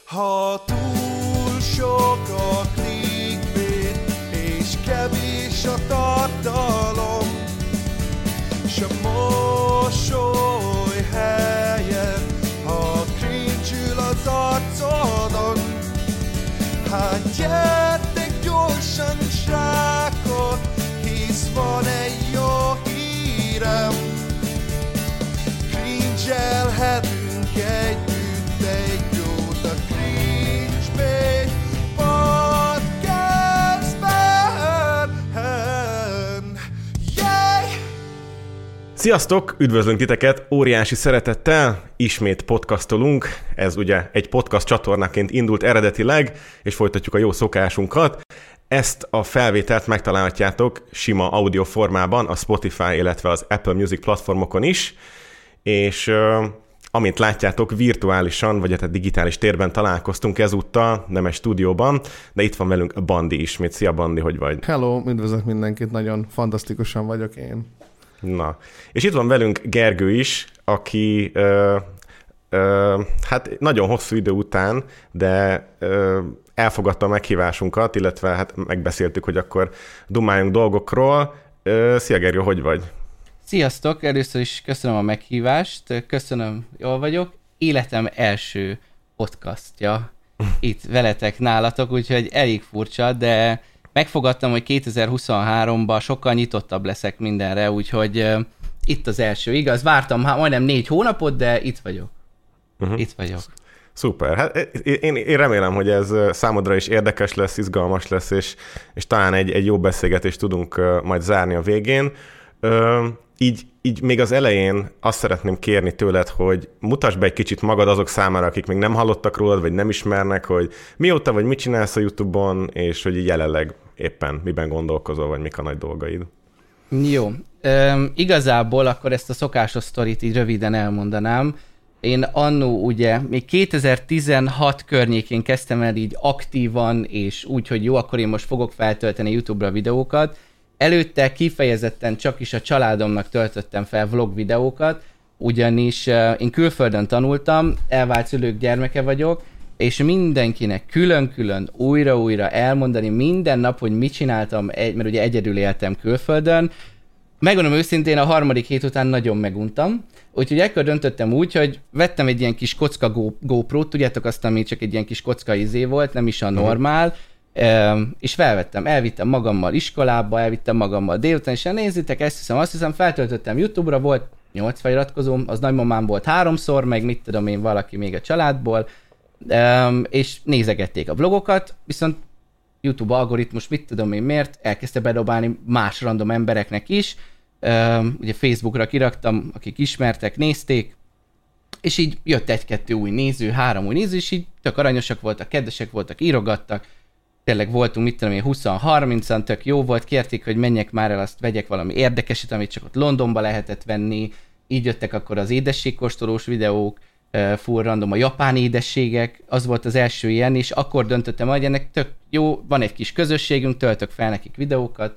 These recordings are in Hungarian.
Ha túl sok a clickbait, és kevés a tartalom, s a mosoly helyett, ha cringe-ül az arcodon, hát gyertek gyorsan, srákok, hisz van egy jó hírem. Cringe-elhetünk együtt egy jót a Cringe Bait Podcastben. Yeah! Sziasztok! Üdvözlünk titeket óriási szeretettel, ismét podcastolunk. Ez ugye egy podcast csatornaként indult eredetileg, és folytatjuk a jó szokásunkat. Ezt a felvételt megtalálhatjátok sima audio formában a Spotify, illetve az Apple Music platformokon is, és amint látjátok, virtuálisan, vagy hát digitális térben találkoztunk ezúttal, nem egy stúdióban, de itt van velünk Bandi ismét. Szia Bandi, hogy vagy? Hello, üdvözlök mindenkit, nagyon fantasztikusan vagyok én. Na, és itt van velünk Gergő is, aki hát nagyon hosszú idő után, de elfogadta a meghívásunkat, illetve hát megbeszéltük, hogy akkor dumáljunk dolgokról. Szia Gergő, hogy vagy? Sziasztok! Először is köszönöm a meghívást, köszönöm, jól vagyok. Életem első podcastja itt veletek nálatok, úgyhogy elég furcsa, de megfogadtam, hogy 2023-ban sokkal nyitottabb leszek mindenre, úgyhogy itt az első, igaz? Vártam majdnem 4 hónapot, de itt vagyok. Itt vagyok. Szuper. Hát én remélem, hogy ez számodra is érdekes lesz, izgalmas lesz, és talán egy jó beszélgetést tudunk majd zárni a végén. Így még az elején azt szeretném kérni tőled, hogy mutasd be egy kicsit magad azok számára, akik még nem hallottak rólad, vagy nem ismernek, hogy mióta vagy mit csinálsz a YouTube-on, és hogy így jelenleg éppen miben gondolkozol, vagy mik a nagy dolgaid. Jó. Igazából akkor ezt a szokásos sztorit így röviden elmondanám. Én annó ugye még 2016 környékén kezdtem el így aktívan, és úgy, hogy jó, akkor én most fogok feltölteni YouTube-ra videókat. Előtte kifejezetten csak is a családomnak töltöttem fel vlog videókat, ugyanis én külföldön tanultam, elvált szülők gyermeke vagyok, és mindenkinek külön-külön újra-újra elmondani minden nap, hogy mit csináltam, mert ugye egyedül éltem külföldön. Megmondom őszintén, a harmadik hét után nagyon meguntam, úgyhogy ekkor döntöttem úgy, hogy vettem egy ilyen kis kocka GoPro-t, tudjátok azt, ami csak egy ilyen kis kocka izé volt, nem is a normál, és elvittem magammal iskolába, elvittem magammal délután, és nézzétek, azt hiszem, feltöltöttem YouTube-ra, volt 8 feliratkozóm, az nagymamám volt 3-szor, meg mit tudom én, valaki még a családból, és nézegették a vlogokat, viszont YouTube algoritmus, mit tudom én miért, elkezdte bedobálni más random embereknek is, ugye Facebookra kiraktam, akik ismertek, nézték, és így jött 1-2 új néző, 3 új néző, és így tök aranyosak voltak, kedvesek voltak, írogattak, tényleg voltunk, mit tudom én, 20-30-an, tök jó volt, kérték, hogy menjek már el, azt vegyek valami érdekeset, amit csak ott Londonba lehetett venni, így jöttek akkor az édességkóstolós videók, full random a japán édességek, az volt az első ilyen, és akkor döntöttem, hogy ennek tök jó, van egy kis közösségünk, töltök fel nekik videókat,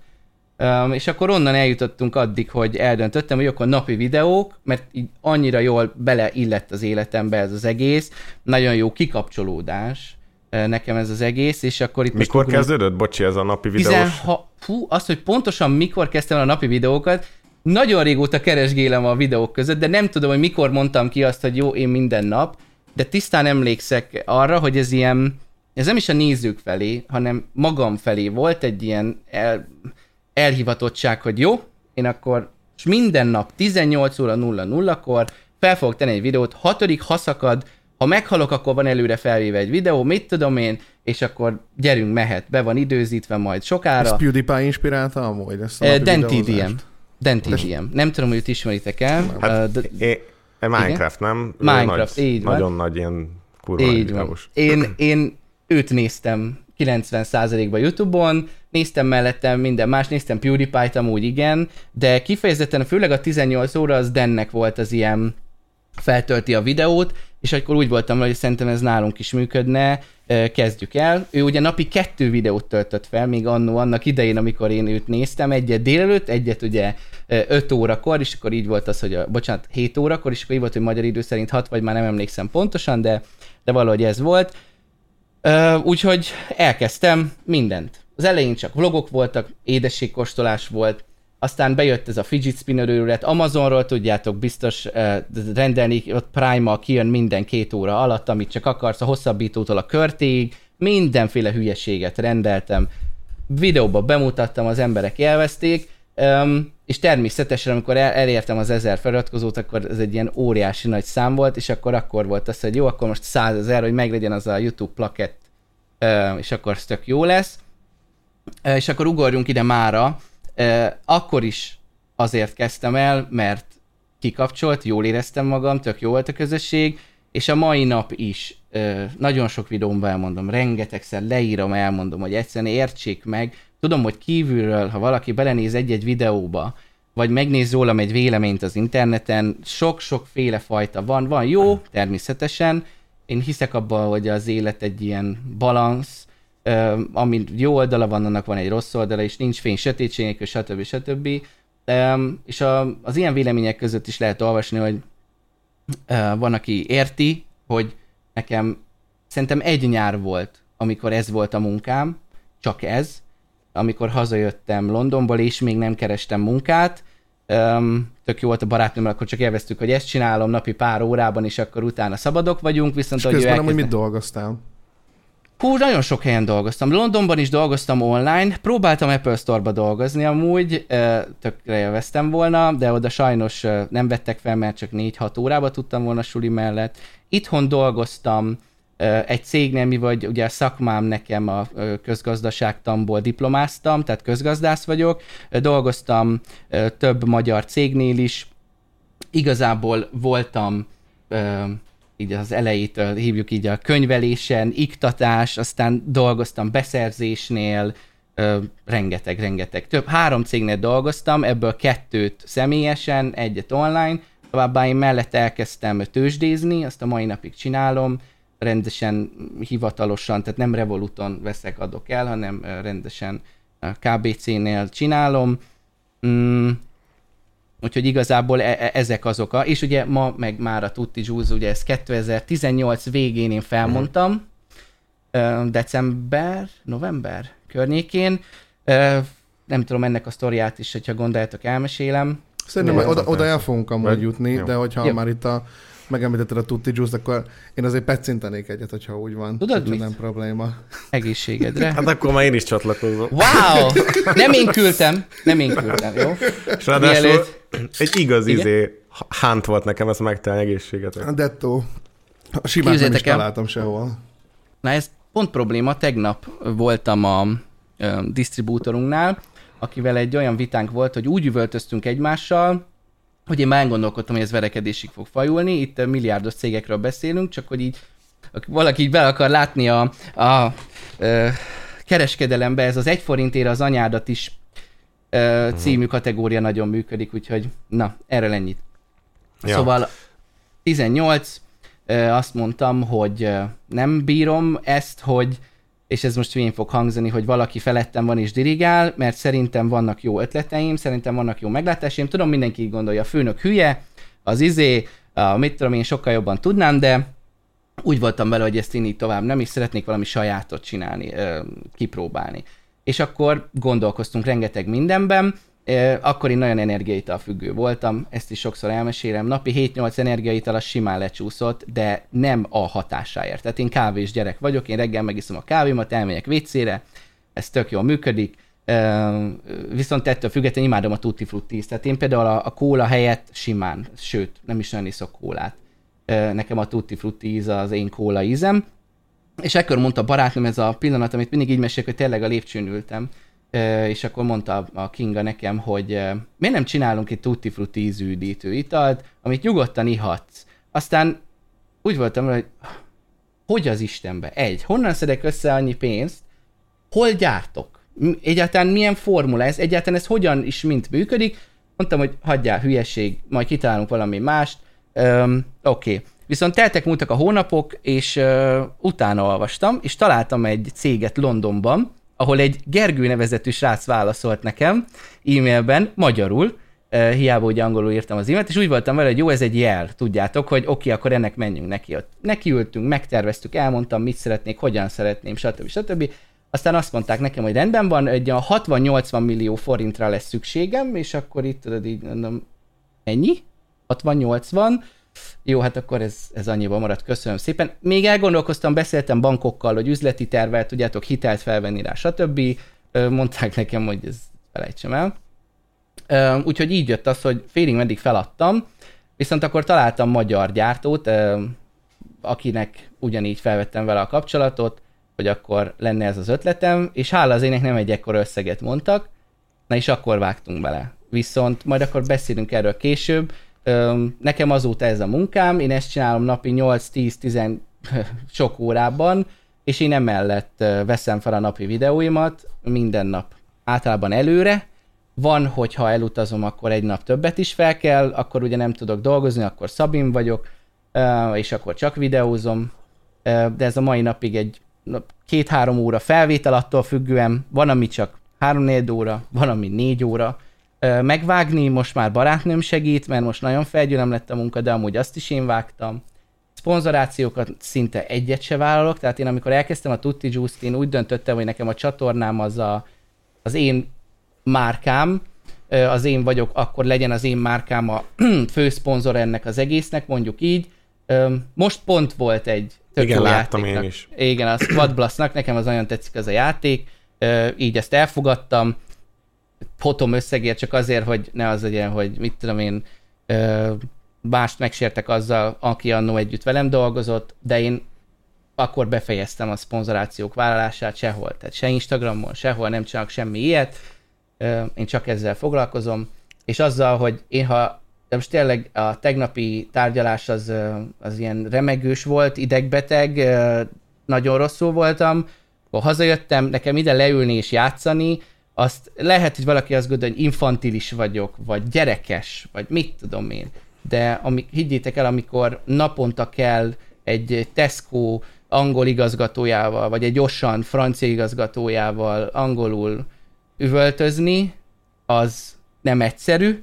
és akkor onnan eljutottunk addig, hogy eldöntöttem, hogy akkor napi videók, mert így annyira jól beleillett az életembe ez az egész, nagyon jó kikapcsolódás nekem ez az egész, és akkor itt mikor most kezdődött, bocsi, ez a napi videós? Azt, hogy pontosan mikor kezdtem a napi videókat, nagyon régóta keresgélem a videók között, de nem tudom, hogy mikor mondtam ki azt, hogy jó, én minden nap, de tisztán emlékszek arra, hogy ez nem is a nézők felé, hanem magam felé volt egy ilyen elhivatottság, hogy jó, én akkor és minden nap 18 óra 00-kor fel fogok tenni egy videót, 6. ha szakad, ha meghalok, akkor van előre felvéve egy videó, mit tudom én, és akkor gyerünk, mehet, be van időzítve majd sokára. Ez PewDiePie inspirálta amúgy ezt a napi videózást? DenTDM. Nem tudom, hogy őt ismeritek el. Hát, Minecraft, nem? Minecraft, így van. Nagyon nagy ilyen kurva videós. Én őt néztem 90%-ban YouTube-on, néztem mellettem minden más, néztem PewDiePie-t amúgy igen, de kifejezetten főleg a 18 óra az Dennek volt az ilyen feltölti a videót, és akkor úgy voltam, hogy szerintem ez nálunk is működne, kezdjük el. Ő ugye napi 2 videót töltött fel, még annak idején, amikor én őt néztem, egyet délelőtt, egyet ugye 5 órakor, és akkor így volt az, hogy 7 órakor, és akkor így volt, hogy magyar idő szerint 6, vagy már nem emlékszem pontosan, de valahogy ez volt. Úgyhogy elkezdtem mindent. Az elején csak vlogok voltak, édességkóstolás volt, aztán bejött ez a fidget spinner őrület, Amazonról tudjátok biztos rendelni, ott Prime-mal kijön minden 2 óra alatt, amit csak akarsz, a hosszabbítótól a körtéig, mindenféle hülyeséget rendeltem, videóba bemutattam, az emberek élvezték, és természetesen, amikor elértem az 1000 feliratkozót, akkor ez egy ilyen óriási nagy szám volt, és akkor volt az, hogy jó, akkor most 100 000, hogy meglegyen az a YouTube plakett, és akkor ez tök jó lesz. És akkor ugorjunk ide mára. Akkor is azért kezdtem el, mert kikapcsolt, jól éreztem magam, tök jó volt a közösség, és a mai nap is nagyon sok videómban elmondom, rengetegszer leírom, elmondom, hogy egyszerűen értsék meg. Tudom, hogy kívülről, ha valaki belenéz egy-egy videóba, vagy megnéz rólam egy véleményt az interneten, sok-sokféle fajta van. Van jó, természetesen. Én hiszek abban, hogy az élet egy ilyen balansz, ami jó oldala van, annak van egy rossz oldala, és nincs fény sötétség nélkül, stb. És az ilyen vélemények között is lehet olvasni, hogy van, aki érti, hogy nekem szerintem egy nyár volt, amikor ez volt a munkám, csak ez, amikor hazajöttem Londonból, és még nem kerestem munkát. Tök jó volt a barátnőmmel, akkor csak élveztük, hogy ezt csinálom napi pár órában, és akkor utána szabadok vagyunk, viszont és közben hogy mit dolgoztál? Hú, nagyon sok helyen dolgoztam. Londonban is dolgoztam online, próbáltam Apple Store-ba dolgozni amúgy, tökre élveztem volna, de oda sajnos nem vettek fel, mert csak 4-6 órába tudtam volna suli mellett. Itthon dolgoztam egy cégnél, vagy ugye a szakmám nekem a közgazdaságtanból diplomáztam, tehát közgazdász vagyok, dolgoztam több magyar cégnél is, igazából voltam így az elejétől hívjuk így a könyvelésen, iktatás, aztán dolgoztam beszerzésnél, rengeteg. 3 cégnél dolgoztam, ebből 2 személyesen, 1 online, továbbá én mellett elkezdtem tőzsdézni, azt a mai napig csinálom, rendesen, hivatalosan, tehát nem Revoluton veszek, adok el, hanem rendesen KBC-nél csinálom. Úgyhogy igazából ezek azok és ugye ma meg már a Tutti Juice, ugye ezt 2018 végén én felmondtam, november környékén. Nem tudom, ennek a sztoriát is, hogyha gondoljátok, elmesélem. Szerintem oda el fogunk amúgy jutni, jó. De hogyha már itt megemlítetted a Tutti Juice, akkor én azért peccintenék egyet, hogyha úgy van. Tudod mit? Nem probléma. Egészségedre. Hát akkor már én is csatlakozom. Wow! Nem én küldtem, jó? És ráadásul egy igaz hánt volt nekem, ezt megtalálni egészséget. Dettó. A simát nem is találtam sehol. Na ez pont probléma, tegnap voltam a disztribútorunknál, akivel egy olyan vitánk volt, hogy úgy üvöltöztünk egymással, hogy én már elgondolkodtam, hogy ez verekedésig fog fajulni, itt milliárdos cégekről beszélünk, csak hogy így valaki így be akar látni a kereskedelembe, ez az 1 forintért az anyádat is című kategória nagyon működik, úgyhogy na, erről ennyit. Ja. Szóval 18, azt mondtam, hogy nem bírom ezt, hogy, és ez most hülyén fog hangzani, hogy valaki felettem van és dirigál, mert szerintem vannak jó ötleteim, szerintem vannak jó meglátásaim, tudom, mindenki így gondolja, a főnök hülye, mit tudom én, sokkal jobban tudnám, de úgy voltam vele, hogy ezt én így tovább nem, és szeretnék valami sajátot csinálni, kipróbálni. És akkor gondolkoztunk rengeteg mindenben, akkor én nagyon energiaital függő voltam, ezt is sokszor elmesélem, napi 7-8 energiaital az simán lecsúszott, de nem a hatásáért. Tehát én kávés gyerek vagyok, én reggel megiszom a kávémat, elmegyek WC-re, ez tök jól működik, viszont ettől függetlenül imádom a tutti fruttit, tehát én például a kóla helyett simán, sőt, nem is nagyon iszok kólát. Nekem a tutti frutti íz az én kóla ízem, és ekkor mondta a barátnőm, ez a pillanat, amit mindig így meséljük, hogy tényleg a lépcsőn ültem, és akkor mondta a Kinga nekem, hogy miért nem csinálunk egy tutti frutti ízű üdítő italt, amit nyugodtan ihatsz. Aztán úgy voltam, hogy az Istenbe? Honnan szedek össze annyi pénzt? Hol gyártok? Egyáltalán milyen formula ez? Egyáltalán ez hogyan is mint működik? Mondtam, hogy hagyjál, hülyeség, majd kitalálunk valami mást. Oké. Viszont múltak a hónapok, és utána olvastam, és találtam egy céget Londonban, ahol egy Gergő nevezetű srác válaszolt nekem e-mailben, magyarul, hiába ugye angolul írtam az e-mailt, és úgy voltam vele, hogy jó, ez egy jel, tudjátok, hogy oké, akkor ennek menjünk neki. Nekiültünk, megterveztük, elmondtam, mit szeretnék, hogyan szeretném, stb. Aztán azt mondták nekem, hogy rendben van, egy 60-80 millió forintra lesz szükségem, és akkor itt tudod így mondom, ennyi? 60-80? Jó, hát akkor ez annyiban maradt, köszönöm szépen. Még elgondolkoztam, beszéltem bankokkal, hogy üzleti tervel, tudjátok, hitelt felvenni rá, stb. Mondták nekem, hogy ez felejtsem el. Úgyhogy így jött az, hogy félig meddig feladtam, viszont akkor találtam magyar gyártót, akinek ugyanígy felvettem vele a kapcsolatot, hogy akkor lenne ez az ötletem, és hála az ének nem egy ekkora összeget mondtak, na és akkor vágtunk bele. Viszont majd akkor beszélünk erről később. Nekem azóta ez a munkám, én ezt csinálom napi 8-10-10 sok órában, és én emellett veszem fel a napi videóimat minden nap általában előre. Van, hogyha elutazom, akkor egy nap többet is fel kell, akkor ugye nem tudok dolgozni, akkor szabin vagyok, és akkor csak videózom. De ez a mai napig egy 2-3 óra felvétel, attól függően van, ami csak 3-4 óra, van, ami 4 óra. Megvágni most már barátnőm segít, mert most nagyon felgyűlöm lett a munka, de amúgy azt is én vágtam. Szponzorációkat szinte egyet se vállalok, tehát én amikor elkezdtem a Tutti Juice-t, én úgy döntöttem, hogy nekem a csatornám az én márkám, az én vagyok, akkor legyen az én márkám a főszponzor ennek az egésznek, mondjuk így. Most pont volt egy tök jó láttam játéknak. én is. Igen, a Squad Blastnak, nekem az nagyon tetszik az a játék, így ezt elfogadtam, potom összegért csak azért, hogy ne az legyen, hogy mit tudom én, mást megsértek azzal, aki annó együtt velem dolgozott, de én akkor befejeztem a szponzorációk vállalását sehol, tehát se Instagramon, sehol nem csinálok semmi ilyet, én csak ezzel foglalkozom, és azzal, hogy én de most tényleg a tegnapi tárgyalás az ilyen remegős volt, idegbeteg, nagyon rosszul voltam, akkor hazajöttem, nekem ide leülni és játszani, azt lehet, hogy valaki azt gondolja, hogy infantilis vagyok, vagy gyerekes, vagy mit tudom én, de higgyétek el, amikor naponta kell egy Tesco angol igazgatójával, vagy egy Auchan francia igazgatójával angolul üvöltözni, az nem egyszerű,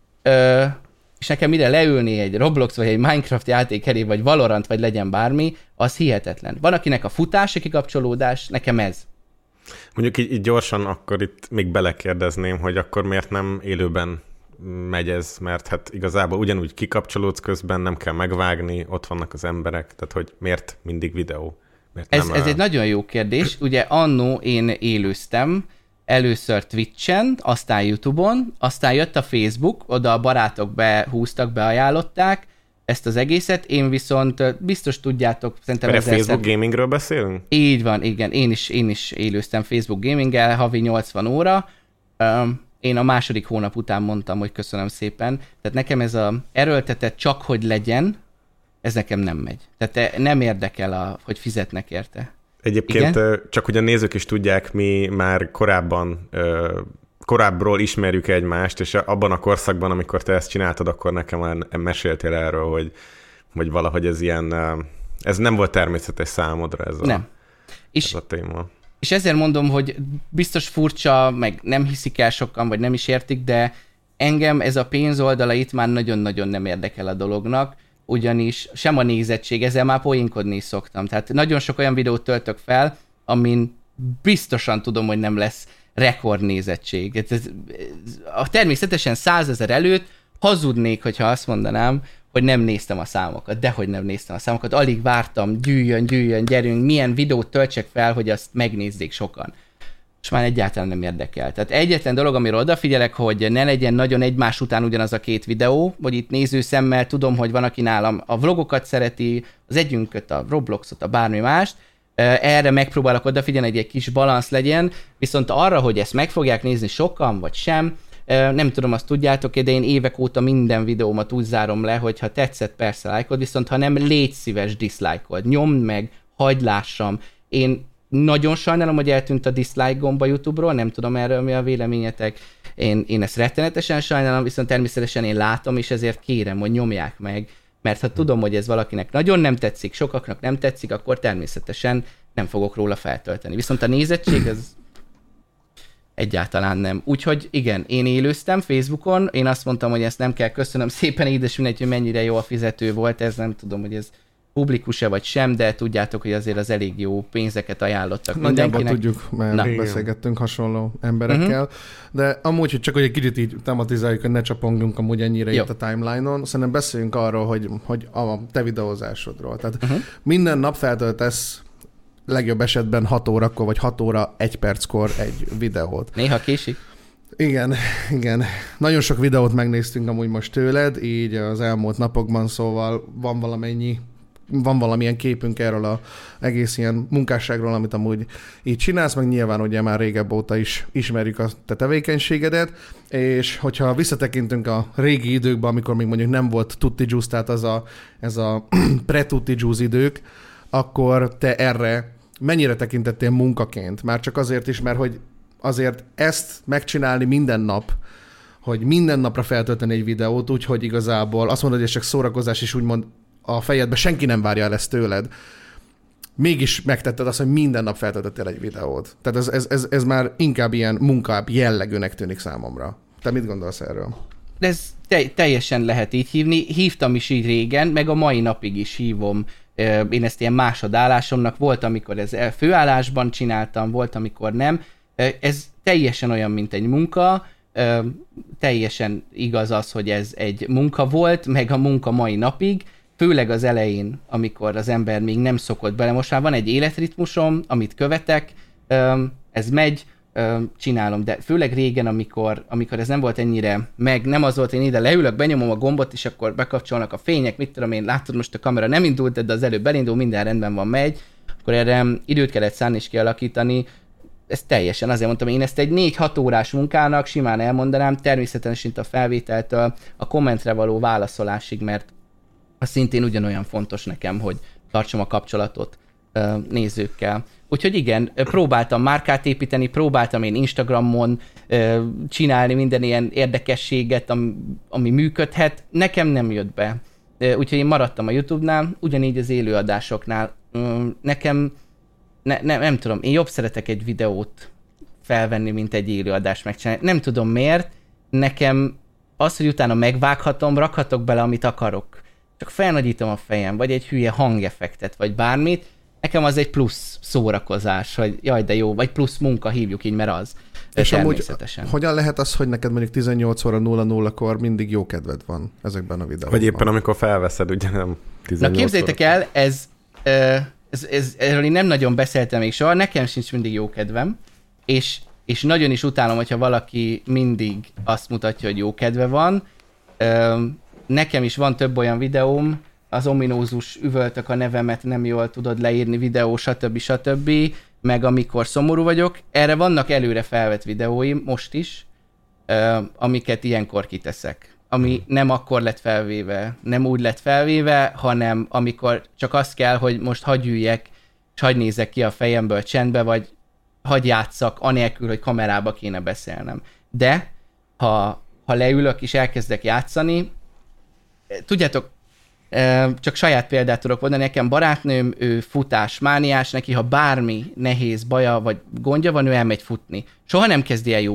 és nekem ide leülni egy Roblox, vagy egy Minecraft játék elé, vagy Valorant, vagy legyen bármi, az hihetetlen. Van, akinek a futási kikapcsolódás, nekem ez. Mondjuk így gyorsan akkor itt még belekérdezném, hogy akkor miért nem élőben megy ez, mert hát igazából ugyanúgy kikapcsolódsz közben, nem kell megvágni, ott vannak az emberek, tehát hogy miért mindig videó? Miért ez egy nagyon jó kérdés. Ugye annó én élőztem, először Twitchen, aztán YouTube-on, aztán jött a Facebook, oda a barátok behúztak, beajánlották ezt az egészet, én viszont biztos tudjátok, szerintem ezzel... Facebook gamingről beszélünk? Így van, igen, én is élőztem Facebook gaminggel, havi 80 óra, én a második hónap után mondtam, hogy köszönöm szépen, tehát nekem ez a erőltetett csak, hogy legyen, ez nekem nem megy. Tehát nem érdekel, hogy fizetnek érte. Egyébként igen? Csak hogy a nézők is tudják, mi már korábbról ismerjük egymást, és abban a korszakban, amikor te ezt csináltad, akkor nekem már meséltél erről, hogy valahogy ez ilyen, ez nem volt természetes számodra ez a téma. És ezért mondom, hogy biztos furcsa, meg nem hiszik el sokan, vagy nem is értik, de engem ez a pénz oldala itt már nagyon-nagyon nem érdekel a dolognak, ugyanis sem a nézettség, ezzel már poénkodni is szoktam. Tehát nagyon sok olyan videót töltök fel, amin biztosan tudom, hogy nem lesz rekordnézettség. Természetesen 100 000 előtt hazudnék, hogyha azt mondanám, hogy nem néztem a számokat. Dehogy nem néztem a számokat. Alig vártam, gyűjjön, gyerünk, milyen videót töltsek fel, hogy azt megnézzék sokan. És már egyáltalán nem érdekel. Tehát egyetlen dolog, amire odafigyelek, hogy ne legyen nagyon egymás után ugyanaz a két videó, vagy itt nézőszemmel tudom, hogy van, aki nálam a vlogokat szereti, az együnket, a Robloxot, a bármi mást, erre megpróbálok odafigyelni, hogy egy kis balansz legyen, viszont arra, hogy ezt meg fogják nézni sokan, vagy sem, nem tudom, azt tudjátok, de én évek óta minden videómat úgy zárom le, hogy ha tetszett, persze lájkod, viszont ha nem, légy szíves dislike-od, nyomd meg, hagyd lássam. Én nagyon sajnálom, hogy eltűnt a dislike gomb a YouTube-ról, nem tudom erről mi a véleményetek. Én ezt rettenetesen sajnálom, viszont természetesen én látom, és ezért kérem, hogy nyomják meg, mert ha tudom, hogy ez valakinek nagyon nem tetszik, sokaknak nem tetszik, akkor természetesen nem fogok róla feltölteni. Viszont a nézettség az egyáltalán nem. Úgyhogy igen, én élőztem Facebookon, én azt mondtam, hogy ezt nem kell, köszönöm szépen, édes mindegy, hogy mennyire jó a fizető volt, ez nem tudom, hogy ez publikus-e vagy sem, de tudjátok, hogy azért az elég jó pénzeket ajánlottak mindenkinek. Nagyjából tudjuk, mert beszélgettünk hasonló emberekkel, de amúgy, hogy csak hogy egy kicsit így tematizáljuk, hogy ne csapongjunk amúgy ennyire itt a timeline-on, szerintem beszéljünk arról, hogy a te videózásodról. Tehát minden nap feltöltesz legjobb esetben 6 órakor, vagy 6 óra 1 perckor egy videót. Néha késik. Igen. Nagyon sok videót megnéztünk amúgy most tőled, így az elmúlt napokban, szóval van valamilyen képünk erről az egész ilyen munkásságról, amit amúgy így csinálsz, meg nyilván ugye már régebb óta is ismerjük a te tevékenységedet, és hogyha visszatekintünk a régi időkben, amikor még mondjuk nem volt Tutti Juice, tehát ez a pre-Tutti Juice idők, akkor te erre mennyire tekintettél munkaként? Már csak azért is, mert hogy azért ezt megcsinálni minden nap, hogy minden napra feltölteni egy videót, úgyhogy igazából azt mondod, hogy ez csak szórakozás, és úgymond a fejedbe senki nem várja el ezt tőled. Mégis megtetted azt, hogy minden nap feltöltöttél egy videót. Tehát ez már inkább ilyen munkább jellegűnek tűnik számomra. Te mit gondolsz erről? Ez teljesen lehet így hívni. Hívtam is így régen, meg a mai napig is hívom. Én ezt ilyen másodállásomnak volt, amikor ez főállásban csináltam, volt, amikor nem. Ez teljesen olyan, mint egy munka. Teljesen igaz az, hogy ez egy munka volt, meg a munka mai napig. Főleg az elején, amikor az ember még nem szokott bele. Most már van egy életritmusom, amit követek, ez megy, csinálom, de főleg régen, amikor ez nem volt ennyire nem az volt, én ide leülök, benyomom a gombot, és akkor bekapcsolnak a fények, mit tudom én, látod, most a kamera nem indult, de az előbb belindul, minden rendben van, megy, akkor erre időt kellett szánni és kialakítani. Ez teljesen, azért mondtam, én ezt egy 4-6 órás munkának simán elmondanám, természetesen a felvételtől a kommentre való válaszolásig, mert az szintén ugyanolyan fontos nekem, hogy tartsam a kapcsolatot nézőkkel. Úgyhogy igen, próbáltam márkát építeni, próbáltam én Instagramon csinálni minden ilyen érdekességet, ami működhet. Nekem nem jött be. Úgyhogy én maradtam a YouTube-nál, ugyanígy az élőadásoknál. Nekem, nem tudom, én jobb szeretek egy videót felvenni, mint egy élőadást megcsinálni. Nem tudom miért, nekem az, hogy utána megvághatom, rakhatok bele, amit akarok. Csak felnagyítom a fejem, vagy egy hülye hangeffektet, vagy bármit, nekem az egy plusz szórakozás, hogy jaj, de jó, vagy plusz munka, hívjuk így, mert az. És amúgy hogyan lehet az, hogy neked mondjuk 18 óra 00-kor mindig jó kedved van ezekben a videókban? Vagy éppen amikor felveszed, ugye nem 18 Na képzeljétek el, erről én nem nagyon beszéltem még soha, nekem sincs mindig jó kedvem, és nagyon is utálom, hogyha valaki mindig azt mutatja, hogy jó kedve van. Nekem is van több olyan videóm, az ominózus üvöltök a nevemet, nem jól tudod leírni videó, stb. Meg amikor szomorú vagyok. Erre vannak előre felvett videóim, most is, amiket ilyenkor kiteszek. Ami nem akkor lett felvéve, nem úgy lett felvéve, hanem amikor csak azt kell, hogy most hagyj üljek, és hagyj nézek ki a fejemből csendbe, vagy hagyj játsszak, anélkül, hogy kamerába kéne beszélnem. De, ha leülök és elkezdek játszani, tudjátok, csak saját példát tudok mondani, nekem barátnőm, ő futásmániás, neki ha bármi nehéz baja vagy gondja van, ő elmegy futni. Soha nem kezdi el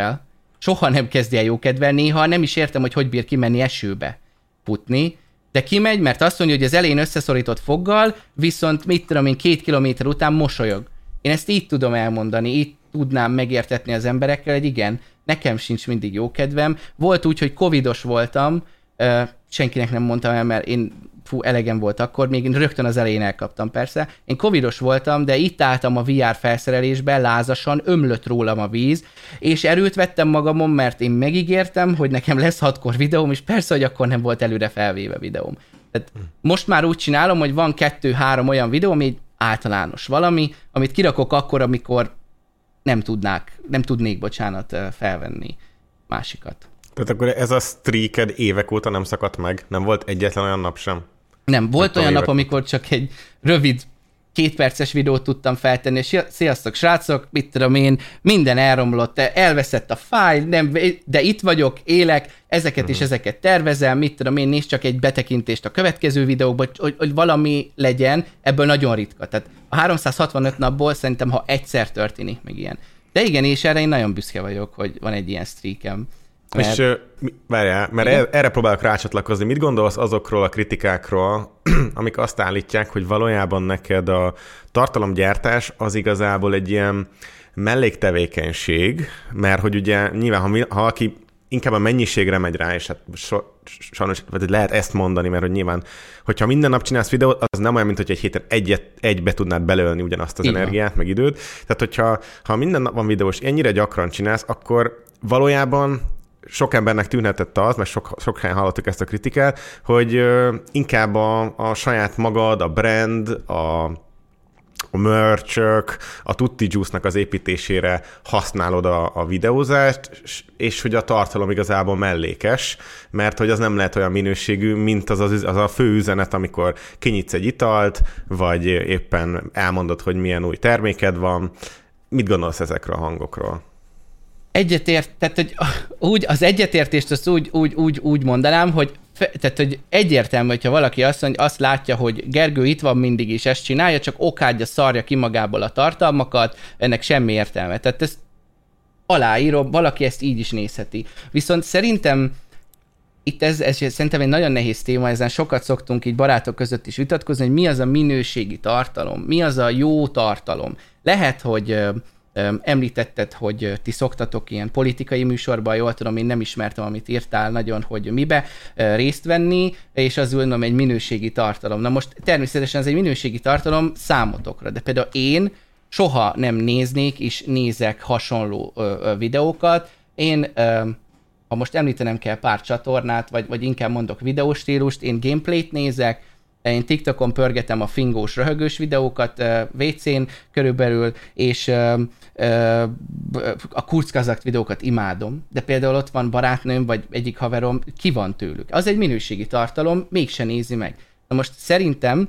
jókedvel, néha nem is értem, hogy bír kimenni esőbe futni, de kimegy, mert azt mondja, hogy az elején összeszorított foggal, viszont mit tudom én, 2 kilométer után mosolyog. Én ezt így tudom elmondani, így tudnám megértetni az emberekkel, hogy igen, nekem sincs mindig jó kedvem. Volt úgy, hogy covidos voltam, senkinek nem mondtam el, mert elegem volt akkor, még én rögtön az elején elkaptam persze. Én covidos voltam, de itt álltam a VR felszerelésbe, lázasan, ömlött rólam a víz, és erőt vettem magamon, mert én megígértem, hogy nekem lesz 6-kor videóm, és persze, hogy akkor nem volt előre felvéve videóm. Tehát most már úgy csinálom, hogy van 2-3 olyan videó, ami egy általános valami, amit kirakok akkor, amikor nem tudnék felvenni másikat. Tehát akkor ez a streaked évek óta nem szakadt meg? Nem volt egyetlen olyan nap sem? Nem, volt olyan nap, amikor csak egy rövid 2 perces videót tudtam feltenni, és sziasztok srácok, mit tudom én, minden elromlott, elveszett a fájl, de itt vagyok, élek, ezeket és ezeket tervezem, mit tudom én, nézd csak egy betekintést a következő videóban, hogy valami legyen, ebből nagyon ritka. Tehát a 365 napból szerintem, ha egyszer történik meg ilyen. De igen, és erre én nagyon büszke vagyok, hogy van egy ilyen streakem. És várjál, mert erre próbálok rácsatlakozni. Mit gondolsz azokról a kritikákról, amik azt állítják, hogy valójában neked a tartalomgyártás az igazából egy ilyen melléktevékenység, mert hogy ugye nyilván, ha valaki inkább a mennyiségre megy rá, és hát sajnos lehet ezt mondani, mert hogy nyilván, hogyha minden nap csinálsz videót, az nem olyan, mint hogy egy héten egybe tudnád belölni ugyanazt az energiát, meg időt. Tehát, hogyha minden nap van videós, ennyire gyakran csinálsz, akkor valójában sok embernek tűnhetett az, mert sok helyen hallottuk ezt a kritikát, hogy inkább a saját magad, a brand, a merch-ök, a Tutti Juice-nak az építésére használod a videózást, és hogy a tartalom igazából mellékes, mert hogy az nem lehet olyan minőségű, mint az a fő üzenet, amikor kinyitsz egy italt, vagy éppen elmondod, hogy milyen új terméked van. Mit gondolsz ezekről a hangokról? Tehát, hogy az egyetértést azt úgy mondanám, hogy tehát, hogy egyértelmű, hogyha valaki azt látja, hogy Gergő itt van mindig is, ezt csinálja, csak okádja, szarja ki magából a tartalmakat, ennek semmi értelme. Tehát ezt aláírom, valaki ezt így is nézheti. Viszont szerintem itt ez szerintem egy nagyon nehéz téma, ezen sokat szoktunk így barátok között is vitatkozni, hogy mi az a minőségi tartalom, mi az a jó tartalom. Lehet, hogy említetted, hogy ti szoktatok ilyen politikai műsorban, jól tudom, én nem ismertem, amit írtál nagyon, hogy mibe részt venni, és az mondom, egy minőségi tartalom. Na most természetesen ez egy minőségi tartalom számotokra, de például én soha nem néznék, és nézek hasonló videókat. Én, ha most említenem kell pár csatornát, vagy inkább mondok videóstílust, én gameplayt nézek, én TikTokon pörgetem a fingós, röhögős videókat WC-n körülbelül, és a kurzkazakt videókat imádom, de például ott van barátnőm, vagy egyik haverom, ki van tőlük. Az egy minőségi tartalom, mégse nézi meg. Na most szerintem,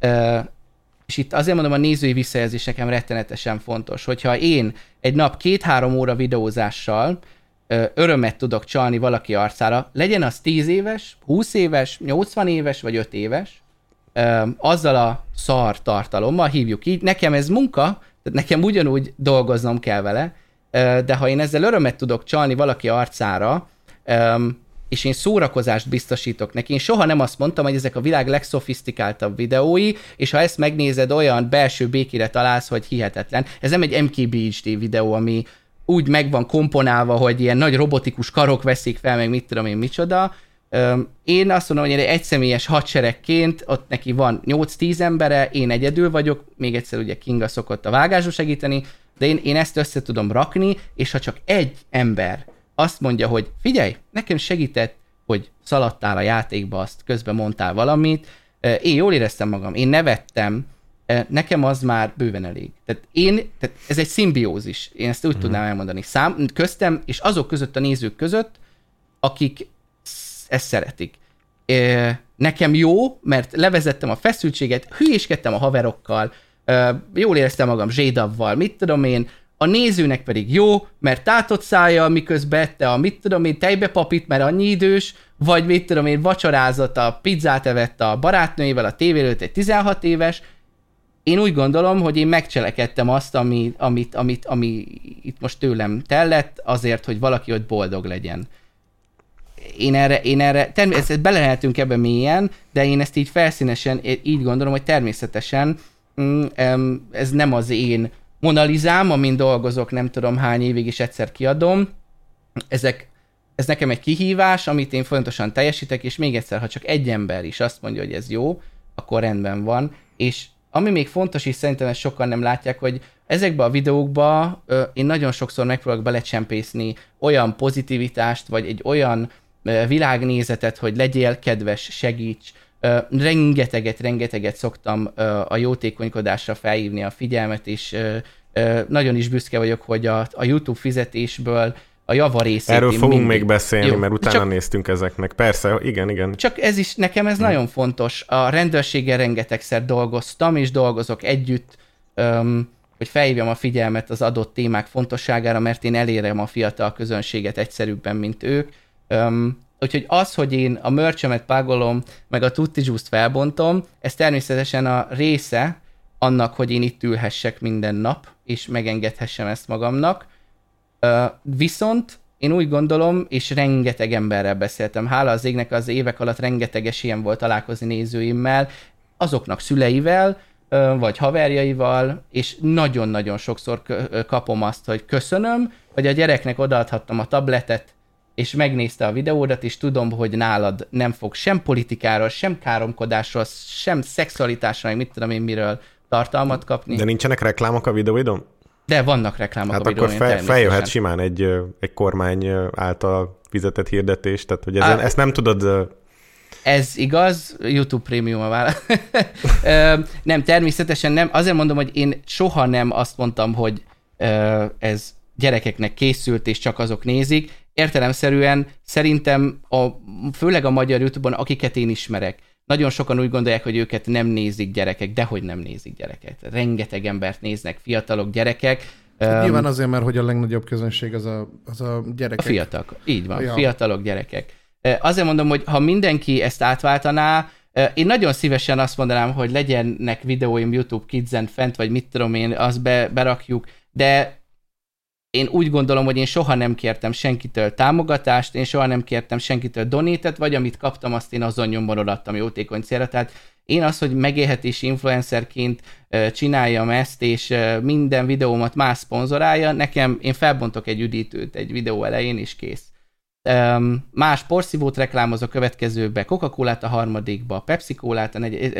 és itt azért mondom, a nézői visszajelzés nekem rettenetesen fontos, hogyha én egy nap 2-3 óra videózással örömet tudok csalni valaki arcára, legyen az 10 éves, 20 éves, 80 éves, vagy 5 éves, azzal a szar tartalommal, hívjuk így, nekem ez munka, tehát nekem ugyanúgy dolgoznom kell vele, de ha én ezzel örömet tudok csalni valaki arcára, és én szórakozást biztosítok neki, én soha nem azt mondtam, hogy ezek a világ legszofisztikáltabb videói, és ha ezt megnézed, olyan belső békére találsz, hogy hihetetlen. Ez nem egy MKBHD videó, ami úgy meg van komponálva, hogy ilyen nagy robotikus karok veszik fel, meg mit tudom én micsoda. Én azt mondom, hogy egy egyszemélyes hadseregként ott neki van 8-10 embere, én egyedül vagyok, még egyszer ugye Kinga szokott a vágásra segíteni, de én ezt össze tudom rakni, és ha csak egy ember azt mondja, hogy figyelj, nekem segített, hogy szaladtál a játékba, azt közben mondtál valamit, én jól éreztem magam, én nevettem, nekem az már bőven elég. Tehát ez egy szimbiózis, én ezt úgy tudnám elmondani, köztem és azok között, a nézők között, akik ezt szeretik. Nekem jó, mert levezettem a feszültséget, hülyéskedtem a haverokkal, jól éreztem magam zsédavval, mit tudom én, a nézőnek pedig jó, mert tátott szája, miközben ette a mit tudom én tejbepapit, mert annyi idős, vagy mit tudom én vacsorázott, a pizzát evett a barátnőjével a tévé előtt egy 16 éves. Én úgy gondolom, hogy én megcselekedtem azt, ami itt most tőlem tellett, azért, hogy valaki ott boldog legyen. Én erre természetesen bele lehetünk ebbe mélyen, de én ezt így felszínesen így gondolom, hogy természetesen ez nem az én Monalizám, amin dolgozok nem tudom hány évig, és egyszer kiadom. Ez nekem egy kihívás, amit én fontosan teljesítek, és még egyszer, ha csak egy ember is azt mondja, hogy ez jó, akkor rendben van. És ami még fontos, és szerintem ezt sokan nem látják, hogy ezekbe a videókba én nagyon sokszor megpróbálok belecsempészni olyan pozitivitást, vagy egy olyan világnézetet, hogy legyél kedves, segíts. Rengeteget szoktam a jótékonykodásra felhívni a figyelmet, és nagyon is büszke vagyok, hogy a YouTube fizetésből a javarészét... Erről fogunk még beszélni, jó, mert utána néztünk ezeknek. Persze, igen. Csak ez is, nekem ez nagyon fontos. A rendőrséggel rengetegszer dolgoztam, és dolgozok együtt, hogy felhívjam a figyelmet az adott témák fontosságára, mert én elérem a fiatal közönséget egyszerűbben, mint ők. Úgyhogy az, hogy én a merch-emet págolom, meg a Tutti Juice-t felbontom, ez természetesen a része annak, hogy én itt ülhessek minden nap, és megengedhessem ezt magamnak. Viszont én úgy gondolom, és rengeteg emberrel beszéltem, hála az égnek az évek alatt rengeteg esélyem volt találkozni nézőimmel, azoknak szüleivel, vagy haverjaival, és nagyon-nagyon sokszor kapom azt, hogy köszönöm, hogy a gyereknek odaadhattam a tabletet, és megnézte a videódat, és tudom, hogy nálad nem fog sem politikáról, sem káromkodásról, sem szexualitásról, meg mit tudom én miről tartalmat kapni. De nincsenek reklámok a videóidon? De vannak reklámok a videóidon. Hát akkor feljöhet simán egy kormány által fizetett hirdetés, tehát hogy ezt nem tudod... Ez igaz, YouTube Premium a válasz. Nem, természetesen nem. Azért mondom, hogy én soha nem azt mondtam, hogy ez gyerekeknek készült, és csak azok nézik. Értelemszerűen szerintem főleg a magyar YouTube-on, akiket én ismerek, nagyon sokan úgy gondolják, hogy őket nem nézik gyerekek, dehogy nem nézik gyerekek. Rengeteg embert néznek, fiatalok, gyerekek. Nyilván azért, mert hogy a legnagyobb közönség az a gyerekek. A fiatalok, így van, fiatalok, gyerekek. Azért mondom, hogy ha mindenki ezt átváltaná, én nagyon szívesen azt mondanám, hogy legyenek videóim YouTube Kids-en fent, vagy mit tudom én, azt berakjuk, de én úgy gondolom, hogy én soha nem kértem senkitől támogatást, én soha nem kértem senkitől donétet, vagy amit kaptam, azt én azon nyomban odaadtam jótékony célra. Tehát én az, hogy megélhetési influencerként csináljam ezt, és minden videómat más szponzorálja, nekem én felbontok egy üdítőt egy videó elején, és kész. Más porszívót reklámoz a következőbe, Coca-Colát a harmadikba, Pepsi-Colát,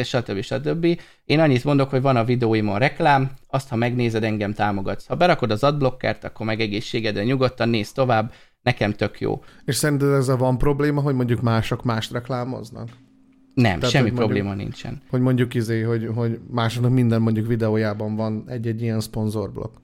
stb. Én annyit mondok, hogy van a videóimon reklám, azt ha megnézed, engem támogatsz. Ha berakod az adblockert, akkor meg egészségedre nyugodtan nézd tovább, nekem tök jó. És szerinted ezzel van probléma, hogy mondjuk mások mást reklámoznak? Nem, tehát, semmi probléma nincsen. Hogy mondjuk hogy másoknak minden mondjuk videójában van egy ilyen szponzorblokk.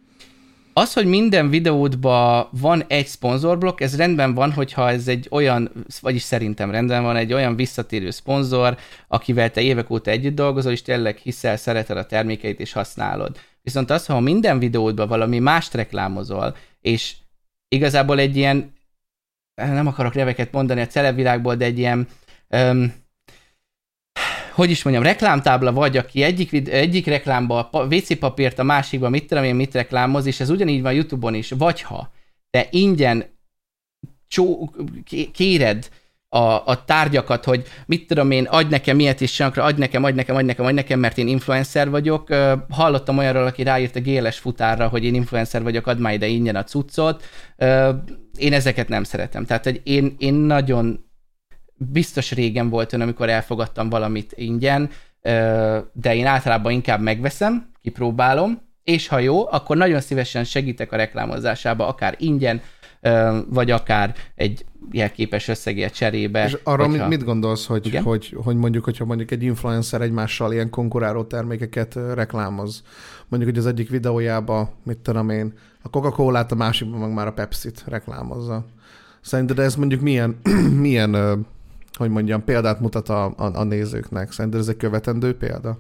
Az, hogy minden videódban van egy szponzorblokk, ez rendben van, hogyha ez egy olyan, vagyis szerintem rendben van, egy olyan visszatérő szponzor, akivel te évek óta együtt dolgozol, és tényleg hiszel, szereted a termékeit és használod. Viszont az, ha minden videódban valami mást reklámozol, és igazából egy ilyen, nem akarok neveket mondani a celebvilágból, de egy ilyen, hogy is mondjam, reklámtábla vagy, aki egyik reklámba WC papírt, a másikba mit tudom én mit reklámoz, és ez ugyanígy van YouTube-on is, vagy ha te ingyen kéred a tárgyakat, hogy mit tudom én, adj nekem ilyet is csinálokra, adj nekem, mert én influencer vagyok. Hallottam olyanról, aki ráírt a GLS futárra, hogy én influencer vagyok, add már ide ingyen a cuccot. Én ezeket nem szeretem. Tehát, hogy én nagyon biztos régen volt ön, amikor elfogadtam valamit ingyen, de én általában inkább megveszem, kipróbálom, és ha jó, akkor nagyon szívesen segítek a reklámozásába, akár ingyen, vagy akár egy jelképes összegért cserébe. És arra mit gondolsz, hogy mondjuk, hogyha mondjuk egy influencer egymással ilyen konkuráló termékeket reklámoz? Mondjuk, hogy az egyik videójában, mit tudom én, a Coca-Colát, a másikban meg már a Pepsit reklámozza. Szerinted ez mondjuk milyen hogy mondjam, példát mutat a nézőknek? Szerinted ez egy követendő példa?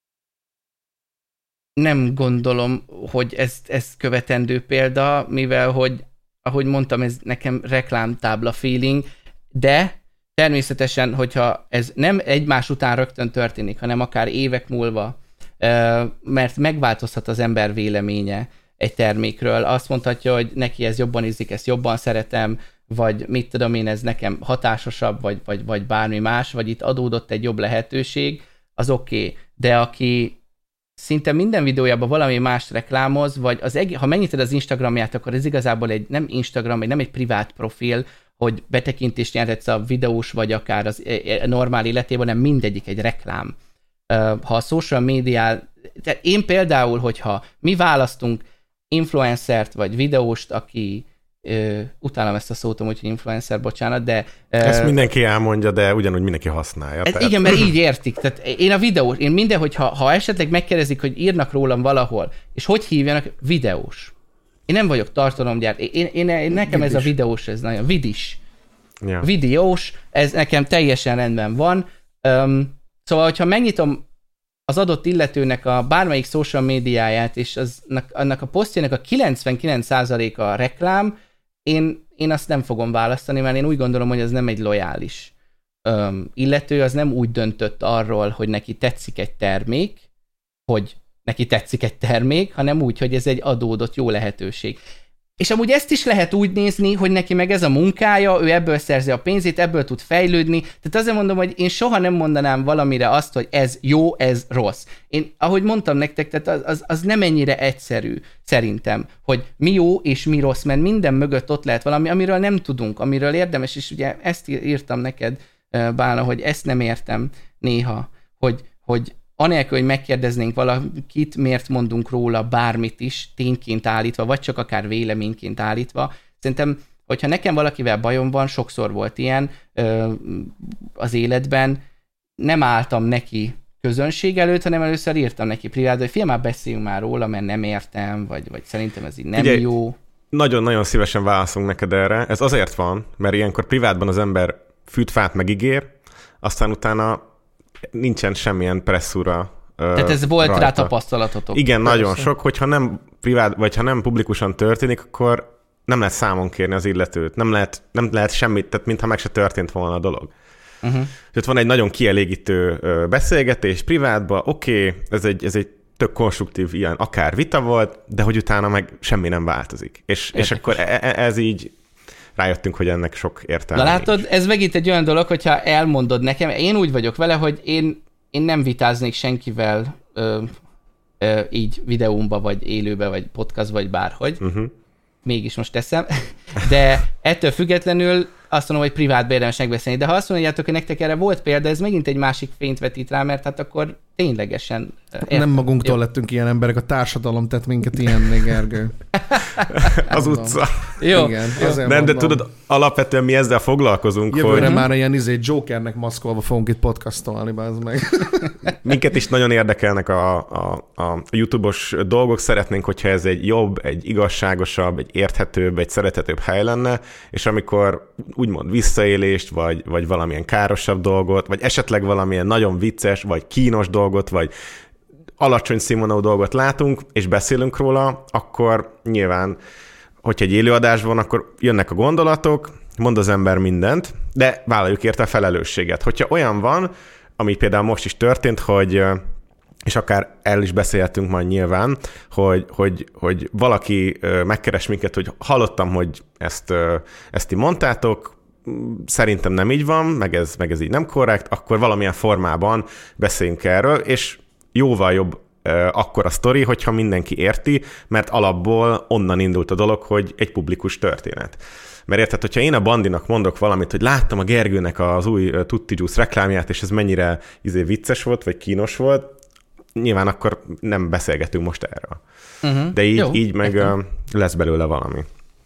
Nem gondolom, hogy ez követendő példa, mivel, hogy ahogy mondtam, ez nekem reklámtábla feeling, de természetesen, hogyha ez nem egymás után rögtön történik, hanem akár évek múlva, mert megváltozhat az ember véleménye egy termékről, azt mondhatja, hogy neki ez jobban ízik, ezt jobban szeretem, vagy mit tudom én, ez nekem hatásosabb, vagy bármi más, vagy itt adódott egy jobb lehetőség, az oké. De aki szinte minden videójában valami mást reklámoz, vagy ha megnyited az Instagramját, akkor ez igazából nem Instagram, nem egy privát profil, hogy betekintést nyerhetsz a videós, vagy akár az normál életében, hanem mindegyik egy reklám. Ha a social media, tehát én például, hogyha mi választunk influencert, vagy videóst, aki utálom ezt a szót, hogy influencer, bocsánat, de... Ezt mindenki elmondja, de ugyanúgy mindenki használja. Igen, mert így értik. Tehát én a videós, én minden, ha esetleg megkérdezik, hogy írnak rólam valahol, és hogy hívjanak, videós. Én nem vagyok tartalomgyárt. Nekem ez a videós, ez nagyon vidis. Ja. Videós, ez nekem teljesen rendben van. Szóval, hogyha megnyitom az adott illetőnek a bármelyik social médiáját, és annak a posztjának a 99%-a a reklám, én azt nem fogom választani, mert én úgy gondolom, hogy ez nem egy lojális illető, az nem úgy döntött arról, hogy neki tetszik egy termék, hanem úgy, hogy ez egy adódott jó lehetőség. És amúgy ezt is lehet úgy nézni, hogy neki meg ez a munkája, ő ebből szerzi a pénzét, ebből tud fejlődni. Tehát azért mondom, hogy én soha nem mondanám valamire azt, hogy ez jó, ez rossz. Én, ahogy mondtam nektek, tehát az nem ennyire egyszerű szerintem, hogy mi jó és mi rossz, mert minden mögött ott lehet valami, amiről nem tudunk, amiről érdemes, és ugye ezt írtam neked, Bálna, hogy ezt nem értem néha, hogy anélkül, hogy megkérdeznénk valakit, miért mondunk róla bármit is, tényként állítva, vagy csak akár véleményként állítva. Szerintem, hogyha nekem valakivel bajom van, sokszor volt ilyen az életben, nem álltam neki közönség előtt, hanem először írtam neki privátban, hogy fiam, már beszéljünk már róla, mert nem értem, vagy szerintem ez így nem ugye, jó. Nagyon-nagyon szívesen válaszolunk neked erre. Ez azért van, mert ilyenkor privátban az ember fűt-fát megígér, aztán utána nincsen semmilyen presszúra. Tehát ez volt rajta. Rá tapasztalatotok. Igen, persze. Nagyon sok, hogyha nem privát, vagy ha nem publikusan történik, akkor nem lehet számon kérni az illetőt. Nem lehet semmit, tehát mintha meg se történt volna a dolog. Tehát van egy nagyon kielégítő beszélgetés privátban, oké, ez egy tök konstruktív ilyen akár vita volt, de hogy utána meg semmi nem változik. És akkor ez így rájöttünk, hogy ennek sok értelme. Na látod, ez megint egy olyan dolog, hogyha elmondod nekem, én úgy vagyok vele, hogy én nem vitáznék senkivel így videómba, vagy élőbe, vagy podcast, vagy bárhogy. Mégis most teszem. De ettől függetlenül azt mondom, hogy privátban érdemes megbeszélni. De ha azt mondjátok, hogy nektek erre volt példa, ez megint egy másik fényt vetít rá, mert hát akkor ténylegesen... Nem magunktól lettünk ilyen emberek, a társadalom tett minket ilyenné, Gergő. Az utca. Jó. Igen, nem, de tudod, alapvetően mi ezzel foglalkozunk. Jövőre hogy... már ilyen Jokernek maszkolva fogunk itt podcastolni, bázd meg. Minket is nagyon érdekelnek a YouTube-os dolgok, szeretnénk, hogyha ez egy jobb, egy igazságosabb, egy érthetőbb, egy szerethetőbb hely lenne, és amikor úgymond visszaélést, vagy valamilyen károsabb dolgot, vagy esetleg valamilyen nagyon vicces, vagy kínos dolgot, vagy alacsony színvonalú dolgot látunk, és beszélünk róla, akkor nyilván, hogyha egy élőadás van, akkor jönnek a gondolatok, mond az ember mindent, de vállaljuk érte a felelősséget. Hogyha olyan van, ami például most is történt, hogy és akár el is beszélhetünk majd nyilván, hogy valaki megkeres minket, hogy hallottam, hogy ezt ti mondtátok, szerintem nem így van, meg ez így nem korrekt, akkor valamilyen formában beszéljünk erről, és jóval jobb akkor a sztori, hogyha mindenki érti, mert alapból onnan indult a dolog, hogy egy publikus történet. Mert érted, hogyha én a Bandinak mondok valamit, hogy láttam a Gergőnek az új Tutti Juice reklámját, és ez mennyire vicces volt, vagy kínos volt, nyilván akkor nem beszélgetünk most erről. De így meg lesz belőle valami.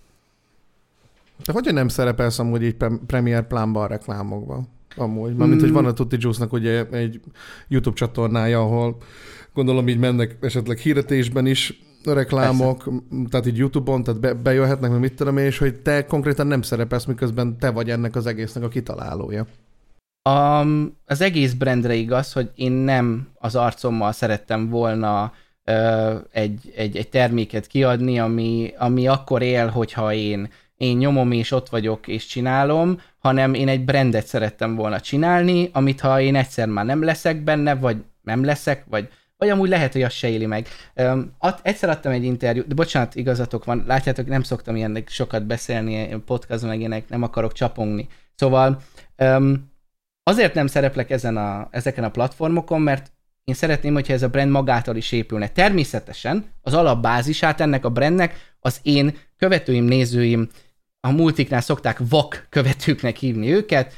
De hogyan nem szerepelsz amúgy így Premier Plánban a reklámokban? Amúgy. Mármint, hogy van a Tutti Juice-nak ugye egy YouTube csatornája, ahol gondolom így mennek esetleg hirdetésben is a reklámok, persze. Tehát így YouTube-on, tehát bejöhetnek, meg mit tudom én, és hogy te konkrétan nem szerepelsz, miközben te vagy ennek az egésznek a kitalálója. Az egész brandre igaz, hogy én nem az arcommal szerettem volna egy terméket kiadni, ami akkor él, hogyha én nyomom és ott vagyok és csinálom, hanem én egy brandet szerettem volna csinálni, amit ha én egyszer már nem leszek benne, vagy nem leszek, vagy amúgy lehet, hogy az se éli meg. Egyszer adtam egy interjút, de bocsánat, igazatok van, látjátok, nem szoktam ilyennek sokat beszélni, podcastban meg ilyenek, nem akarok csapongni. Szóval azért nem szereplek ezeken a platformokon, mert én szeretném, hogyha ez a brand magától is épülne. Természetesen az alapbázisát ennek a brandnek az én követőim, nézőim, a multiknál szokták vak követőknek hívni őket,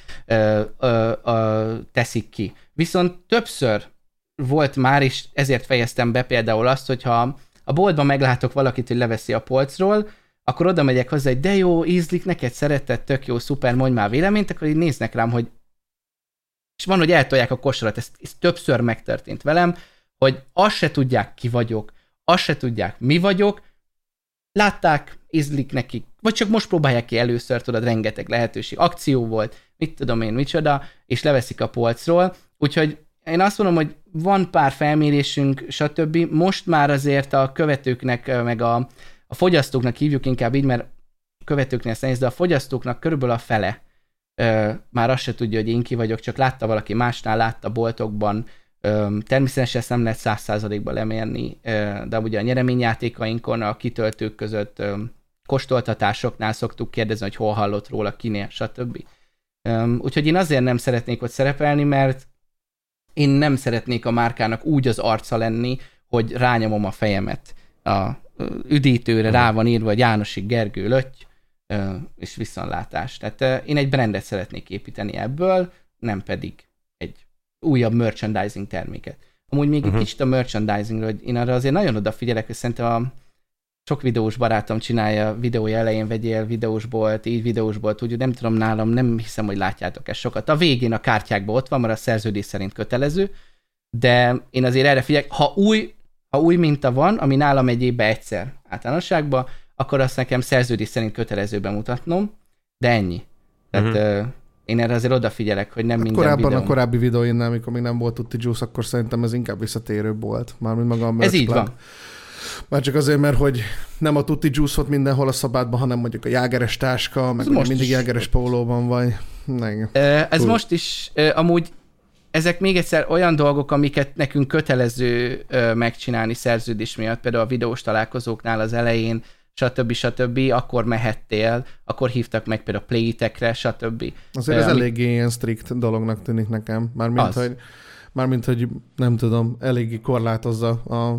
teszik ki. Viszont többször volt már, és ezért fejeztem be például azt, hogyha a boltban meglátok valakit, hogy leveszi a polcról, akkor oda megyek hozzá, hogy de jó, ízlik, neked szeretted, tök jó, szuper, mondj már véleményt, akkor így néznek rám, hogy és van, hogy eltolják a kosarat, ez többször megtörtént velem, hogy azt se tudják, ki vagyok, azt se tudják, mi vagyok, látták, ízlik nekik, vagy csak most próbálják ki először, tudod, rengeteg lehetőség, akció volt, mit tudom én, micsoda, és leveszik a polcról, úgyhogy én azt mondom, hogy van pár felmérésünk, stb. Most már azért a követőknek, meg a fogyasztóknak hívjuk inkább így, mert a követőknél ezt nehéz, de a fogyasztóknak körülbelül a fele már azt se tudja, hogy én ki vagyok, csak látta valaki másnál, látta boltokban, természetesen ezt nem lehet 100%-ba lemérni, de ugye a nyereményjátékainkon a kitöltők között kóstoltatásoknál szoktuk kérdezni, hogy hol hallott róla, kinél, stb. Úgyhogy én azért nem szeretnék ott szerepelni, mert én nem szeretnék a márkának úgy az arca lenni, hogy rányomom a fejemet a üdítőre, rá van írva, hogy Jánosi Gergő Lötty, és viszontlátás. Tehát én egy brandet szeretnék építeni ebből, nem pedig egy újabb merchandising terméket. Amúgy még egy kicsit a merchandisingről, hogy én arra azért nagyon odafigyelek, hogy szerintem a sok videós barátom csinálja, videója elején vegyél videósbolt, így videósbolt, úgy nem tudom, nálam nem hiszem, hogy látjátok ezt sokat. A végén a kártyákban ott van, mert a szerződés szerint kötelező, de én azért erre figyelek, ha új minta van, ami nálam egy évben egyszer általánosságban, akkor azt nekem szerződés szerint kötelező bemutatnom, de ennyi. Tehát én erre azért odafigyelek, hogy nem minden korábban videó. A korábbi videóinnál, amikor még nem volt Tutti Juice, akkor szerintem ez inkább visszatérőbb volt. Mármint maga a merch Ez így plug. van. Már csak azért, mert hogy nem a Tutti Juice volt mindenhol a szabádban, hanem mondjuk a jágeres táska, meg mindig is jágeres pólóban vagy. Ez most is amúgy ezek még egyszer olyan dolgok, amiket nekünk kötelező megcsinálni szerződés miatt, például a videós találkozóknál az elején, stb. Akkor mehettél, akkor hívtak meg például Playtekre, stb. Azért ez eléggé ilyen strikt dolognak tűnik nekem. Mármint, hogy nem tudom, eléggé korlátozza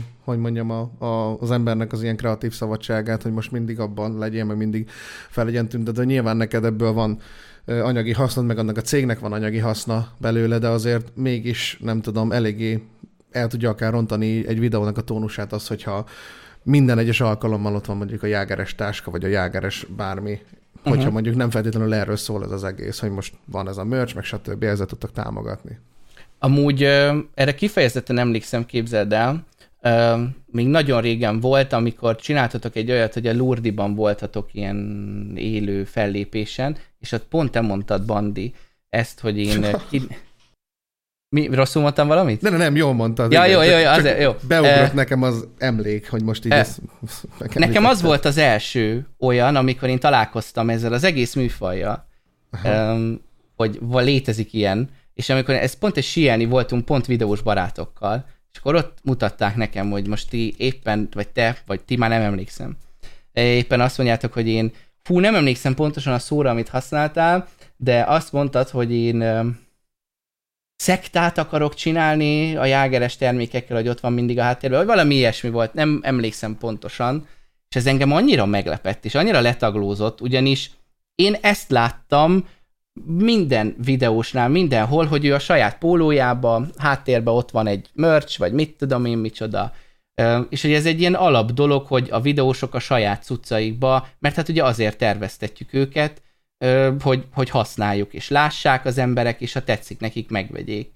az embernek az ilyen kreatív szabadságát, hogy most mindig abban legyen, meg mindig fel legyen tüntetve. Nyilván neked ebből van anyagi hasznod, meg annak a cégnek van anyagi haszna belőle, de azért mégis, nem tudom, eléggé el tudja akár rontani egy videónak a tónusát az, hogyha minden egyes alkalommal ott van mondjuk a jágeres táska, vagy a jágeres bármi, hogyha mondjuk nem feltétlenül erről szól ez az egész, hogy most van ez a merch, meg stb. Ezzel tudtak támogatni. Amúgy erre kifejezetten emlékszem, képzeld el, még nagyon régen volt, amikor csináltatok egy olyat, hogy a Lourdes-ban voltatok ilyen élő fellépésen, és ott pont te mondtad, Bandi, ezt, hogy én... Mi, rosszul mondtam valamit? Nem, jól mondtad. Ja, jó, azért, jó. Beugrott nekem az emlék, hogy most így ez... Nekem az volt az első olyan, amikor én találkoztam ezzel az egész műfajjal, hogy létezik ilyen, és amikor ez pont egy síelni voltunk, pont videós barátokkal, és akkor ott mutatták nekem, hogy most ti éppen, vagy ti már nem emlékszem. Éppen azt mondjátok, hogy én, nem emlékszem pontosan a szóra, amit használtál, de azt mondtad, hogy én szektát akarok csinálni a jágeres termékekkel, hogy ott van mindig a háttérben, vagy valami ilyesmi volt, nem emlékszem pontosan, és ez engem annyira meglepett, és annyira letaglózott, ugyanis én ezt láttam minden videósnál, mindenhol, hogy ő a saját pólójában, háttérben ott van egy merch, vagy mit tudom én micsoda, és hogy ez egy ilyen alap dolog, hogy a videósok a saját cuccaikba, mert hát ugye azért terveztetjük őket, hogy használjuk, és lássák az emberek, és ha tetszik nekik, megvegyék.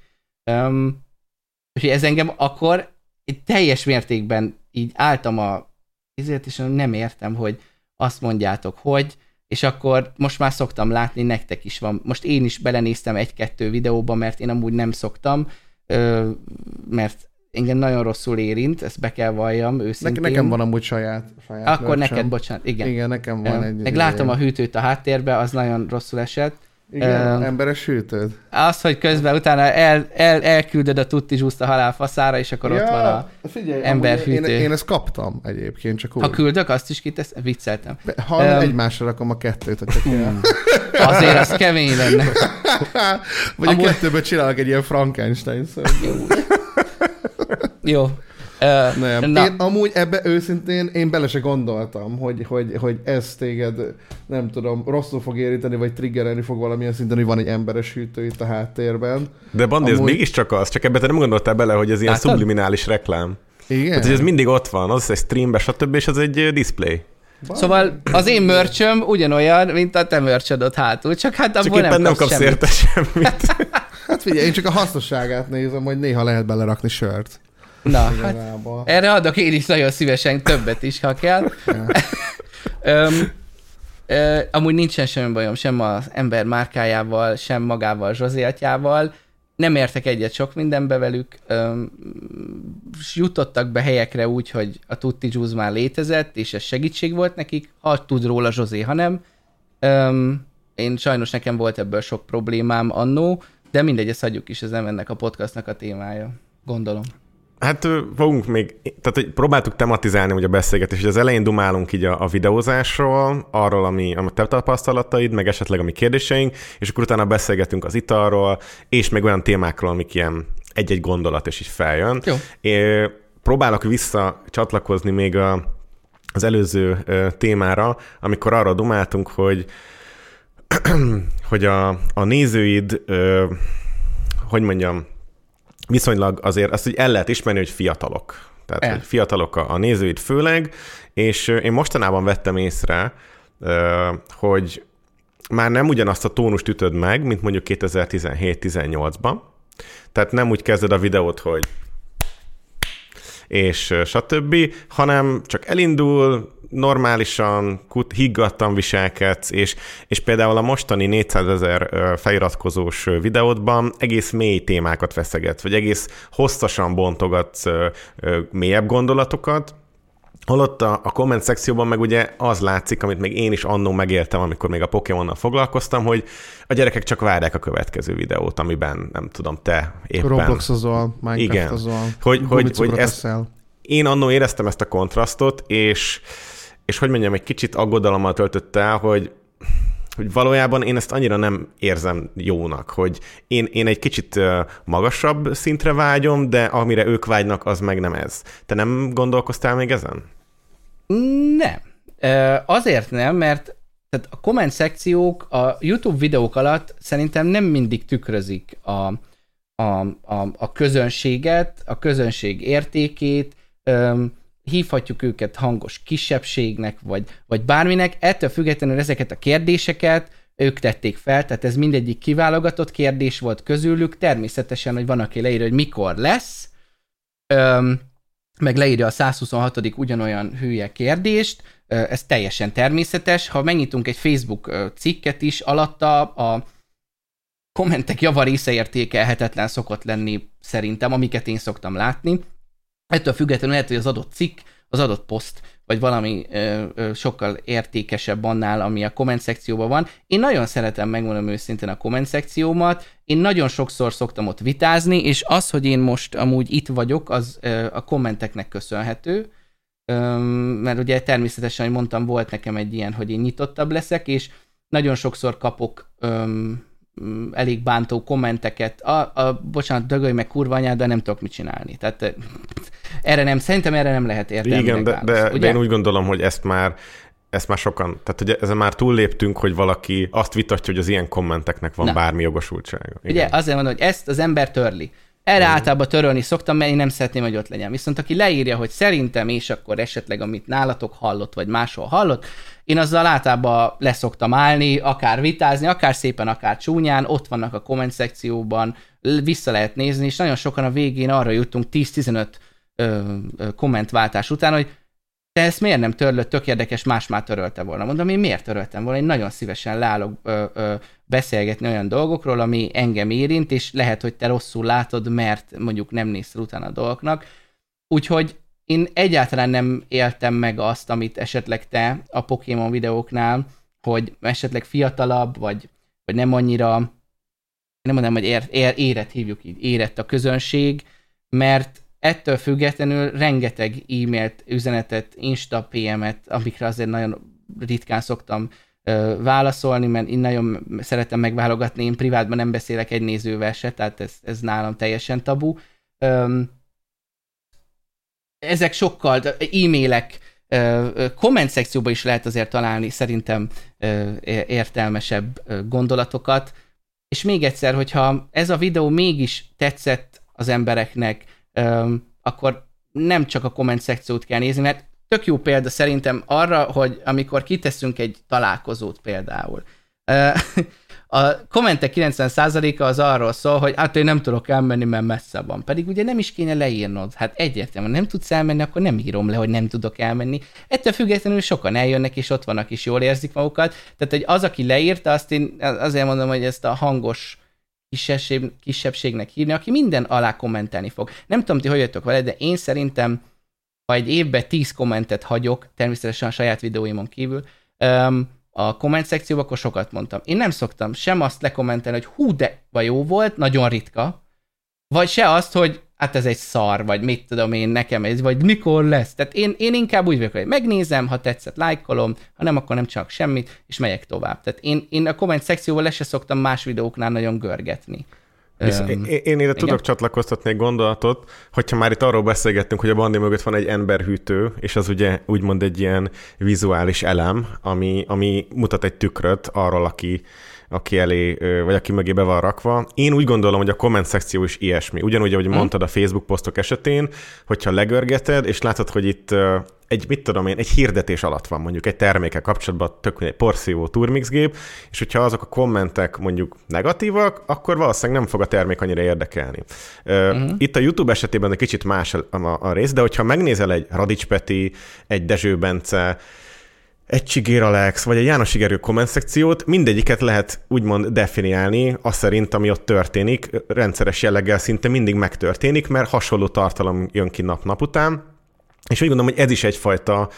Úgyhogy ez engem akkor teljes mértékben így álltam ezért, és nem értem, hogy azt mondjátok, hogy, és akkor most már szoktam látni, nektek is van. Most én is belenéztem egy-kettő videóba, mert én amúgy nem szoktam, mert engem nagyon rosszul érint, ezt be kell valljam őszintén. Nekem van amúgy saját akkor merch-em. neked, bocsánat, igen. Igen, nekem van egy... Meg látom a hűtőt a háttérbe, az nagyon rosszul esett. Igen, emberes hűtőd. Az, hogy közben utána elküldöd a Tutti Juice-t a halál faszára, és akkor ott van a emberhűtő. Én ezt kaptam egyébként, csak úgy. Ha küldök, azt is kitesz, vicceltem. Ha egymásra rakom a kettőt, hogyha kell. Azért az kemény lenne. Vagy amúgy... a kettőből csinálok egy ilyen Frankenstein szörnyű. Jó. Nem. Én amúgy ebbe őszintén én bele se gondoltam, hogy ez téged, nem tudom, rosszul fog érinteni, vagy triggerelni fog valamilyen szinten, hogy van egy emberes hűtő itt a háttérben. De Bandi, ez mégiscsak az, csak ebbe te nem gondoltál bele, hogy ez ilyen subliminális reklám. Igen? Hát, hogy ez mindig ott van, az egy streambe, stb., és az egy display. Szóval az én mörcsöm ugyanolyan, mint a te mörcsöd ott hátul, csak hát abból nem kapsz érte semmit. Hát figyelj, én csak a hasznosságát nézem, hogy néha lehet belerakni sört. Na, hát erre adok én is nagyon szívesen többet is, ha kell. Amúgy nincsen semmi bajom, sem az ember márkájával, sem magával Zsozé atyával. Nem értek egyet sok mindenbe velük. Jutottak be helyekre úgy, hogy a Tutti Juice már létezett, és ez segítség volt nekik, ha tud róla Zsozé, ha nem. Én sajnos nekem volt ebből sok problémám annó, de mindegy, ezt hagyjuk is, ez nem ennek a podcastnak a témája. Gondolom. Hát fogunk még, tehát hogy próbáltuk tematizálni ugye a beszélgetést, hogy az elején dumálunk így a videózásról, arról, ami a te tapasztalataid, meg esetleg a mi kérdéseink, és akkor utána beszélgetünk az italról, és meg olyan témákról, amik ilyen egy-egy gondolat, és így feljön. Jó. Próbálok visszacsatlakozni még az előző témára, amikor arra dumáltunk, hogy a nézőid, hogy mondjam, viszonylag azért azt, hogy el lehet ismerni, hogy fiatalok. Tehát, hogy fiatalok a nézőid főleg, és én mostanában vettem észre, hogy már nem ugyanazt a tónust ütöd meg, mint mondjuk 2017-18-ban. Tehát nem úgy kezded a videót, hogy és stb., hanem csak elindul, normálisan, higgadtan viselkedsz, és például a mostani 400 000 feliratkozós videódban egész mély témákat feszegetsz, vagy egész hosszasan bontogatsz mélyebb gondolatokat, holott a komment szekcióban meg ugye az látszik, amit még én is annó megéltem, amikor még a Pokémonnal foglalkoztam, hogy a gyerekek csak várják a következő videót, amiben, nem tudom, te éppen... Robloxozol, Minecraftozol, hogy én annó éreztem ezt a kontrasztot, és hogy mondjam, egy kicsit aggodalommal töltött el, hogy valójában én ezt annyira nem érzem jónak, hogy én egy kicsit magasabb szintre vágyom, de amire ők vágynak, az meg nem ez. Te nem gondolkoztál még ezen? Nem. Azért nem, mert tehát a komment szekciók a YouTube videók alatt szerintem nem mindig tükrözik a közönséget, a közönség értékét, hívhatjuk őket hangos kisebbségnek, vagy bárminek, ettől függetlenül ezeket a kérdéseket ők tették fel, tehát ez mindegyik kiválogatott kérdés volt közülük, természetesen, hogy van, aki leírja, hogy mikor lesz, meg leírja a 126. ugyanolyan hülye kérdést, ez teljesen természetes. Ha megnyitunk egy Facebook cikket is, alatta a kommentek javarésze értékelhetetlen szokott lenni szerintem, amiket én szoktam látni. Ettől függetlenül lehet, hogy az adott cikk, az adott poszt, vagy valami sokkal értékesebb annál, ami a komment szekcióban van. Én nagyon szeretem, megmondom őszintén, a komment szekciómat. Én nagyon sokszor szoktam ott vitázni, és az, hogy én most amúgy itt vagyok, az a kommenteknek köszönhető, mert ugye természetesen, hogy mondtam, volt nekem egy ilyen, hogy én nyitottabb leszek, és nagyon sokszor kapok elég bántó kommenteket, bocsánat, dögölj meg kurva anyád, de nem tudok mit csinálni. Tehát szerintem erre nem lehet értelmi. Igen, de én úgy gondolom, hogy ezt már sokan, tehát ugye ezen már túlléptünk, hogy valaki azt vitatja, hogy az ilyen kommenteknek van bármi jogosultsága. Igen. Ugye azért mondom, hogy ezt az ember törli. Erre általában törölni szoktam, mert én nem szeretném, hogy ott legyen. Viszont aki leírja, hogy szerintem, és akkor esetleg, amit nálatok hallott, vagy máshol hallott, én azzal általában leszoktam állni, akár vitázni, akár szépen, akár csúnyán, ott vannak a komment szekcióban, vissza lehet nézni, és nagyon sokan a végén arra jutunk 10-15 kommentváltás után, hogy te ezt miért nem törlöd, tök érdekes, más már törölte volna. Mondom, én miért töröltem volna? Én nagyon szívesen leállok beszélgetni olyan dolgokról, ami engem érint, és lehet, hogy te rosszul látod, mert mondjuk nem néztél utána a dolgoknak. Úgyhogy én egyáltalán nem éltem meg azt, amit esetleg te a Pokémon videóknál, hogy esetleg fiatalabb, vagy nem annyira, nem mondom, hogy érett hívjuk így, érett a közönség, mert ettől függetlenül rengeteg e-mailt, üzenetet, Insta PM-et, amikre azért nagyon ritkán szoktam válaszolni, mert én nagyon szeretem megválogatni, én privátban nem beszélek egy nézővel se, tehát ez nálam teljesen tabu. Ezek sokkal, e-mailek, komment szekcióban is lehet azért találni szerintem értelmesebb gondolatokat, és még egyszer, hogyha ez a videó mégis tetszett az embereknek, akkor nem csak a komment szekciót kell nézni, mert tök jó példa szerintem arra, hogy amikor kiteszünk egy találkozót például, a kommentek 90%-a az arról szól, hogy hát én nem tudok elmenni, mert messze van. Pedig ugye nem is kéne leírnod. Hát egyértelműen nem tudsz elmenni, akkor nem írom le, hogy nem tudok elmenni. Ettől függetlenül sokan eljönnek, és ott vannak, és jól érzik magukat. Tehát, hogy az, aki leírta, azt én azért mondom, hogy ezt a hangos kisebbségnek hívni, aki minden alá kommentelni fog. Nem tudom, ti hogy jöttök vele, de én szerintem, ha egy évben 10 kommentet hagyok, természetesen a saját videóimon kívül, a komment szekcióban, akkor sokat mondtam. Én nem szoktam sem azt lekommentelni, hogy hú, de jó volt, nagyon ritka, vagy se azt, hogy hát ez egy szar, vagy mit tudom én, nekem ez, vagy mikor lesz. Tehát én inkább úgy vagyok, hogy megnézem, ha tetszett, lájkolom, ha nem, akkor nem csak semmit, és megyek tovább. Tehát én a komment szekcióval le se szoktam más videóknál nagyon görgetni. Én ide tudok csatlakoztatni egy gondolatot, hogyha már itt arról beszélgettünk, hogy a bandi mögött van egy emberhűtő, és az ugye úgymond egy ilyen vizuális elem, ami mutat egy tükröt arról, aki elé, vagy aki mögé be van rakva. Én úgy gondolom, hogy a komment szekció is ilyesmi. Ugyanúgy, ahogy mondtad a Facebook posztok esetén, hogyha legörgeted, és látod, hogy itt egy hirdetés alatt van mondjuk egy termékkel kapcsolatban, egy porszívó turmixgép, és hogyha azok a kommentek mondjuk negatívak, akkor valószínűleg nem fog a termék annyira érdekelni. Itt a YouTube esetében egy kicsit más a rész, de hogyha megnézel egy Radics Peti, egy Dezső Bence, egy Csigér Alex, vagy egy János Igerő komment szekciót, mindegyiket lehet úgymond definiálni, azt szerint, ami ott történik, rendszeres jelleggel szinte mindig megtörténik, mert hasonló tartalom jön ki nap után, és úgy gondolom, hogy ez is egyfajta,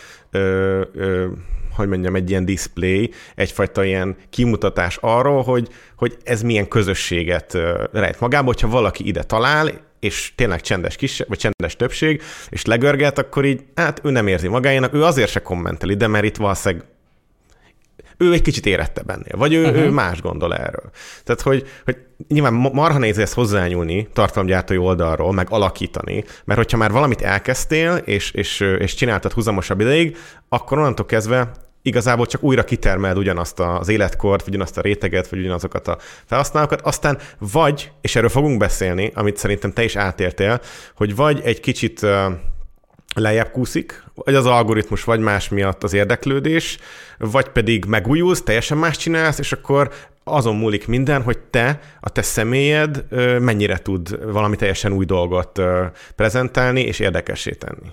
egy ilyen display, egyfajta ilyen kimutatás arról, hogy ez milyen közösséget rejt magába, hogyha valaki ide talál, és tényleg csendes többség, és legörget, akkor így, hát ő nem érzi magáénak, ő azért se kommentel ide, mert itt valószínűleg ő egy kicsit érettebb ennél, vagy ő más gondol erről. Tehát, hogy nyilván marha nehéz ezt hozzányúlni tartalomgyártói oldalról, meg alakítani, mert hogyha már valamit elkezdtél, és csináltad húzamosabb ideig, akkor onnantól kezdve igazából csak újra kitermeld ugyanazt az életkort, vagy ugyanazt a réteget, vagy ugyanazokat a felhasználókat, aztán vagy, és erről fogunk beszélni, amit szerintem te is átértél, hogy vagy egy kicsit lejjebb kúszik, vagy az algoritmus, vagy más miatt az érdeklődés, vagy pedig megújulsz, teljesen más csinálsz, és akkor azon múlik minden, hogy a te személyed mennyire tud valami teljesen új dolgot prezentálni, és érdekessé tenni.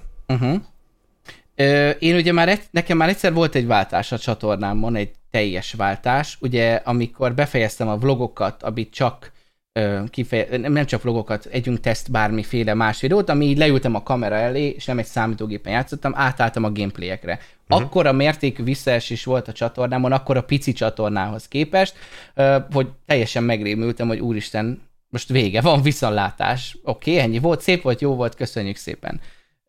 Én ugye nekem már egyszer volt egy váltás a csatornámon, egy teljes váltás, ugye amikor befejeztem a vlogokat, amit csak nem csak vlogokat, együnk teszt bármiféle más videót, ami így leültem a kamera elé, és nem egy számítógépen játszottam, átálltam a gameplayekre. Akkora mértékű visszaesés volt a csatornámon, akkora pici csatornához képest, hogy teljesen megrémültem, hogy úristen, most vége van, viszontlátás. Oké, ennyi volt, szép volt, jó volt, köszönjük szépen.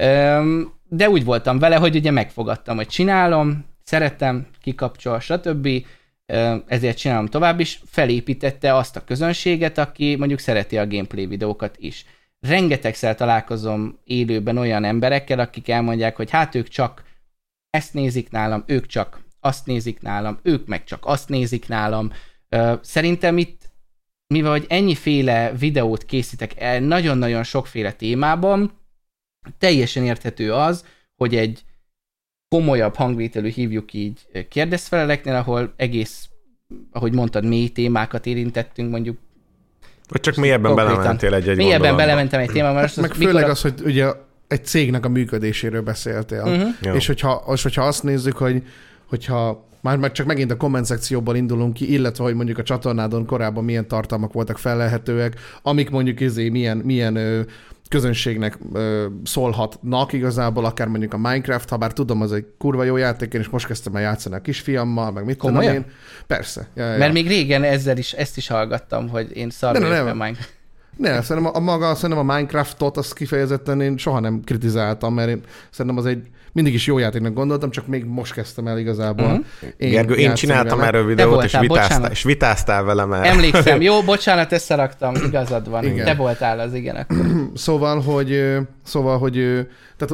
De úgy voltam vele, hogy ugye megfogadtam, hogy csinálom, szeretem, kikapcsol, stb., ezért csinálom tovább is, felépítette azt a közönséget, aki mondjuk szereti a gameplay videókat is. Rengetegszer találkozom élőben olyan emberekkel, akik elmondják, hogy hát ők csak ezt nézik nálam, ők csak azt nézik nálam, ők meg csak azt nézik nálam. Szerintem itt, mivel hogy ennyiféle videót készítek nagyon-nagyon sokféle témában, teljesen érthető az, hogy egy komolyabb hangvételű, hívjuk így, kérdezfeleleknél, ahol egész, ahogy mondtad, mély témákat érintettünk, mondjuk. Vagy csak mélyebben belementél egy mélyebben belementem egy témában. Meg főleg az, hogy ugye egy cégnek a működéséről beszéltél. És hogyha azt nézzük, hogyha már csak megint a komment szekcióból indulunk ki, illetve hogy mondjuk a csatornádon korábban milyen tartalmak voltak felelhetőek, amik mondjuk milyen közönségnek szólhatnak igazából, akár mondjuk a Minecraft, ha bár tudom, az egy kurva jó játék, és most kezdtem el játszani a kisfiammal, meg mit tudom én. Persze. Ja. Mert még régen ezt is hallgattam, hogy én szarul Minecraft. Ne, szerintem a Minecraftot azt kifejezetten én soha nem kritizáltam, mert én szerintem az mindig is jó játéknak gondoltam, csak még most kezdtem el igazából. Gergő, én csináltam erről videót, és vitáztál vele már. Emlékszem, jó, bocsánat, összeraktam, igazad van. Igen. Te voltál az, igen. Akkor. Szóval, hogy tehát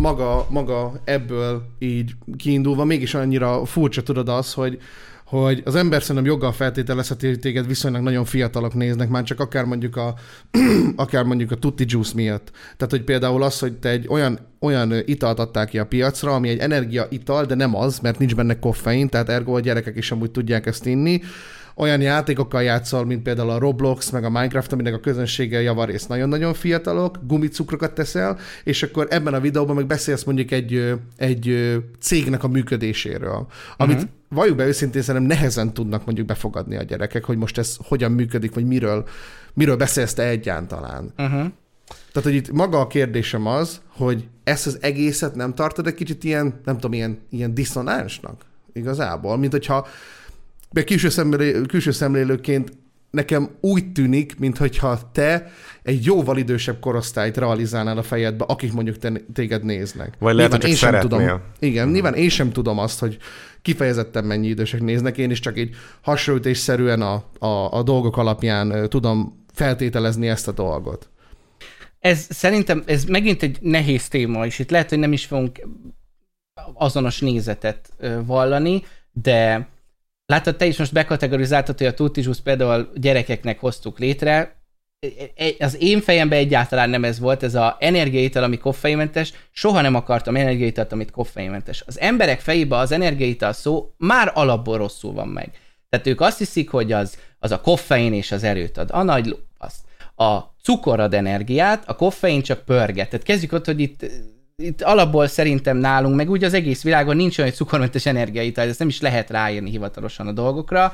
maga ebből így kiindulva mégis annyira furcsa tudod az, hogy az ember szerintem joggal feltételezheti, hogy téged viszonylag nagyon fiatalok néznek, már csak akár mondjuk a Tutti Juice miatt. Tehát, hogy például az, hogy te egy olyan italt adtál ki a piacra, ami egy energiaital, de nem az, mert nincs benne koffein, tehát ergo a gyerekek is amúgy tudják ezt inni. Olyan játékokkal játszol, mint például a Roblox, meg a Minecraft, aminek a közönsége javarészt nagyon-nagyon fiatalok, gumicukrokat teszel, és akkor ebben a videóban meg beszélsz mondjuk egy cégnek a működéséről, amit valljuk be őszintén, szerintem nehezen tudnak mondjuk befogadni a gyerekek, hogy most ez hogyan működik, vagy miről beszélsz te egyáltalán. Tehát, hogy itt maga a kérdésem az, hogy ezt az egészet nem tartod egy kicsit ilyen, nem tudom, ilyen diszonánsnak igazából, mint hogyha külső szemlélőként nekem úgy tűnik, mintha te egy jóval idősebb korosztályt realizálnál a fejedbe, akik mondjuk téged néznek. Vagy lehet, hogy csak szeretnél. Igen, nyilván én sem tudom azt, hogy kifejezetten mennyi idősek néznek, én is csak így hasonlítésszerűen a dolgok alapján tudom feltételezni ezt a dolgot. Szerintem ez megint egy nehéz téma, és itt lehet, hogy nem is fogunk azonos nézetet vallani, de látod, te is most bekategorizáltad, hogy a Tutti Juice például gyerekeknek hoztuk létre. Az én fejemben egyáltalán nem ez volt, ez az energiaital, ami koffeinmentes. Soha nem akartam energiaitalt, amit koffeinmentes. Az emberek fejében az energiaital szó már alapból rosszul van meg. Tehát ők azt hiszik, hogy az a koffein és az erőt ad. A nagy azt. A cukor ad energiát, a koffein csak pörget. Tehát kezdjük ott, hogy itt alapból szerintem nálunk, meg úgy az egész világon nincs olyan, hogy cukormentes energiaital, ezt nem is lehet ráírni hivatalosan a dolgokra,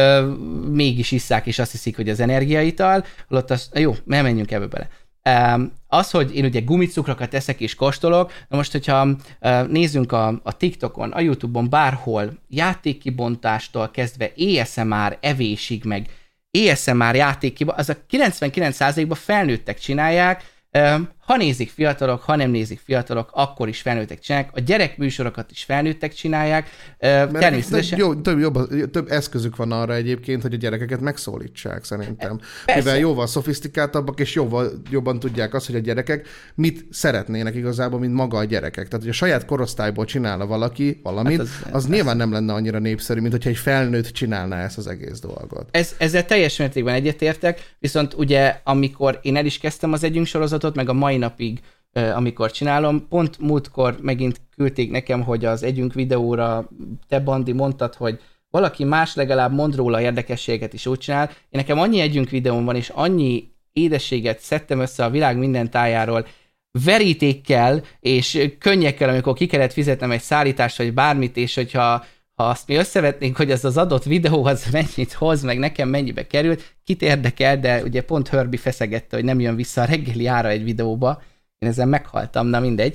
mégis isszák, és azt hiszik, hogy az energiaital, jó, nem menjünk ebbe bele. Az, hogy én ugye gumicukrokat eszek és kóstolok, na most, hogyha nézzünk a TikTokon, a YouTube-on, bárhol, játékkibontástól kezdve ASMR evésig, meg ASMR játékkibontást, az a 99%-ban felnőttek csinálják. Ha nézik fiatalok, ha nem nézik fiatalok, akkor is felnőttek csinálják. A gyerekműsorokat is felnőttek csinálják. Természetesen... Több eszközük van arra egyébként, hogy a gyerekeket megszólítsák, szerintem. Persze. Mivel jóval szofisztikáltabbak, és jobban tudják azt, hogy a gyerekek mit szeretnének igazából, mint maga a gyerekek. Tehát, hogy a saját korosztályból csinálna valaki valamit, hát az nyilván nem lenne annyira népszerű, mint hogyha egy felnőtt csinálná ezt az egész dolgot. Ezzel teljes mértékben egyetértek, viszont ugye, amikor én el is kezdtem az Együnk sorozatot, meg a mai napig, amikor csinálom, pont múltkor megint küldték nekem, hogy az Együnk videóra te, Bandi, mondtad, hogy valaki más legalább mond róla érdekességet is úgy csinál. Én nekem annyi Együnk videóm van, és annyi édességet szedtem össze a világ minden tájáról, verítékkel és könnyekkel, amikor ki kellett fizetnem egy szállítást, vagy bármit, és hogyha azt mi összevetnénk, hogy az adott videó az mennyit hoz, meg nekem mennyibe került, kit érdekel, de ugye pont Herbie feszegette, hogy nem jön vissza a reggeli ára egy videóba. Én ezen meghaltam, na mindegy.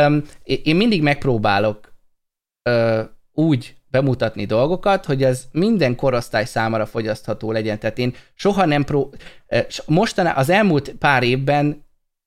Én mindig megpróbálok úgy bemutatni dolgokat, hogy ez minden korosztály számára fogyasztható legyen. Tehát én soha nem az elmúlt pár évben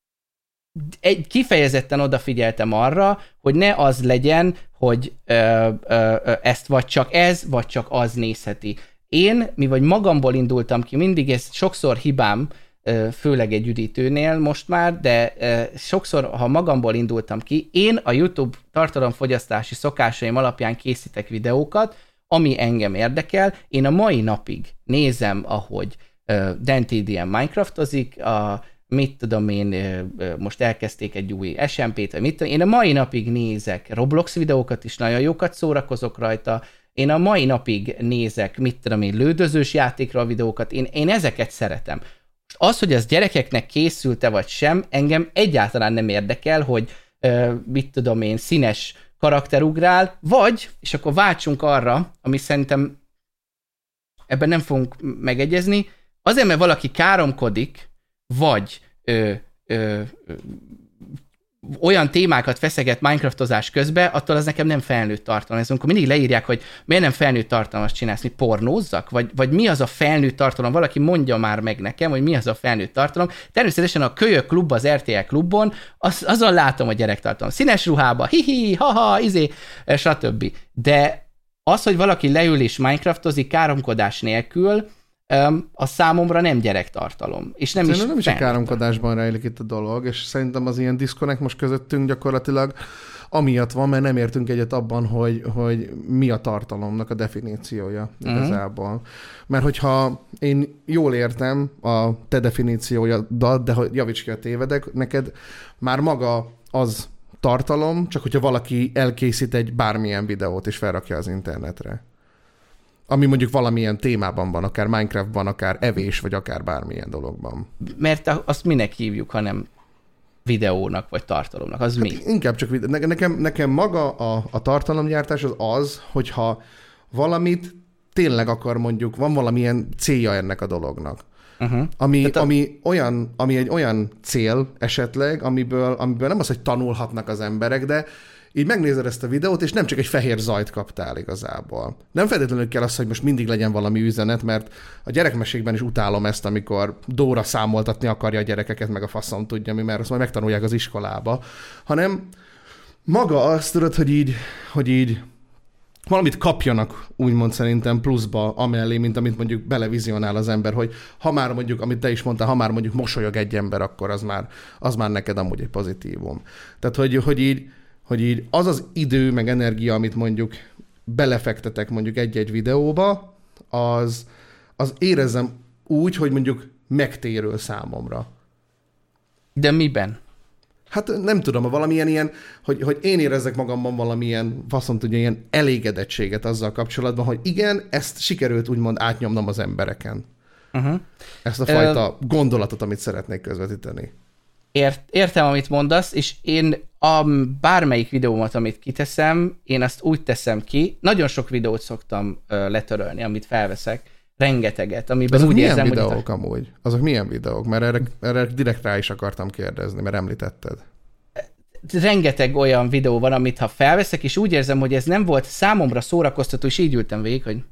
kifejezetten odafigyeltem arra, hogy ne az legyen, hogy ezt vagy csak ez, vagy csak az nézheti. Én, mivel magamból indultam ki, mindig ez sokszor hibám, főleg egy üdítőnél most már, de sokszor, ha magamból indultam ki, én a YouTube tartalomfogyasztási szokásaim alapján készítek videókat, ami engem érdekel. Én a mai napig nézem, ahogy Dan TDM Minecraftozik, mit tudom én, most elkezdték egy új SMP-t, vagy mit tudom, én a mai napig nézek Roblox videókat is, nagyon jókat szórakozok rajta, én a mai napig nézek, mit tudom én, lődözős játékra videókat, én ezeket szeretem. Most az, hogy ez gyerekeknek készült-e vagy sem, engem egyáltalán nem érdekel, hogy mit tudom én, színes karakter ugrál, vagy, és akkor váltsunk arra, ami szerintem ebben nem fogunk megegyezni, azért, mert valaki káromkodik, vagy olyan témákat feszeget Minecraftozás közben, attól az nekem nem felnőtt tartalom. Ez amikor mindig leírják, hogy miért nem felnőtt tartalmat csinálsz, mit pornózzak? Vagy mi az a felnőtt tartalom? Valaki mondja már meg nekem, hogy mi az a felnőtt tartalom. Természetesen a Kölyök klub, az RTL klubban, azon látom a gyerektartalom. Színes ruhába, hihi, haha, stb. De az, hogy valaki leül és Minecraftozik káromkodás nélkül, a számomra nem gyerektartalom. És nem szerintem is a káromkodásban rejlik itt a dolog, és szerintem az ilyen disconnect most közöttünk gyakorlatilag amiatt van, mert nem értünk egyet abban, hogy mi a tartalomnak a definíciója igazából. Mert hogyha én jól értem a te definíciójadat, de javíts ki, a tévedek, neked már maga az tartalom, csak hogyha valaki elkészít egy bármilyen videót és felrakja az internetre. Ami mondjuk valamilyen témában van, akár Minecraftban, akár evés, vagy akár bármilyen dologban. Mert azt minek hívjuk, hanem videónak, vagy tartalomnak? Az mi? Inkább csak nekem maga a tartalomgyártás az, hogyha valamit tényleg akar, mondjuk, van valamilyen célja ennek a dolognak. Ami egy olyan cél esetleg, amiből nem az, hogy tanulhatnak az emberek, de így megnézed ezt a videót, és nem csak egy fehér zajt kaptál igazából. Nem feltétlenül kell az, hogy most mindig legyen valami üzenet, mert a gyerekmesékben is utálom ezt, amikor Dóra számoltatni akarja a gyerekeket, meg a faszom tudja mi, mert azt majd megtanulják az iskolába, hanem maga azt tudod, hogy így valamit kapjanak, úgymond szerintem pluszba amellé, mint amit mondjuk belevizionál az ember, hogy ha már mondjuk, amit te is mondtál, ha már mondjuk mosolyog egy ember, akkor az már neked amúgy egy pozitívum. Tehát, hogy így az az idő, meg energia, amit mondjuk belefektetek mondjuk egy-egy videóba, az érezzem úgy, hogy mondjuk megtérül számomra. De miben? Hát nem tudom, valamilyen ilyen, hogy én érezzek magamban valamilyen, faszom tudja, ilyen elégedettséget azzal kapcsolatban, hogy igen, ezt sikerült úgymond átnyomnom az embereken. Uh-huh. Ezt a fajta gondolatot, amit szeretnék közvetíteni. Értem, amit mondasz, és én bármelyik videómat, amit kiteszem, én azt úgy teszem ki, nagyon sok videót szoktam letörölni, amit felveszek, rengeteget, amiben azok úgy milyen érzem, videók amúgy? Azok milyen videók? Mert erre direkt rá is akartam kérdezni, mert említetted. Rengeteg olyan videó van, amit ha felveszek, és úgy érzem, hogy ez nem volt számomra szórakoztató, és így ültem végig, hogy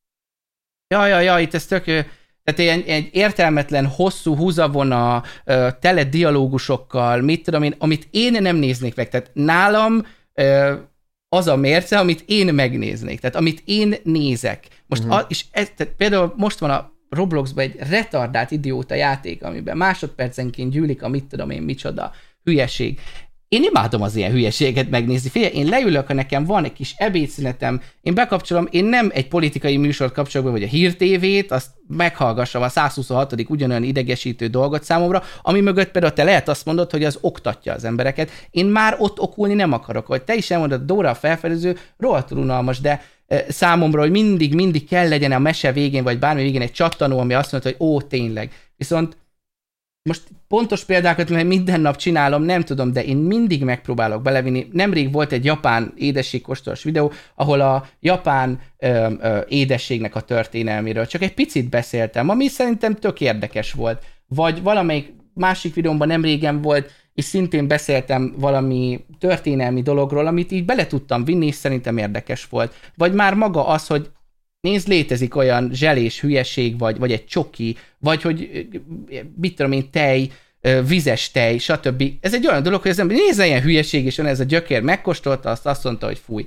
jaj, itt ez tök... Tehát egy értelmetlen, hosszú húzavona, tele dialógusokkal, mit tudom én, amit én nem néznék meg. Tehát nálam az a mérce, amit én megnéznék. Tehát amit én nézek. Most és tehát például most van a Robloxban egy retardált idióta játék, amiben másodpercenként gyűlik a mit tudom én micsoda hülyeség. Én imádom az ilyen hülyeséget megnézni. Figyelj, én leülök, ha nekem van egy kis ebédszünetem, én bekapcsolom, én nem egy politikai műsort kapcsolok be, vagy a Hír TV-t, azt meghallgassam a 126. ugyanolyan idegesítő dolgot számomra, ami mögött például te lehet azt mondod, hogy az oktatja az embereket. Én már ott okulni nem akarok, hogy te is elmondod, Dóra a felfedező, rohadtul unalmas, de számomra, hogy mindig kell legyen a mese végén, vagy bármi végén egy csattanó, ami azt mondja, hogy ó, tényleg. Viszont most pontos példákat, mert minden nap csinálom, nem tudom, de én mindig megpróbálok belevinni. Nemrég volt egy japán édességkóstolós videó, ahol a japán édességnek a történelméről csak egy picit beszéltem, ami szerintem tök érdekes volt. Vagy valamelyik másik videómban nem régen volt, és szintén beszéltem valami történelmi dologról, amit így bele tudtam vinni, és szerintem érdekes volt. Vagy már maga az, hogy nézd, létezik olyan zselés hülyeség, vagy egy csoki, vagy hogy mit tudom én, tej, vizes tej, stb. Ez egy olyan dolog, hogy az ember nézze ilyen hülyeség, és ez a gyökér megkóstolta, azt mondta, hogy fúj.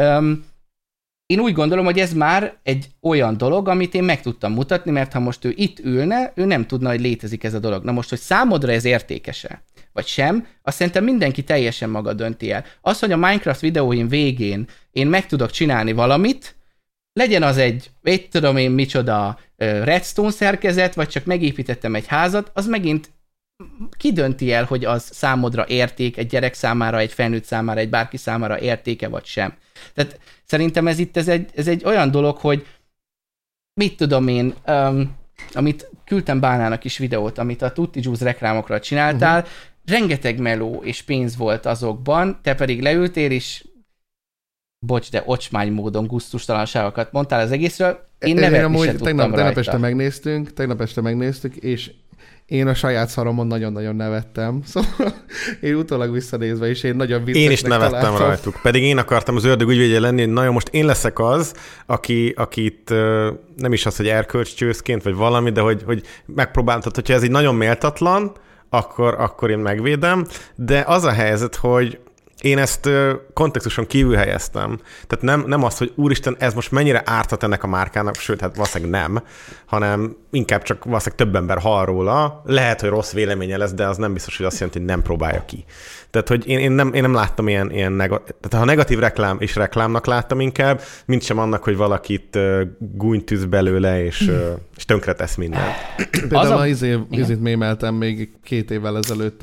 Én úgy gondolom, hogy ez már egy olyan dolog, amit én meg tudtam mutatni, mert ha most ő itt ülne, ő nem tudna, hogy létezik ez a dolog. Na most, hogy számodra ez értékese, vagy sem, azt szerintem mindenki teljesen maga dönti el. Az, hogy a Minecraft videóim végén én meg tudok csinálni valamit, legyen az egy, tudom én micsoda redstone szerkezet, vagy csak megépítettem egy házat, az megint kidönti el, hogy az számodra érték, egy gyerek számára, egy felnőtt számára, egy bárki számára értéke, vagy sem. Tehát szerintem ez egy olyan dolog, hogy mit tudom én, amit küldtem Bánának is videót, amit a Tutti Juice reklámokra csináltál, rengeteg meló és pénz volt azokban, te pedig leültél, és bocs, de ocsmány módon gusztustalanságokat mondtál az egészről. Én nevetni se tudtam rajta. Tegnap este megnéztük, és én a saját szaromon nagyon-nagyon nevettem. Szóval én utólag visszanézve is, én nagyon viccesnek Én is nevettem találtam rajtuk. Pedig én akartam az ördög ügyvédje lenni, hogy nagyon most én leszek az, akit nem is az, hogy erkölcscsőszként, vagy valami, de hogy megpróbáltad, hogyha ez így nagyon méltatlan, akkor én megvédem, de az a helyzet, hogy én ezt kontextuson kívül helyeztem. Tehát nem az, hogy úristen, ez most mennyire árthat ennek a márkának, sőt, hát valószínűleg nem, hanem inkább csak valószínűleg több ember hall róla. Lehet, hogy rossz véleménye lesz, de az nem biztos, hogy azt jelenti, hogy nem próbálja ki. Tehát, hogy én nem láttam ilyen tehát ha negatív reklám és reklámnak láttam inkább, mint sem annak, hogy valakit gúnytűz belőle, és tönkretesz mindent. Például izét mémeltem még 2 évvel ezelőtt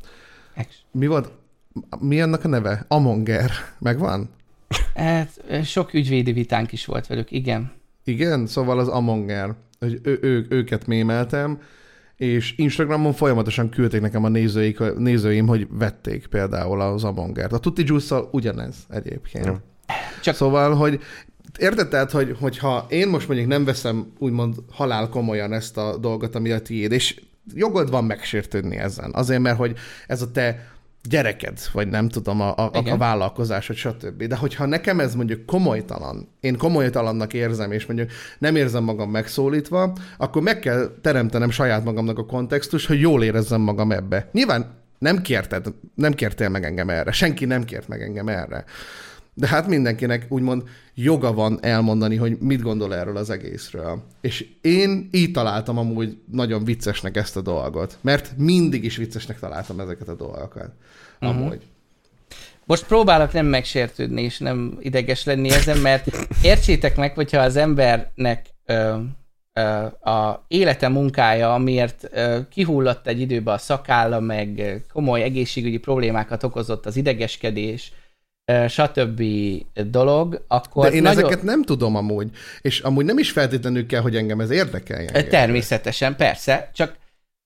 mi volt? Mi annak a neve? Amonger. Megvan? Hát, sok ügyvédi vitánk is volt velük, igen. Igen? Szóval az Amonger. Hogy őket mémeltem, és Instagramon folyamatosan küldték nekem a nézőim, hogy vették például az Amongert. A Tutti Juice-szal ugyanez egyébként. Ja. Szóval, hogy érted, tehát, hogy ha én most mondjuk nem veszem úgymond halál komolyan ezt a dolgot, ami a tiéd, és jogod van megsértődni ezen. Azért, mert hogy ez a te gyereked, vagy nem tudom, a vállalkozásod, stb. De hogyha nekem ez mondjuk komolytalan, én komolytalannak érzem, és mondjuk nem érzem magam megszólítva, akkor meg kell teremtenem saját magamnak a kontextus, hogy jól érezzem magam ebbe. Nyilván nem kértél meg engem erre, senki nem kért meg engem erre. De hát mindenkinek úgymond joga van elmondani, hogy mit gondol erről az egészről. És én így találtam amúgy nagyon viccesnek ezt a dolgot, mert mindig is viccesnek találtam ezeket a dolgokat. Amúgy. Most próbálok nem megsértődni és nem ideges lenni ezen, mert értsétek meg, hogyha az embernek a élete munkája, amiért kihullott egy időben a szakálla, meg komoly egészségügyi problémákat okozott az idegeskedés, stb. Dolog, akkor... De én ezeket nem tudom amúgy, és amúgy nem is feltétlenül kell, hogy engem ez érdekeljen. Természetesen, persze, csak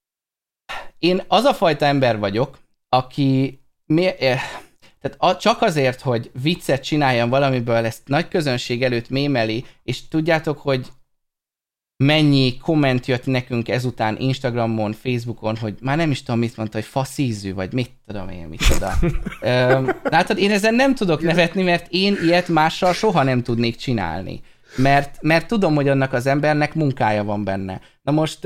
én az a fajta ember vagyok, aki tehát csak azért, hogy viccet csináljon valamiből, ezt nagy közönség előtt mémeli, és tudjátok, hogy mennyi komment jött nekünk ezután Instagramon, Facebookon, hogy már nem is tudom, mit mondta, hogy faszízű, vagy mit tudom én, micsoda. Látod, én ezen nem tudok nevetni, mert én ilyet mással soha nem tudnék csinálni. Mert tudom, hogy annak az embernek munkája van benne. Na most,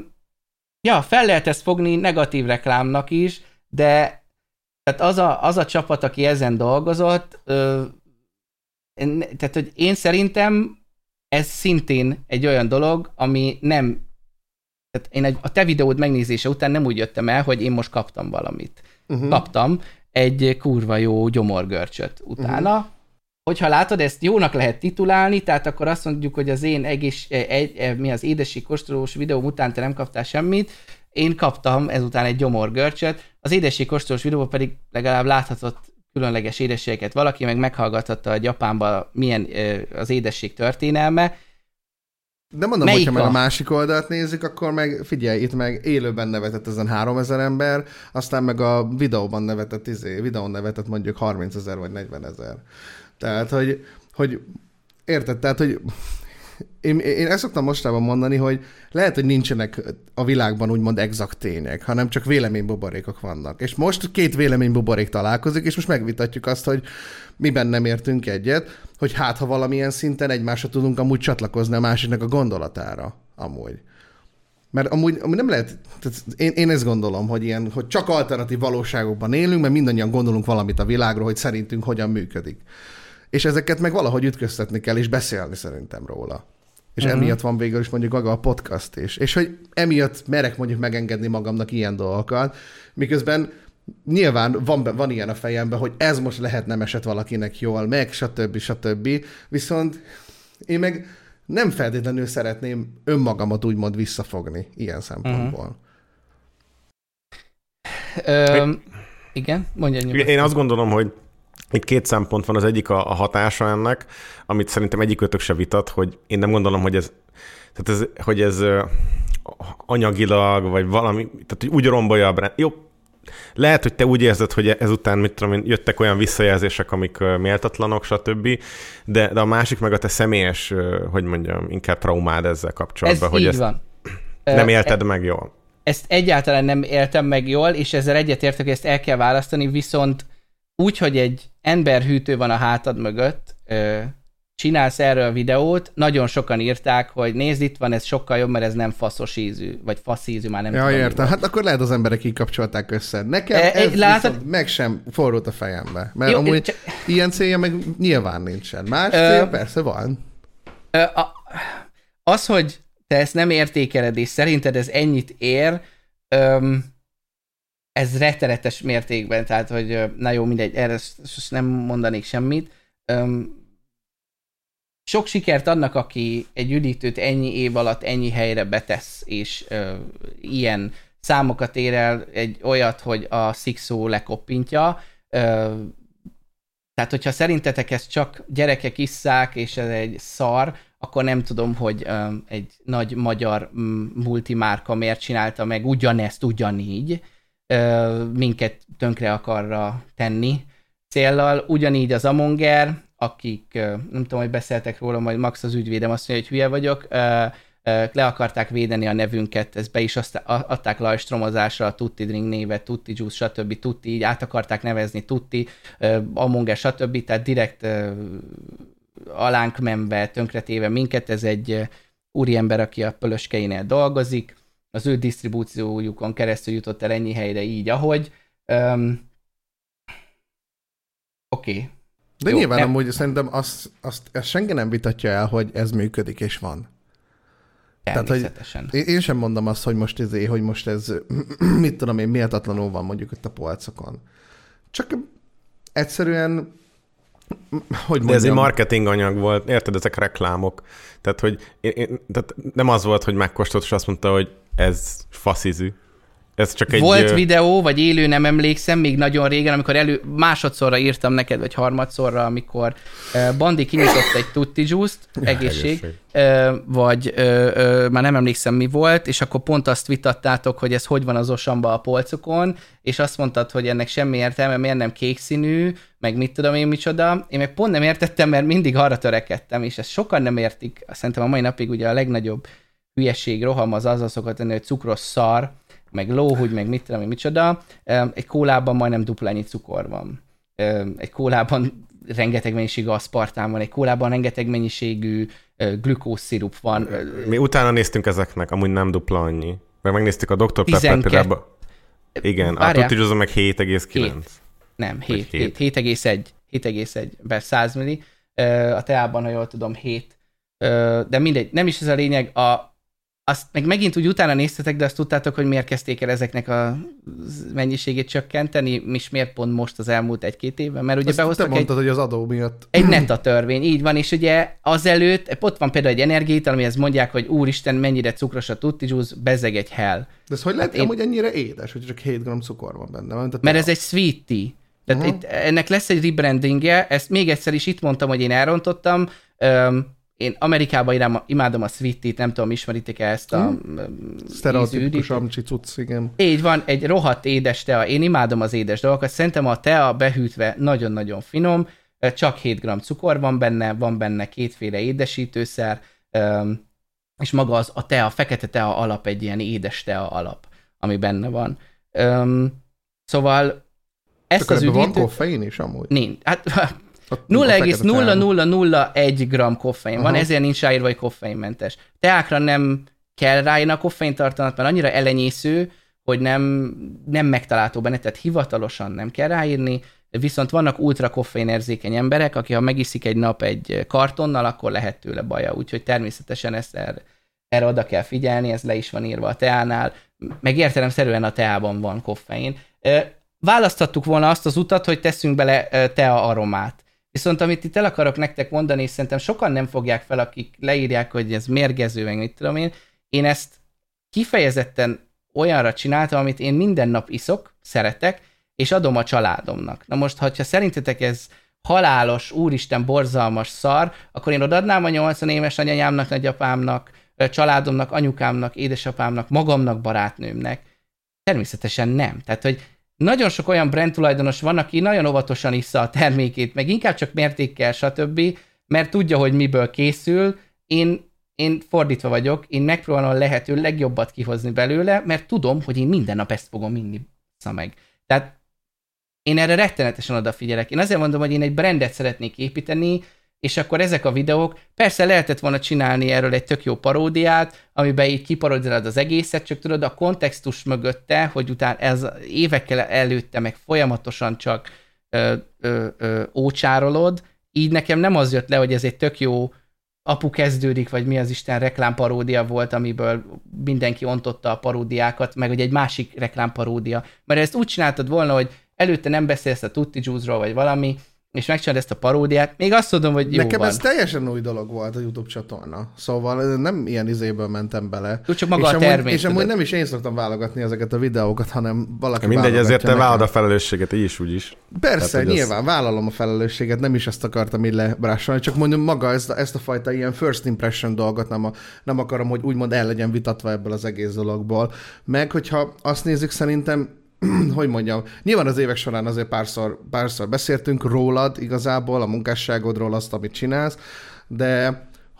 fel lehet ezt fogni negatív reklámnak is, de tehát az a csapat, aki ezen dolgozott, tehát, hogy én szerintem ez szintén egy olyan dolog, ami nem... Tehát én a te videód megnézése után nem úgy jöttem el, hogy én most kaptam valamit. Kaptam egy kurva jó gyomorgörcsöt utána. Hogyha látod, ezt jónak lehet titulálni, tehát akkor azt mondjuk, hogy az én az édesség kóstolós videóm után te nem kaptál semmit, én kaptam ezután egy gyomorgörcsöt, az édesség kóstolós videóban pedig legalább láthatott különleges édességeket valaki, meg meghallgathatta, hogy Japánban milyen az édesség történelme. De mondom, hogyha meg a másik oldalt nézzük, akkor meg figyelj, itt meg élőben nevetett ezen 3000 ember, aztán meg a videón nevetett mondjuk 30 000 vagy 40 000. Tehát, hogy érted? Tehát, hogy én ezt szoktam mostában mondani, hogy lehet, hogy nincsenek a világban úgymond exakt tények, hanem csak véleménybuborékok vannak. És most 2 véleménybuborék találkozik, és most megvitatjuk azt, hogy miben nem értünk egyet, hogy hát, ha valamilyen szinten egymásra tudunk amúgy csatlakozni a másiknak a gondolatára. Amúgy. Mert amúgy nem lehet, tehát én ezt gondolom, hogy csak alternatív valóságokban élünk, mert mindannyian gondolunk valamit a világról, hogy szerintünk hogyan működik. És ezeket meg valahogy ütköztetni kell, és beszélni szerintem róla. És emiatt van végül is mondjuk maga a podcast is. És hogy emiatt merek mondjuk megengedni magamnak ilyen dolgokat, miközben nyilván van ilyen a fejemben, hogy ez most lehet nem esett valakinek jól, meg stb. Viszont én meg nem feltétlenül szeretném önmagamat úgymond visszafogni ilyen szempontból. Igen, mondja nyugodtan. Én azt gondolom, hogy itt 2 szempont van, az egyik a hatása ennek, amit szerintem egyikőtök se vitat, hogy én nem gondolom, hogy ez anyagilag, vagy valami, tehát hogy úgy rombolja a brand. Jó, lehet, hogy te úgy érzed, hogy ezután, mit tudom én, jöttek olyan visszajelzések, amik méltatlanok, stb., de a másik meg a te személyes, hogy mondjam, inkább traumád ezzel kapcsolatban. Ez hogy így van. Nem élted meg jól. Ezt egyáltalán nem éltem meg jól, és ezzel egyetértek, hogy ezt el kell választani, viszont úgy, hogy egy emberhűtő van a hátad mögött, csinálsz erről a videót, nagyon sokan írták, hogy nézd, itt van, ez sokkal jobb, mert ez nem faszos ízű, vagy faszízű, már nem tudom. Ja, értem. Hát akkor lehet az emberek így kapcsolták össze. Nekem ez látod? Meg sem forrult a fejembe. Mert jó, amúgy ilyen célja meg nyilván nincsen. Más célja persze van. Az, hogy te ezt nem értékeled, és szerinted ez ennyit ér, ez rettenetes mértékben, tehát, hogy na jó, mindegy, erre nem mondanék semmit. Sok sikert annak, aki egy üdítőt ennyi év alatt ennyi helyre betesz, és ilyen számokat ér el, egy olyat, hogy a Szikszó lekoppintja. Tehát, hogyha szerintetek ezt csak gyerekek isszák, és ez egy szar, akkor nem tudom, hogy egy nagy magyar multimárka miért csinálta meg ugyanezt ugyanígy, minket tönkre akarra tenni céllal. Ugyanígy az Amonger, akik, nem tudom, hogy beszéltek róla, majd Max az ügyvédem azt mondja, hogy hülye vagyok, le akarták védeni a nevünket, ezt be is adták lajstromozásra, a Tutti Drink névet, Tutti Juice, stb. Tutti, így át akarták nevezni Tutti, Among Us, stb. Tehát direkt alánk menve, tönkretéve minket, ez egy úriember, aki a Pölöskeinél dolgozik, az ő disztribúciójukon keresztül jutott el ennyi helyre így, ahogy. Oké. De jó, nyilván amúgy szerintem azt senki nem vitatja el, hogy ez működik és van. Természetesen. Tehát, én sem mondom azt, hogy most ez mit tudom én, méltatlanul van mondjuk ott a polcokon. Csak egyszerűen de ez egy marketing anyag volt, érted, ezek reklámok. Tehát, hogy tehát nem az volt, hogy megkóstolt, és azt mondta, hogy ez faszizű. Ez csak volt videó, vagy élő, nem emlékszem, még nagyon régen, amikor másodszorra írtam neked, vagy harmadszorra, amikor Bandi kinyitott egy Tutti Juice-t, egészség, vagy már nem emlékszem mi volt, és akkor pont azt vitattátok, hogy ez hogy van az Osamba a polcokon, és azt mondtad, hogy ennek semmi értelme, miért nem kék színű, meg mit tudom én micsoda. Én meg pont nem értettem, mert mindig arra törekedtem, és ezt sokan nem értik. Szerintem a mai napig ugye a legnagyobb hülyeség, roham az szokott lenni, hogy cukros szar, meg lóhúgy, meg mit tudom én micsoda. Egy kólában majdnem duplányi cukor van. Egy kólában rengeteg mennyiségű aszpartám van, egy kólában rengeteg mennyiségű glükózszirup van. Mi utána néztünk ezeknek, amúgy nem dupla annyi. Meg megnéztük a Dr. Pepper például. Igen, a Tutti Juice meg 7,9. Nem, 7,1. 7,1 per 100 milli. A teában, ha jól tudom, 7. De mindegy, nem is ez a lényeg. Azt meg megint úgy utána néztetek, de azt tudtátok, hogy miért kezdték el ezeknek a mennyiségét csökkenteni, és miért pont most az elmúlt 1-2 évben, mert ugye azt behoztak te mondtad, hogy az adó miatt. Egy neta törvény, így van, és ugye azelőtt, ott van például egy energiaital, amihez mondják, hogy úristen, mennyire cukros a Tutti Juice, bezeg egy hell. De ez hogy lehet amúgy ennyire édes, hogy csak 7 g cukor van benne? Mert ez egy sweet tea. Tehát itt, ennek lesz egy rebrandingje, ezt még egyszer is itt mondtam, hogy én elrontottam. Én Amerikában imádom a sweet tea-t, nem tudom, ismeritek-e ezt a sztereotipikus amcsi cucc, igen. Így van, egy rohadt édes tea. Én imádom az édes dolgokat. Szerintem a tea behűtve nagyon-nagyon finom, csak 7 g cukor van benne kétféle édesítőszer, és maga az a tea, a fekete tea alap egy ilyen édes tea alap, ami benne van. Szóval ezt az üdítőt... van koffein is amúgy? Nincs. Hát 0,0001 g koffein van, ezért nincs ráírva, hogy koffeinmentes. Teákra nem kell ráírni a koffeintartalmat, mert annyira elenyésző, hogy nem megtalálható benne, tehát hivatalosan nem kell ráírni, viszont vannak ultra koffeinérzékeny emberek, aki ha megiszik egy nap egy kartonnal, akkor lehet tőle baja, úgyhogy természetesen ezt erre oda kell figyelni, ez le is van írva a teánál, meg értelemszerűen a teában van koffein. Választhattuk volna azt az utat, hogy teszünk bele tea aromát. Viszont amit itt el akarok nektek mondani, és szerintem sokan nem fogják fel, akik leírják, hogy ez mérgező, meg mit tudom én ezt kifejezetten olyanra csináltam, amit én minden nap iszok, szeretek, és adom a családomnak. Na most, ha szerintetek ez halálos, úristen, borzalmas szar, akkor én odaadnám a 80 éves anyanyámnak, nagyapámnak, családomnak, anyukámnak, édesapámnak, magamnak, barátnőmnek. Természetesen nem. Tehát, hogy nagyon sok olyan brand tulajdonos van, aki nagyon óvatosan issza a termékét, meg inkább csak mértékkel, stb., mert tudja, hogy miből készül. Én fordítva vagyok, én megpróbálom a lehető legjobbat kihozni belőle, mert tudom, hogy én minden nap ezt fogom minni meg. Tehát én erre rettenetesen odafigyelek. Én azért mondom, hogy én egy brandet szeretnék építeni, és akkor ezek a videók, persze lehetett volna csinálni erről egy tök jó paródiát, amiben így kiparodizálod az egészet, csak tudod, a kontextus mögötte, hogy utána ez évekkel előtte meg folyamatosan csak ócsárolod, így nekem nem az jött le, hogy ez egy tök jó apu kezdődik, vagy mi az Isten reklámparódia volt, amiből mindenki ontotta a paródiákat, meg hogy egy másik reklámparódia. Mert ezt úgy csináltad volna, hogy előtte nem beszélsz a Tutti Juice-ról, vagy valami, és megcsinálod ezt a paródiát, még azt tudom, hogy jó nekem van. Ez teljesen új dolog volt a YouTube csatorna. Szóval nem ilyen izéből mentem bele. Csak maga a termék. És amúgy nem is én szoktam válogatni ezeket a videókat, hanem valaki mindegy, ezért te vállalod a felelősséget, így is, úgy is. Persze, tehát, nyilván vállalom a felelősséget, nem is ezt akartam így lebrásolni, csak mondjam maga ezt a fajta ilyen first impression dolgot nem akarom, hogy úgymond el legyen vitatva ebből az egész dologból. Meg, hogyha azt nézzük, szerintem hogy mondjam, nyilván az évek során azért párszor beszéltünk rólad igazából, a munkásságodról, azt, amit csinálsz, de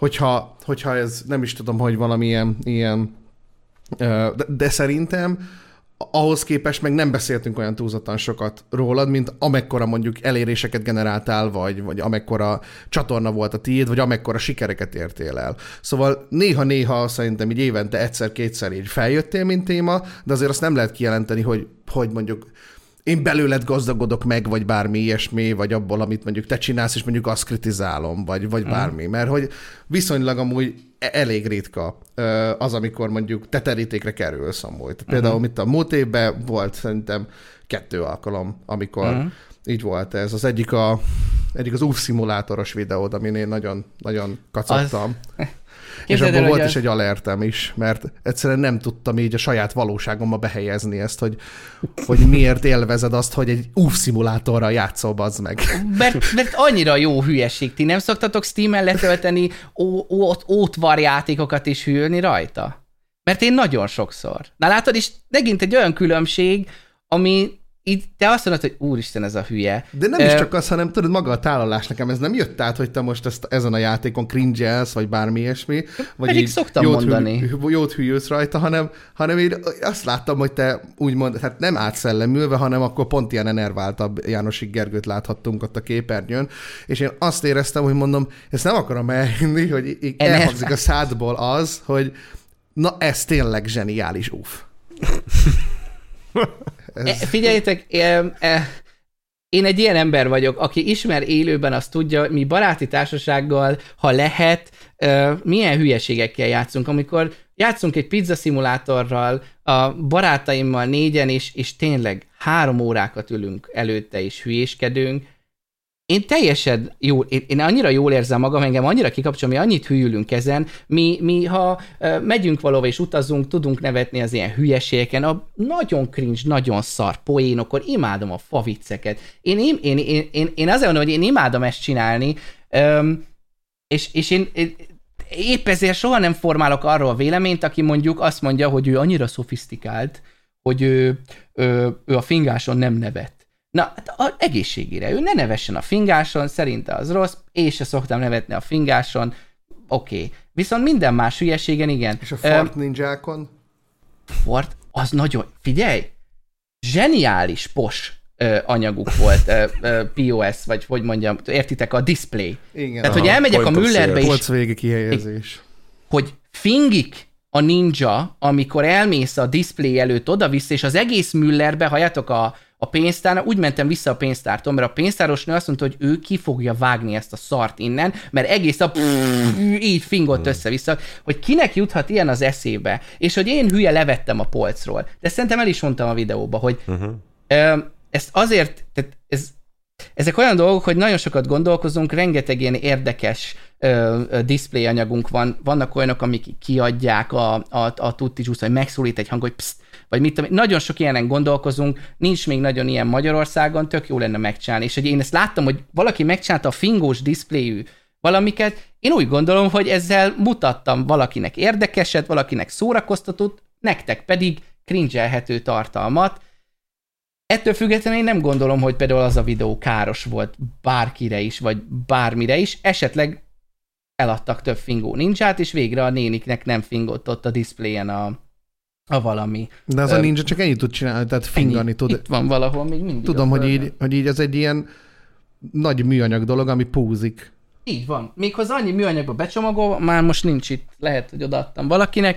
hogyha ez nem is tudom, hogy valamilyen ilyen, de szerintem ahhoz képest meg nem beszéltünk olyan túlzottan sokat rólad, mint amekkora mondjuk eléréseket generáltál, vagy amekkora csatorna volt a tiéd, vagy amekkora sikereket értél el. Szóval néha-néha szerintem így évente egyszer-kétszer így feljöttél, mint téma, de azért azt nem lehet kijelenteni, hogy mondjuk én belőled gazdagodok meg, vagy bármi ilyesmi, vagy abból, amit mondjuk te csinálsz, és mondjuk azt kritizálom, vagy bármi. Mert hogy viszonylag amúgy elég ritka az, amikor mondjuk te terítékre kerülsz amúgy. Például mit a múlt évben volt szerintem 2 alkalom, amikor így volt ez. Az egyik az UF szimulátoros videód, amin én nagyon, nagyon kacagtam. És abban volt is egy alertem is, mert egyszerűen nem tudtam így a saját valóságomba behelyezni ezt, hogy miért élvezed azt, hogy egy UF szimulátorral játszol, bazd meg. Mert annyira jó hülyeség. Ti nem szoktatok Steam-en letölteni ótvar játékokat és hűlni rajta? Mert én nagyon sokszor. Na látod, és megint egy olyan különbség, ami itt te azt mondod, hogy úristen, ez a hülye. De nem is csak az, hanem tudod, maga a tálalás nekem, ez nem jött át, hogy te most ezen a játékon cringe-elsz, vagy bármi ilyesmi, vagy pedig szoktam mondani. Jót hülyülsz rajta, hanem én azt láttam, hogy te úgymond, hát nem átszellemülve, hanem akkor pont ilyen enerváltabb Jánosik Gergőt láthattunk ott a képernyőn, és én azt éreztem, hogy mondom, ezt nem akarom elhinni, hogy elhangzik a szádból az, hogy na ez tényleg zseniális Figyeljétek, én egy ilyen ember vagyok, aki ismer élőben, azt tudja, mi baráti társasággal, ha lehet, milyen hülyeségekkel játszunk. Amikor játszunk egy pizza szimulátorral, a barátaimmal 4-en, és tényleg 3 órákat ülünk előtte, és hülyéskedünk, én teljesen jól, én annyira jól érzem magam, engem annyira kikapcsol, mi annyit hülyülünk ezen, mi ha megyünk valahova és utazunk, tudunk nevetni az ilyen hülyeségeken, a nagyon cringe, nagyon szar poénokon, imádom a favicceket. Én azért mondom, hogy én imádom ezt csinálni, és én épp ezért soha nem formálok arról a véleményt, aki mondjuk azt mondja, hogy ő annyira szofisztikált, hogy ő a fingáson nem nevet. Na, egészségére. Ő ne nevessen a fingáson, szerinte az rossz, és se szoktam nevetni a fingáson, oké. Viszont minden más hülyeségen igen. És a fart ninjákon? Fart? Az nagyon... Figyelj! Zseniális anyaguk volt, POS, vagy hogy mondjam, értitek, a display. Igen. Tehát, hogy elmegyek a Müllerbe is... Polc végi kihelyezés. Hogy fingik a ninja, amikor elmész a display előtt oda-vissza, és az egész Müllerbe, halljátok a pénztárnál, úgy mentem vissza a pénztártól, mert a pénztárosnő azt mondta, hogy ő ki fogja vágni ezt a szart innen, mert egész így fingott össze-vissza, hogy kinek juthat ilyen az eszébe, és hogy én hülye levettem a polcról. De szerintem el is mondtam a videóba, hogy ezt azért, tehát ezek olyan dolgok, hogy nagyon sokat gondolkozunk, rengeteg ilyen érdekes display anyagunk van, vannak olyanok, amik kiadják a tutti juice, vagy megszólít egy hang, hogy pszt, vagy mit tudom, nagyon sok ilyenen gondolkozunk, nincs még nagyon ilyen Magyarországon, tök jó lenne megcsinálni. És hogy én ezt láttam, hogy valaki megcsinálta a fingós diszpléjű valamiket, én úgy gondolom, hogy ezzel mutattam valakinek érdekeset, valakinek szórakoztatót, nektek pedig cringe-elhető tartalmat. Ettől függetlenül én nem gondolom, hogy például az a videó káros volt bárkire is, vagy bármire is, esetleg eladtak több fingó ninját, és végre a néniknek nem fingott ott a diszpléjen a valami. De az a ninja csak ennyit tud csinálni, tehát fingani tud. Itt van valahol még mindig. Tudom, hogy így ez egy ilyen nagy műanyag dolog, ami púzik. Így van. Méghozzá annyi műanyagba becsomagolva, már most nincs itt, lehet, hogy odaadtam valakinek.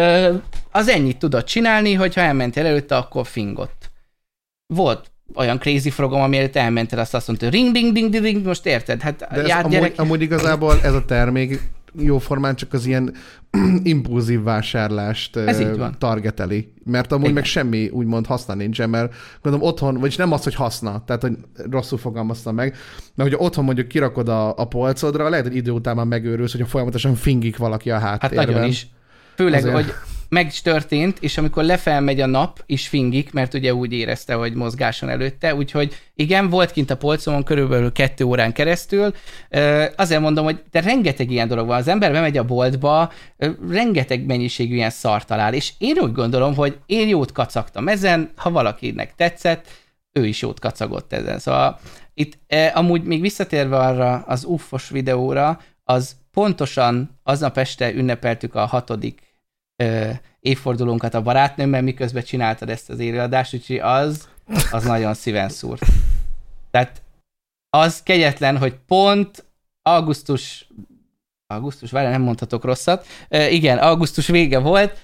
Az ennyit tudod csinálni, hogyha elmentél előtte, akkor fingott. Volt olyan crazy frogom, ami előtt elmentél, azt mondta, ring, ding, ding, ding, ding, most érted? Hát de amúgy igazából ez a termék jóformán csak az ilyen impulzív vásárlást targeteli. Mert amúgy meg semmi úgymond haszna nincsen, mert gondolom otthon, vagyis nem az, hogy haszna, tehát hogy rosszul fogalmaztam meg, de hogy otthon mondjuk kirakod a polcodra, lehet, hogy idő után már megőrülsz, hogyha folyamatosan fingik valaki a háttérben. Hát nagyon is. Főleg, azért, hogy meg is történt, és amikor lefelmegy a nap, is fingik, mert ugye úgy érezte, hogy mozgáson előtte, úgyhogy igen, volt kint a polcomon körülbelül 2 órán keresztül. Azért mondom, hogy de rengeteg ilyen dolog van. Az ember bemegy a boltba, rengeteg mennyiségű ilyen szart talál, és én úgy gondolom, hogy én jót kacagtam ezen, ha valakinek tetszett, ő is jót kacagott ezen. Szóval itt amúgy még visszatérve arra az uffos videóra, az pontosan aznap este ünnepeltük a 6. évfordulónkat a barátnőmmel, miközben csináltad ezt az élőadást, úgyhogy az nagyon szíven szúrt. Tehát az kegyetlen, hogy pont augusztus, várjál, nem mondhatok rosszat. Igen, augusztus vége volt.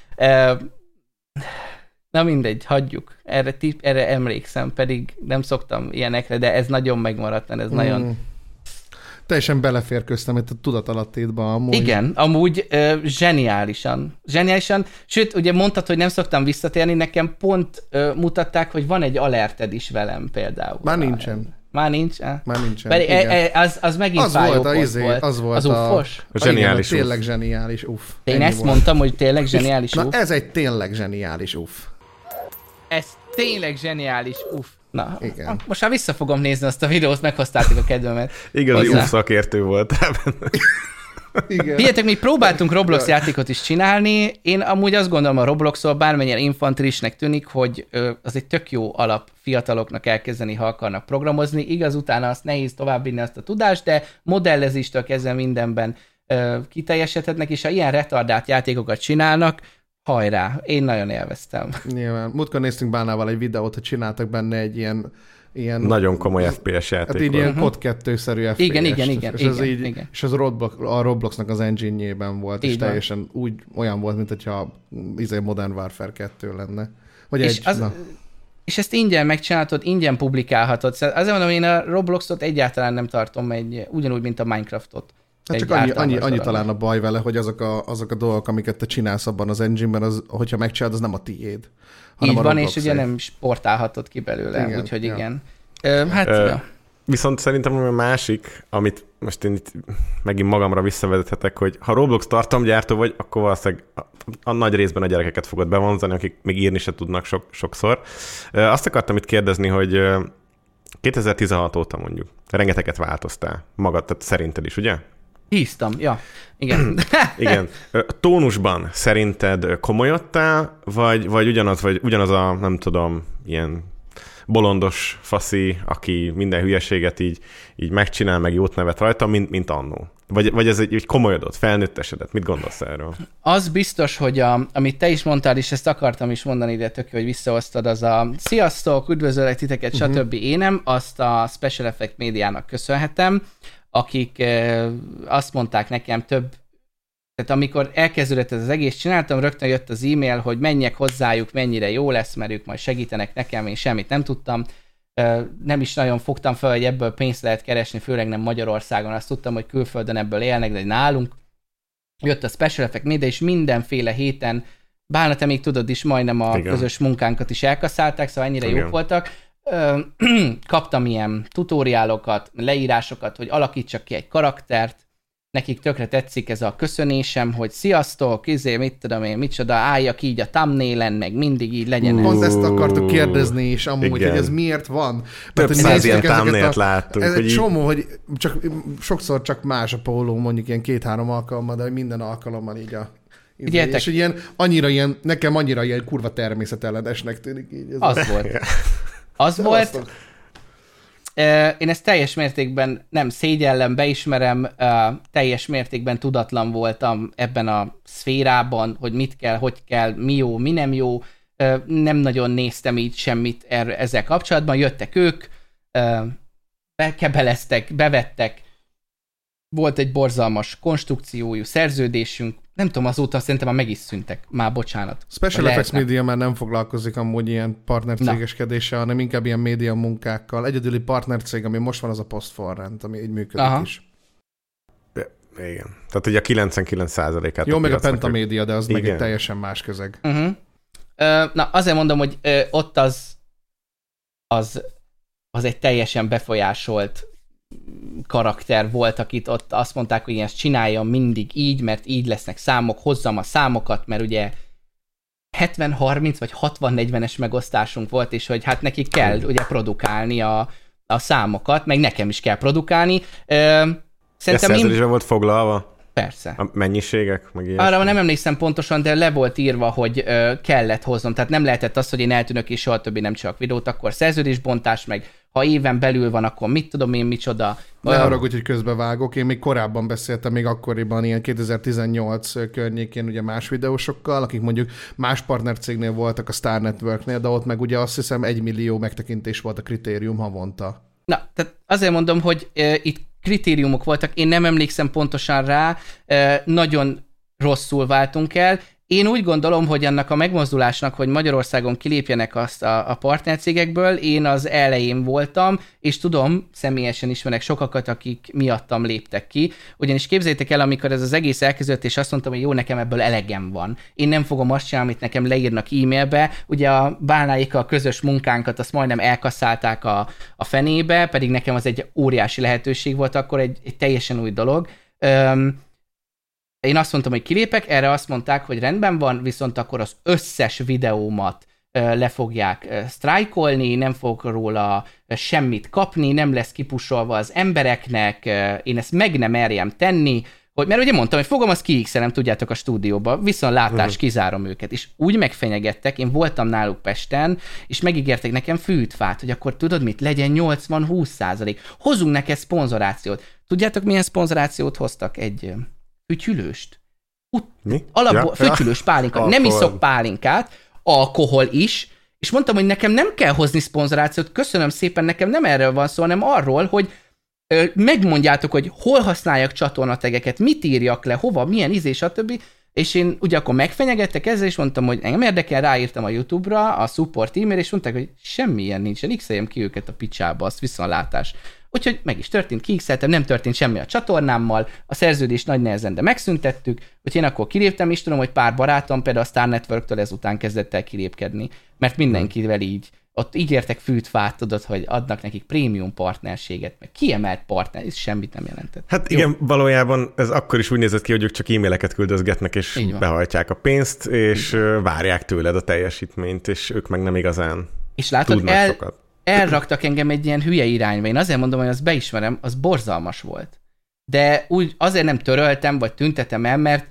Na mindegy, hagyjuk. Erre emlékszem, pedig nem szoktam ilyenekre, de ez nagyon megmaradt, ez nagyon... Teljesen beleférköztem itt a tudatalattétba amúgy. Igen, amúgy zseniálisan. Sőt, ugye mondtad, hogy nem szoktam visszatérni, nekem pont mutatták, hogy van egy alerted is velem például. Már nincsen. Már nincs? Már nincsen. Pedig az megint fájó volt. Az volt az uffos? Zseniális igen, tényleg zseniális uff. Én ezt volt. Mondtam, hogy tényleg zseniális uff. Na ez egy tényleg zseniális uff. Ez tényleg zseniális uff. Na, igen. Most már vissza fogom nézni azt a videót, meghoztátok a kedvemet. Igazi uff szakértő volt. Figyeljetek, mi próbáltunk Roblox játékot is csinálni. Én amúgy azt gondolom a Robloxról, bármennyire infantilisnek tűnik, hogy az egy tök jó alap fiataloknak elkezdeni, ha akarnak programozni. Igaz, utána azt nehéz továbbvinni azt a tudást, de modellezéstől kezdve mindenben kiteljesedhetnek, és ha ilyen retardált játékokat csinálnak, hajrá, én nagyon élveztem. Nyilván. Múltkor néztünk Bánával egy videót, hogy csináltak benne egy ilyen nagyon komoly FPS játék. Hát így ilyen Cod 2-szerű FPS. Igen. És az a Robloxnak az engine-jében volt, így és van. Teljesen olyan volt, mint hogyha Modern Warfare 2 lenne. Vagy és ezt ingyen megcsinálhatod, ingyen publikálhatod. Azért mondom, én a Robloxot egyáltalán nem tartom ugyanúgy, mint a Minecraftot. Hát csak annyi talán a baj vele, hogy azok a dolgok, amiket te csinálsz abban az engine-ben, hogyha megcsinálod, az nem a tiéd. Így van, és ugye nem sportálhatod ki belőle, igen, úgyhogy ja. Igen. Ja. Viszont szerintem a másik, amit most én itt megint magamra visszavezethetek, hogy ha Roblox tartalomgyártó vagy, akkor valószínűleg a nagy részben a gyerekeket fogod bevonzani, akik még írni se tudnak sokszor. Azt akartam itt kérdezni, hogy 2016 óta mondjuk rengeteget változtál magad, tehát szerinted is, ugye? Híztam, ja. Igen. Igen. Tónusban szerinted komolyodtál, vagy ugyanaz a, nem tudom, ilyen bolondos faszi, aki minden hülyeséget így megcsinál, meg jót nevet rajta, mint annó? Vagy ez egy komolyodott, felnőttesedett? Mit gondolsz erről? Az biztos, hogy amit te is mondtál, és ezt akartam is mondani, de tök jó, hogy visszahoztad, az a sziasztok, üdvözöllek titeket, stb. Én nem, azt a Special Effect médiának köszönhetem, akik azt mondták nekem tehát amikor elkezdődött ez az egész, csináltam, rögtön jött az e-mail, hogy menjek hozzájuk, mennyire jó lesz, mert ők majd segítenek nekem, én semmit nem tudtam. Nem is nagyon fogtam fel, hogy ebből pénzt lehet keresni, főleg nem Magyarországon, azt tudtam, hogy külföldön ebből élnek, de nálunk. Jött a Special Effect Media, és mindenféle héten, bárna te még tudod is, majdnem a igen. közös munkánkat is elkasszálták, szóval ennyire igen. jók voltak. Kaptam ilyen tutoriálokat, leírásokat, hogy alakítsak ki egy karaktert, nekik tökre tetszik ez a köszönésem, hogy sziasztok, mit tudom én, micsoda, álljak így a thumbnailen, meg mindig így legyen ez. Pont ezt akartuk kérdezni is amúgy, igen. hogy ez miért van. Több száz ilyen thumbnailt láttunk. Ez egy csomó, hogy sokszor csak más a póló, mondjuk ilyen 2-3 alkalommal, de minden alkalommal így a... És ilyen, nekem annyira ilyen kurva természetellenesnek tűnik így. Az volt. Az volt. Én ezt teljes mértékben nem szégyellem, beismerem, teljes mértékben tudatlan voltam ebben a szférában, hogy mit kell, hogy kell, mi jó, mi nem jó. Nem nagyon néztem így semmit ezzel kapcsolatban. Jöttek ők, bekebeleztek, bevettek. Volt egy borzalmas konstrukciójú szerződésünk. Nem tudom, azóta szerintem már meg is szűntek. Már bocsánat. Special Effects Media már nem foglalkozik amúgy ilyen partnercégeskedéssel, hanem inkább ilyen média munkákkal. Egyedüli partnercég, ami most van, az a Post4Rent, ami így működik aha. is. Igen. Tehát ugye a 99%-át. Jó, meg a Pentamédia, de az igen. meg egy teljesen más közeg. Uh-huh. Na, azért mondom, hogy ott az egy teljesen befolyásolt karakter volt, akit ott azt mondták, hogy én ezt csináljam mindig így, mert így lesznek számok, hozzam a számokat, mert ugye 70-30 vagy 60-40-es megosztásunk volt, és hogy hát neki kell ugye produkálni a számokat, meg nekem is kell produkálni. Szerintem szerződésben volt foglalva? Persze. A mennyiségek, meg ilyesmi? Arra nem emlékszem pontosan, de le volt írva, hogy kellett hoznom. Tehát nem lehetett az, hogy én eltűnök és soha többé nem csinálok videót, akkor szerződésbontás, meg ha éven belül van, akkor mit tudom én micsoda. Ne haragudj, hogy közbevágok. Én még korábban beszéltem, még akkoriban, ilyen 2018 környékén ugye más videósokkal, akik mondjuk más partnercégnél voltak a Star Networknél, de ott meg ugye azt hiszem 1 millió megtekintés volt a kritérium havonta. Na, tehát azért mondom, hogy itt kritériumok voltak, én nem emlékszem pontosan rá, nagyon rosszul váltunk el. Én úgy gondolom, hogy annak a megmozdulásnak, hogy Magyarországon kilépjenek azt a partnercégekből, én az elején voltam, és tudom, személyesen ismerek sokakat, akik miattam léptek ki. Ugyanis képzeljétek el, amikor ez az egész elkezdődött, és azt mondtam, hogy jó, nekem ebből elegem van. Én nem fogom azt csinálni, amit nekem leírnak e-mailbe. Ugye a Bálnáikkal a közös munkánkat azt majdnem elkasszálták a fenébe, pedig nekem az egy óriási lehetőség volt, akkor egy teljesen új dolog. Én azt mondtam, hogy kilépek, erre azt mondták, hogy rendben van, viszont akkor az összes videómat le fogják sztrájkolni, nem fogok róla semmit kapni, nem lesz kipusolva az embereknek, én ezt meg nem merjem tenni, mert ugye mondtam, hogy fogom, azt kiixelem, tudjátok, a stúdióba, viszontlátás, kizárom őket. És úgy megfenyegettek, én voltam náluk Pesten, és megígértek nekem fűtfát, hogy akkor tudod mit, legyen 80-20%. Hozunk neked szponzorációt. Tudjátok, milyen szponzorációt hoztak? Egy fütyülőst. Mi? Alapból fütyülős pálinkát. Nem iszok pálinkát, alkohol is, és mondtam, hogy nekem nem kell hozni szponzorációt, köszönöm szépen, nekem nem erről van szó, hanem arról, hogy megmondjátok, hogy hol használjak csatornategeket, mit írjak le, hova, milyen ízés, stb. És én ugye akkor megfenyegettek ezzel, és mondtam, hogy engem érdekel, ráírtam a YouTube-ra, a support e-mail, és mondták, hogy semmilyen nincsen, x-eljem ki őket a picsába, azt viszontlátás. Úgyhogy meg is történt, kiixeltem, nem történt semmi a csatornámmal, a szerződést nagy nehezen, de megszüntettük, úgyhogy én akkor kiléptem, és tudom, hogy pár barátom például a Star Networktől ezután kezdett el kilépkedni, mert mindenkivel így, ott ígértek fűtfát, tudod, hogy adnak nekik prémium partnerséget, meg kiemelt partner, ez semmit nem jelentett. Hát jó. Igen, valójában ez akkor is úgy nézett ki, hogy ők csak e-maileket küldözgetnek, és behajtják a pénzt, és várják tőled a teljesítményt, és ők meg nem igazán és látod, tudnak sokat. Elraktak engem egy ilyen hülye irányba. Én azért mondom, hogy azt beismerem, az borzalmas volt. De úgy azért nem töröltem, vagy tüntetem el, mert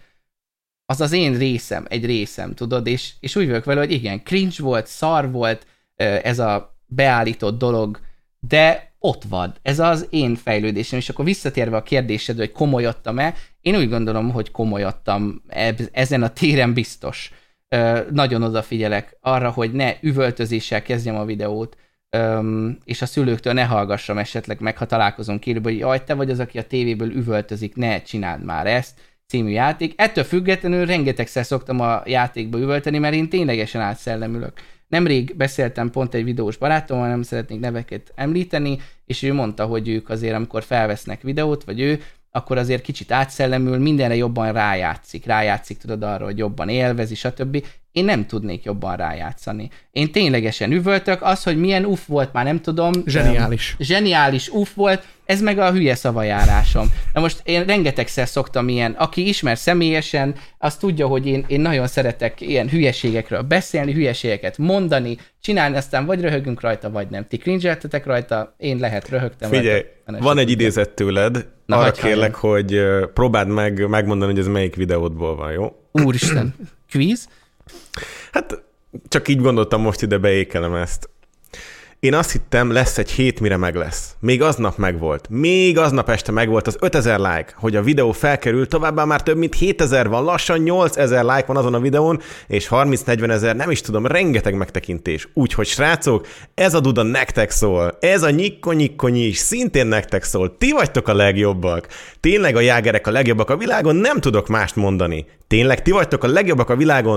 az én részem, egy részem, tudod, és úgy vagyok vele, hogy igen, cringe volt, szar volt ez a beállított dolog, de ott van. Ez az én fejlődésem, és akkor visszatérve a kérdésedre, hogy komolyodtam-e, én úgy gondolom, hogy komolyodtam ezen a téren biztos. Nagyon odafigyelek arra, hogy ne üvöltözéssel kezdjem a videót, és a szülőktől ne hallgassam esetleg meg, ha találkozunk kérőbb, hogy jaj, te vagy az, aki a tévéből üvöltözik, ne csináld már ezt, című játék. Ettől függetlenül rengetegszer szoktam a játékba üvölteni, mert én ténylegesen átszellemülök. Nemrég beszéltem pont egy videós barátommal, nem szeretnék neveket említeni, és ő mondta, hogy ők azért, amikor felvesznek videót, vagy ő, akkor azért kicsit átszellemül, mindenre jobban rájátszik, tudod, arra, hogy jobban élvezi, stb. Én nem tudnék jobban rájátszani. Én ténylegesen üvöltök, az, hogy milyen uff volt, már nem tudom. Zseniális uff volt, ez meg a hülye szavajárásom. Na most én rengetegszer szoktam ilyen, aki ismer személyesen, az tudja, hogy én nagyon szeretek ilyen hülyeségekről beszélni, hülyeségeket mondani, csinálni, aztán vagy röhögünk rajta, vagy nem. Ti cringe-eltetek rajta, én lehet röhögtem. Figyelj, rajta. Van egy idézet tőled, arra kérlek, hogy próbáld meg megmondani, hogy ez melyik videódból van, jó? Úristen, kvíz? Hát csak így gondoltam, most ide beékelem ezt. Én azt hittem, lesz egy hét, mire meg lesz. Még aznap megvolt. Még aznap este megvolt az 5000 like, hogy a videó felkerül, továbbá már több mint 7000 van, lassan 8000 like van azon a videón, és 30-40 ezer, nem is tudom, rengeteg megtekintés. Úgyhogy srácok, ez a duda nektek szól. Ez a nyikko-nyikkonyi is szintén nektek szól. Ti vagytok a legjobbak. Tényleg a jágerek a legjobbak a világon, nem tudok mást mondani. Tényleg ti vagytok a legjobbak a világon,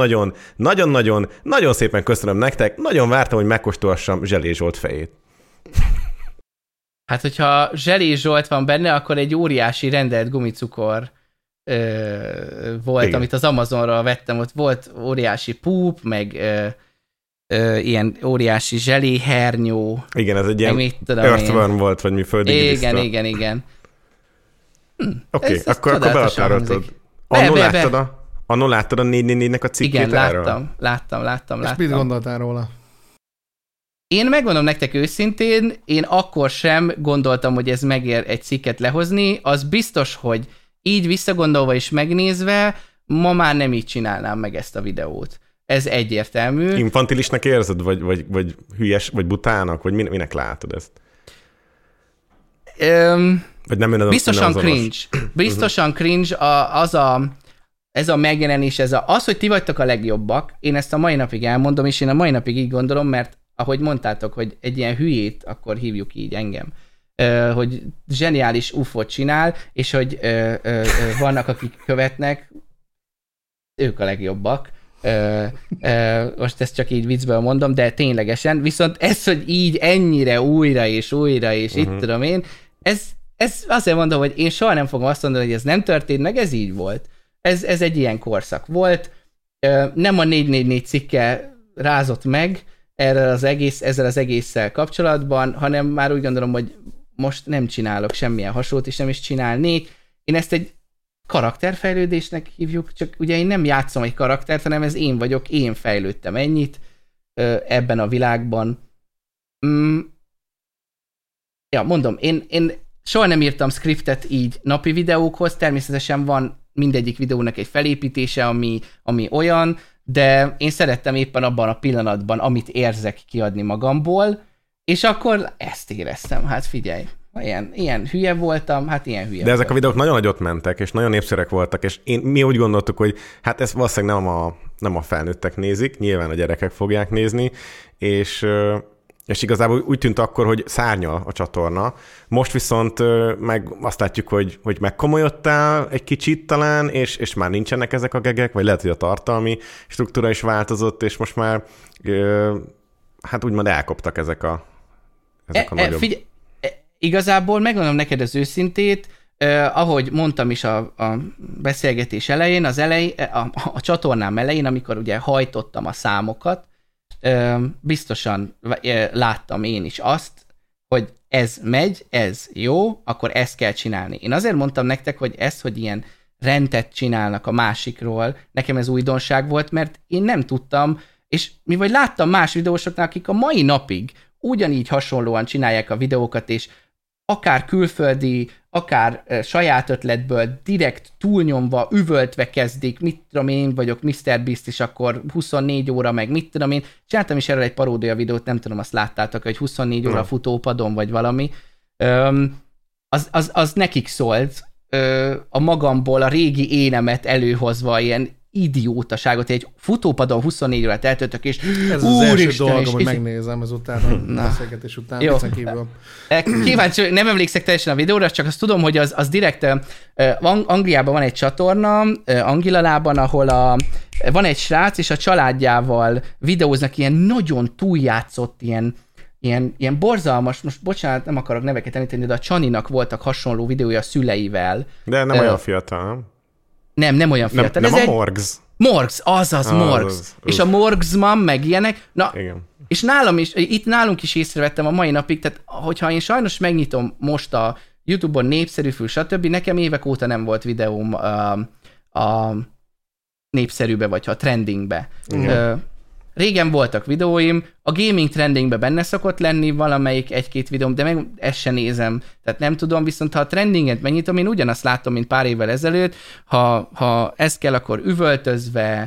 nagyon szépen köszönöm nektek, nagyon vártam, hogy megkóstolhassam Zselé Zsolt fejét. Hát, hogyha Zselé Zsolt van benne, akkor egy óriási rendelt gumicukor volt, igen, amit az Amazonról vettem, ott volt óriási púp, meg ilyen óriási zseléhernyó. Igen, ez egy ilyen earthworm volt, vagy mi földi giliszta. Igen. Oké, akkor behatároltad. Annól láttad a 444-nek a cikkét? Igen, láttam. És mit gondoltál róla? Én megmondom nektek őszintén, én akkor sem gondoltam, hogy ez megér egy cikket lehozni. Az biztos, hogy így visszagondolva és megnézve, ma már nem így csinálnám meg ezt a videót. Ez egyértelmű. Infantilisnek érzed, vagy hülyes, vagy butának, vagy minek látod ezt? Vagy nem biztosan cringe. Biztosan cringe ez a megjelenés, az, hogy ti vagytok a legjobbak, én ezt a mai napig elmondom, és én a mai napig így gondolom, mert ahogy mondtátok, hogy egy ilyen hülyét, akkor hívjuk így engem, hogy zseniális UFO-t csinál, és hogy vannak, akik követnek, ők a legjobbak. Most ezt csak így viccből mondom, de ténylegesen, viszont ez, hogy így ennyire újra, és itt tudom én, ez azért mondom, hogy én soha nem fogom azt mondani, hogy ez nem történt meg, ez így volt. Ez egy ilyen korszak volt. Nem a 444 cikke rázott meg ezzel az egésszel kapcsolatban, hanem már úgy gondolom, hogy most nem csinálok semmilyen hasonlót, és nem is csinálnék. Én ezt egy karakterfejlődésnek hívjuk, csak ugye én nem játszom egy karaktert, hanem ez én vagyok, én fejlődtem ennyit ebben a világban. Ja, mondom, én soha nem írtam scriptet így napi videókhoz, természetesen van mindegyik videónak egy felépítése, ami olyan, de én szerettem éppen abban a pillanatban, amit érzek, kiadni magamból, és akkor ezt éreztem, hát figyelj. Ilyen hülye voltam, hát ilyen hülye De ezek a videók nagyon nagyot mentek, és nagyon népszerűek voltak, és mi úgy gondoltuk, hogy hát ezt valószínűleg nem a felnőttek nézik, nyilván a gyerekek fogják nézni, és igazából úgy tűnt akkor, hogy szárnyal a csatorna. Most viszont meg azt látjuk, hogy megkomolyodtál egy kicsit talán, és már nincsenek ezek a gegek, vagy lehet, hogy a tartalmi struktúra is változott, és most már hát úgymond elkoptak ezek a nagyobb... Igazából megmondom neked az őszintét, ahogy mondtam is a beszélgetés elején, a csatornám elején, amikor ugye hajtottam a számokat, biztosan láttam én is azt, hogy ez megy, ez jó, akkor ezt kell csinálni. Én azért mondtam nektek, hogy hogy ilyen rendet csinálnak a másikról, nekem ez újdonság volt, mert én nem tudtam, és mivel láttam más videósoknál, akik a mai napig ugyanígy hasonlóan csinálják a videókat, és akár külföldi, akár saját ötletből direkt túlnyomva, üvöltve kezdik, mit tudom én vagyok Mr. Beast, és akkor 24 óra meg mit tudom én. Csináltam is erről egy paródia videót, nem tudom, azt láttátok, hogy 24 óra futópadon vagy valami. Az nekik szólt, a magamból a régi énemet előhozva ilyen idiótaságot, egy futópadon 24 órát eltöltök, és ez az első dolgom, hogy megnézem ezután a beszélgetés után. Jó. Kíváncsi, nem emlékszek teljesen a videóra, csak azt tudom, hogy az direkt Angliában van egy csatorna, Angilalában, ahol van egy srác, és a családjával videóznak ilyen nagyon túljátszott, ilyen borzalmas, most bocsánat, nem akarok neveket említeni, de a Csaninak voltak hasonló videója a szüleivel. De nem olyan fiatal, nem olyan fiatal. Nem a Morgs. Morgs, azaz Morgs. És a Morgs Mom, meg ilyenek. Na, igen. És nálunk is észrevettem a mai napig, tehát hogyha én sajnos megnyitom most a YouTube-on népszerűfül, stb., nekem évek óta nem volt videóm a népszerűbe, vagy a trendingbe. Régen voltak videóim, a gaming trendingbe benne szokott lenni valamelyik egy-két videóm, de meg ezt sem nézem, tehát nem tudom, viszont ha a trendinget megnyitom, én ugyanazt látom, mint pár évvel ezelőtt, ha ez kell, akkor üvöltözve,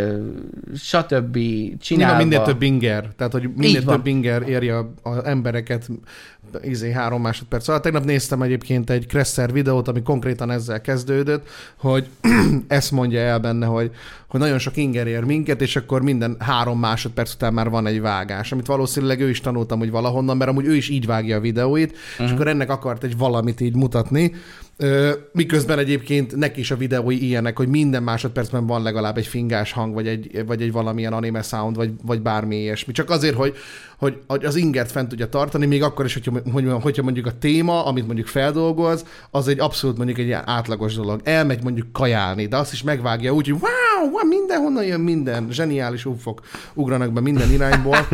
stb. Csinálva. Minél több inger, tehát hogy minél több inger érje az embereket 3 másodperc alatt. Tegnap néztem egyébként egy Kresser videót, ami konkrétan ezzel kezdődött, hogy ezt mondja el benne, hogy nagyon sok inger ér minket, és akkor minden 3 másodperc után már van egy vágás, amit valószínűleg ő is tanultam, hogy valahonnan, mert amúgy ő is így vágja a videóit, és akkor ennek akart egy valamit így mutatni, miközben egyébként neki is a videói ilyenek, hogy minden másodpercben van legalább egy fingás hang, vagy egy valamilyen anime sound, vagy bármi ilyesmi. Csak azért, hogy az ingert fent tudja tartani, még akkor is, hogyha mondjuk a téma, amit mondjuk feldolgoz, az egy abszolút mondjuk egy ilyen átlagos dolog. Elmegy mondjuk kajálni, de azt is megvágja úgy, hogy wow, mindenhonnan jön minden, zseniális ufok ugranak be minden irányból.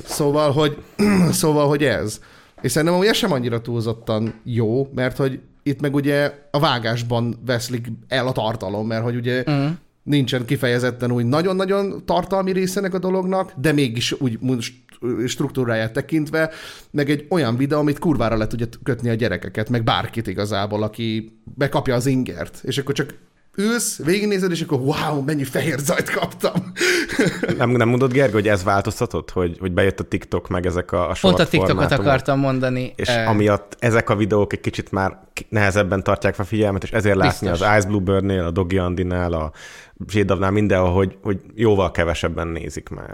Szóval, hogy ez. És szerintem amúgy ez sem annyira túlzottan jó, mert hogy itt meg ugye a vágásban veszlik el a tartalom, mert hogy ugye nincsen kifejezetten úgy nagyon-nagyon tartalmi részének a dolognak, de mégis úgy struktúráját tekintve, meg egy olyan videó, amit kurvára le tudja kötni a gyerekeket, meg bárkit igazából, aki bekapja az ingert, és akkor csak ülsz, végignézed, és akkor wow, mennyi fehér zajt kaptam. Nem mondod, Gergő, hogy ez változtatott, hogy bejött a TikTok, meg ezek a short pont a TikTokot formátumok, akartam mondani. és amiatt ezek a videók egy kicsit már nehezebben tartják fel figyelmet, és ezért látni az Ice Bluebird-nél, a Doggy Andy-nál, a J-Dub-nál mindenhol, hogy jóval kevesebben nézik már.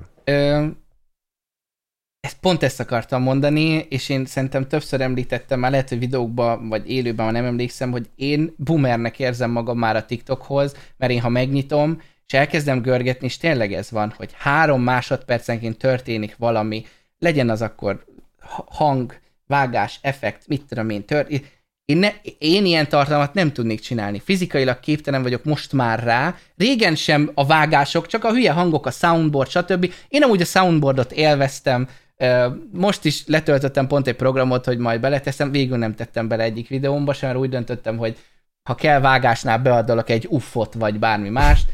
Pont ezt akartam mondani, és én szerintem többször említettem már, lehet, hogy videókban, vagy élőben, ha nem emlékszem, hogy én boomernek érzem magam már a TikTokhoz, mert én ha megnyitom, és elkezdem görgetni, és tényleg ez van, hogy 3 másodpercenként történik valami, legyen az akkor hang, vágás, effekt, mit tudom én, én ilyen tartalmat nem tudnék csinálni. Fizikailag képtelen vagyok most már rá. Régen sem a vágások, csak a hülye hangok, a soundboard, stb. Én amúgy a soundboardot élveztem. Most is letöltöttem pont egy programot, hogy majd beleteszem. Végül nem tettem bele egyik videómba sem, mert úgy döntöttem, hogy ha kell vágásnál beadalak egy uffot, vagy bármi mást.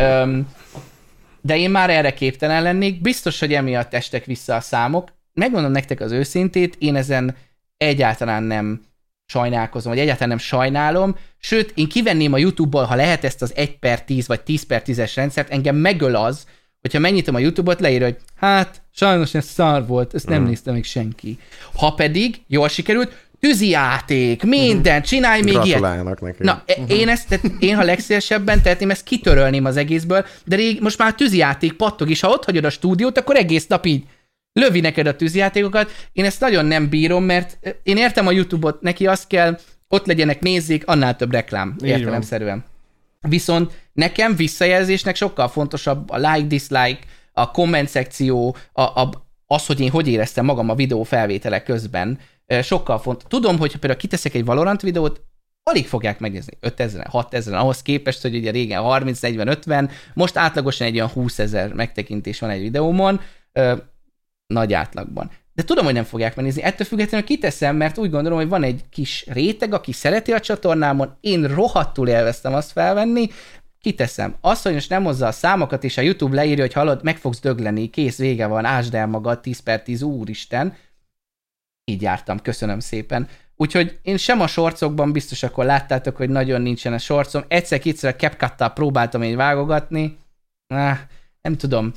De én már erre képtelen lennék. Biztos, hogy emiatt estek vissza a számok. Megmondom nektek az őszintét, én ezen egyáltalán nem sajnálkozom, vagy egyáltalán nem sajnálom, sőt, én kivenném a YouTube-ból, ha lehet ezt az 1/10 vagy 10/10-es rendszert, engem megöl az, hogyha megnyitom a YouTube-ot, leír, hogy hát, sajnos ez szar volt, ezt nem nézte még senki. Ha pedig jól sikerült, tűzijáték, minden, csinálj még ilyet. Gratulálnak neki. Na, én ha legszélesebben tehetném, ezt kitörölném az egészből, de most már a tűzijáték pattog, és ha ott hagyod a stúdiót, akkor egész nap így lövi neked a tűzjátékokat. Én ezt nagyon nem bírom, mert én értem a YouTube-ot, neki azt kell, ott legyenek, nézzék, annál több reklám, értelemszerűen. Viszont nekem visszajelzésnek sokkal fontosabb a like, dislike, a komment szekció, az, hogy én hogy éreztem magam a videó felvétele közben, sokkal fontos. Tudom, hogy például kiteszek egy Valorant videót, alig fogják megnézni 5000-en, 6000-en, ahhoz képest, hogy ugye régen 30, 40, 50, most átlagosan egy olyan 20 000 megtekintés van egy videómon, nagy átlagban. De tudom, hogy nem fogják megnézni. Ettől függetlenül kiteszem, mert úgy gondolom, hogy van egy kis réteg, aki szereti a csatornámon, én rohadtul élveztem azt felvenni, kiteszem. Azt, hogy most nem hozza a számokat, és a YouTube leírja, hogy hallod, meg fogsz dögleni, kész, vége van, ásd el magad, 10/10, úristen. Így jártam, köszönöm szépen. Úgyhogy én sem a shortsokban, biztos akkor láttátok, hogy nagyon nincsen a shortsom. Egyszer-kétszer a CapCut-tal próbáltam én vágogatni. Nem tudom.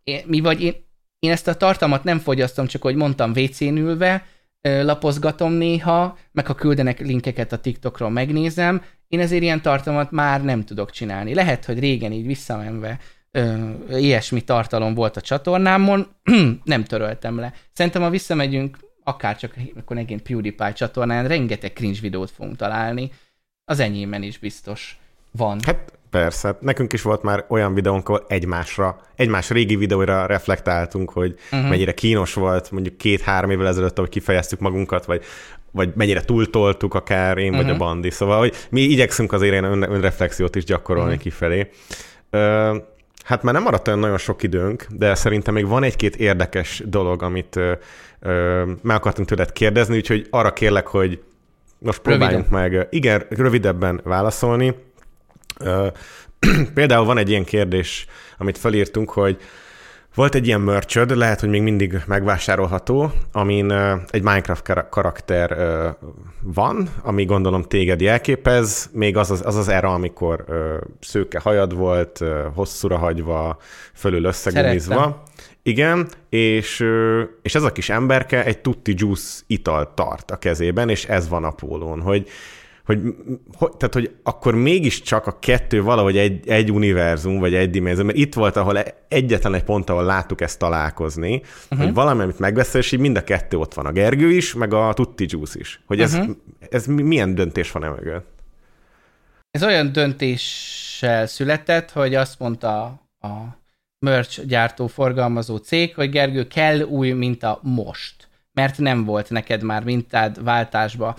Én ezt a tartalmat nem fogyasztom, csak hogy mondtam, WC-n ülve, lapozgatom néha, meg ha küldenek linkeket a TikTokról, megnézem. Én ezért ilyen tartalmat már nem tudok csinálni. Lehet, hogy régen így visszamenve ilyesmi tartalom volt a csatornámon, nem töröltem le. Szerintem, ha visszamegyünk, akárcsak akkor megint PewDiePie csatornán, rengeteg cringe videót fogunk találni. Az enyémben is biztos van. Hát persze, nekünk is volt már olyan videónk, ahol egymás régi videóira reflektáltunk, hogy mennyire kínos volt mondjuk 2-3 évvel ezelőtt, ahogy kifejeztük magunkat, vagy mennyire túltoltuk akár én vagy a Bandi. Szóval, hogy mi igyekszünk azért ilyen önreflexiót is gyakorolni kifelé. Hát már nem maradt olyan nagyon sok időnk, de szerintem még van egy-két érdekes dolog, amit meg akartunk tőled kérdezni, úgyhogy arra kérlek, hogy most próbáljunk meg rövidebben válaszolni. Például van egy ilyen kérdés, amit felírtunk, hogy volt egy ilyen merchöd, lehet, hogy még mindig megvásárolható, amin egy Minecraft karakter van, ami gondolom téged jelképez, még az era, amikor szőke hajad volt, hosszúra hagyva, fölül összegumizva. Igen, és ez a kis emberke egy Tutti Juice italt tart a kezében, és ez van a pólón, tehát, hogy akkor mégiscsak a kettő valahogy egy univerzum, vagy egy dimenzió, mert itt volt, ahol egyetlen egy pont, ahol láttuk ezt találkozni, hogy valami, amit megveszel, és így mind a kettő ott van, a Gergő is, meg a Tutti Juice is. Hogy ez milyen döntés van mögött? Ez olyan döntéssel született, hogy azt mondta a merch gyártó, forgalmazó cég, hogy Gergő, kell új minta most, mert nem volt neked már mintád váltásba.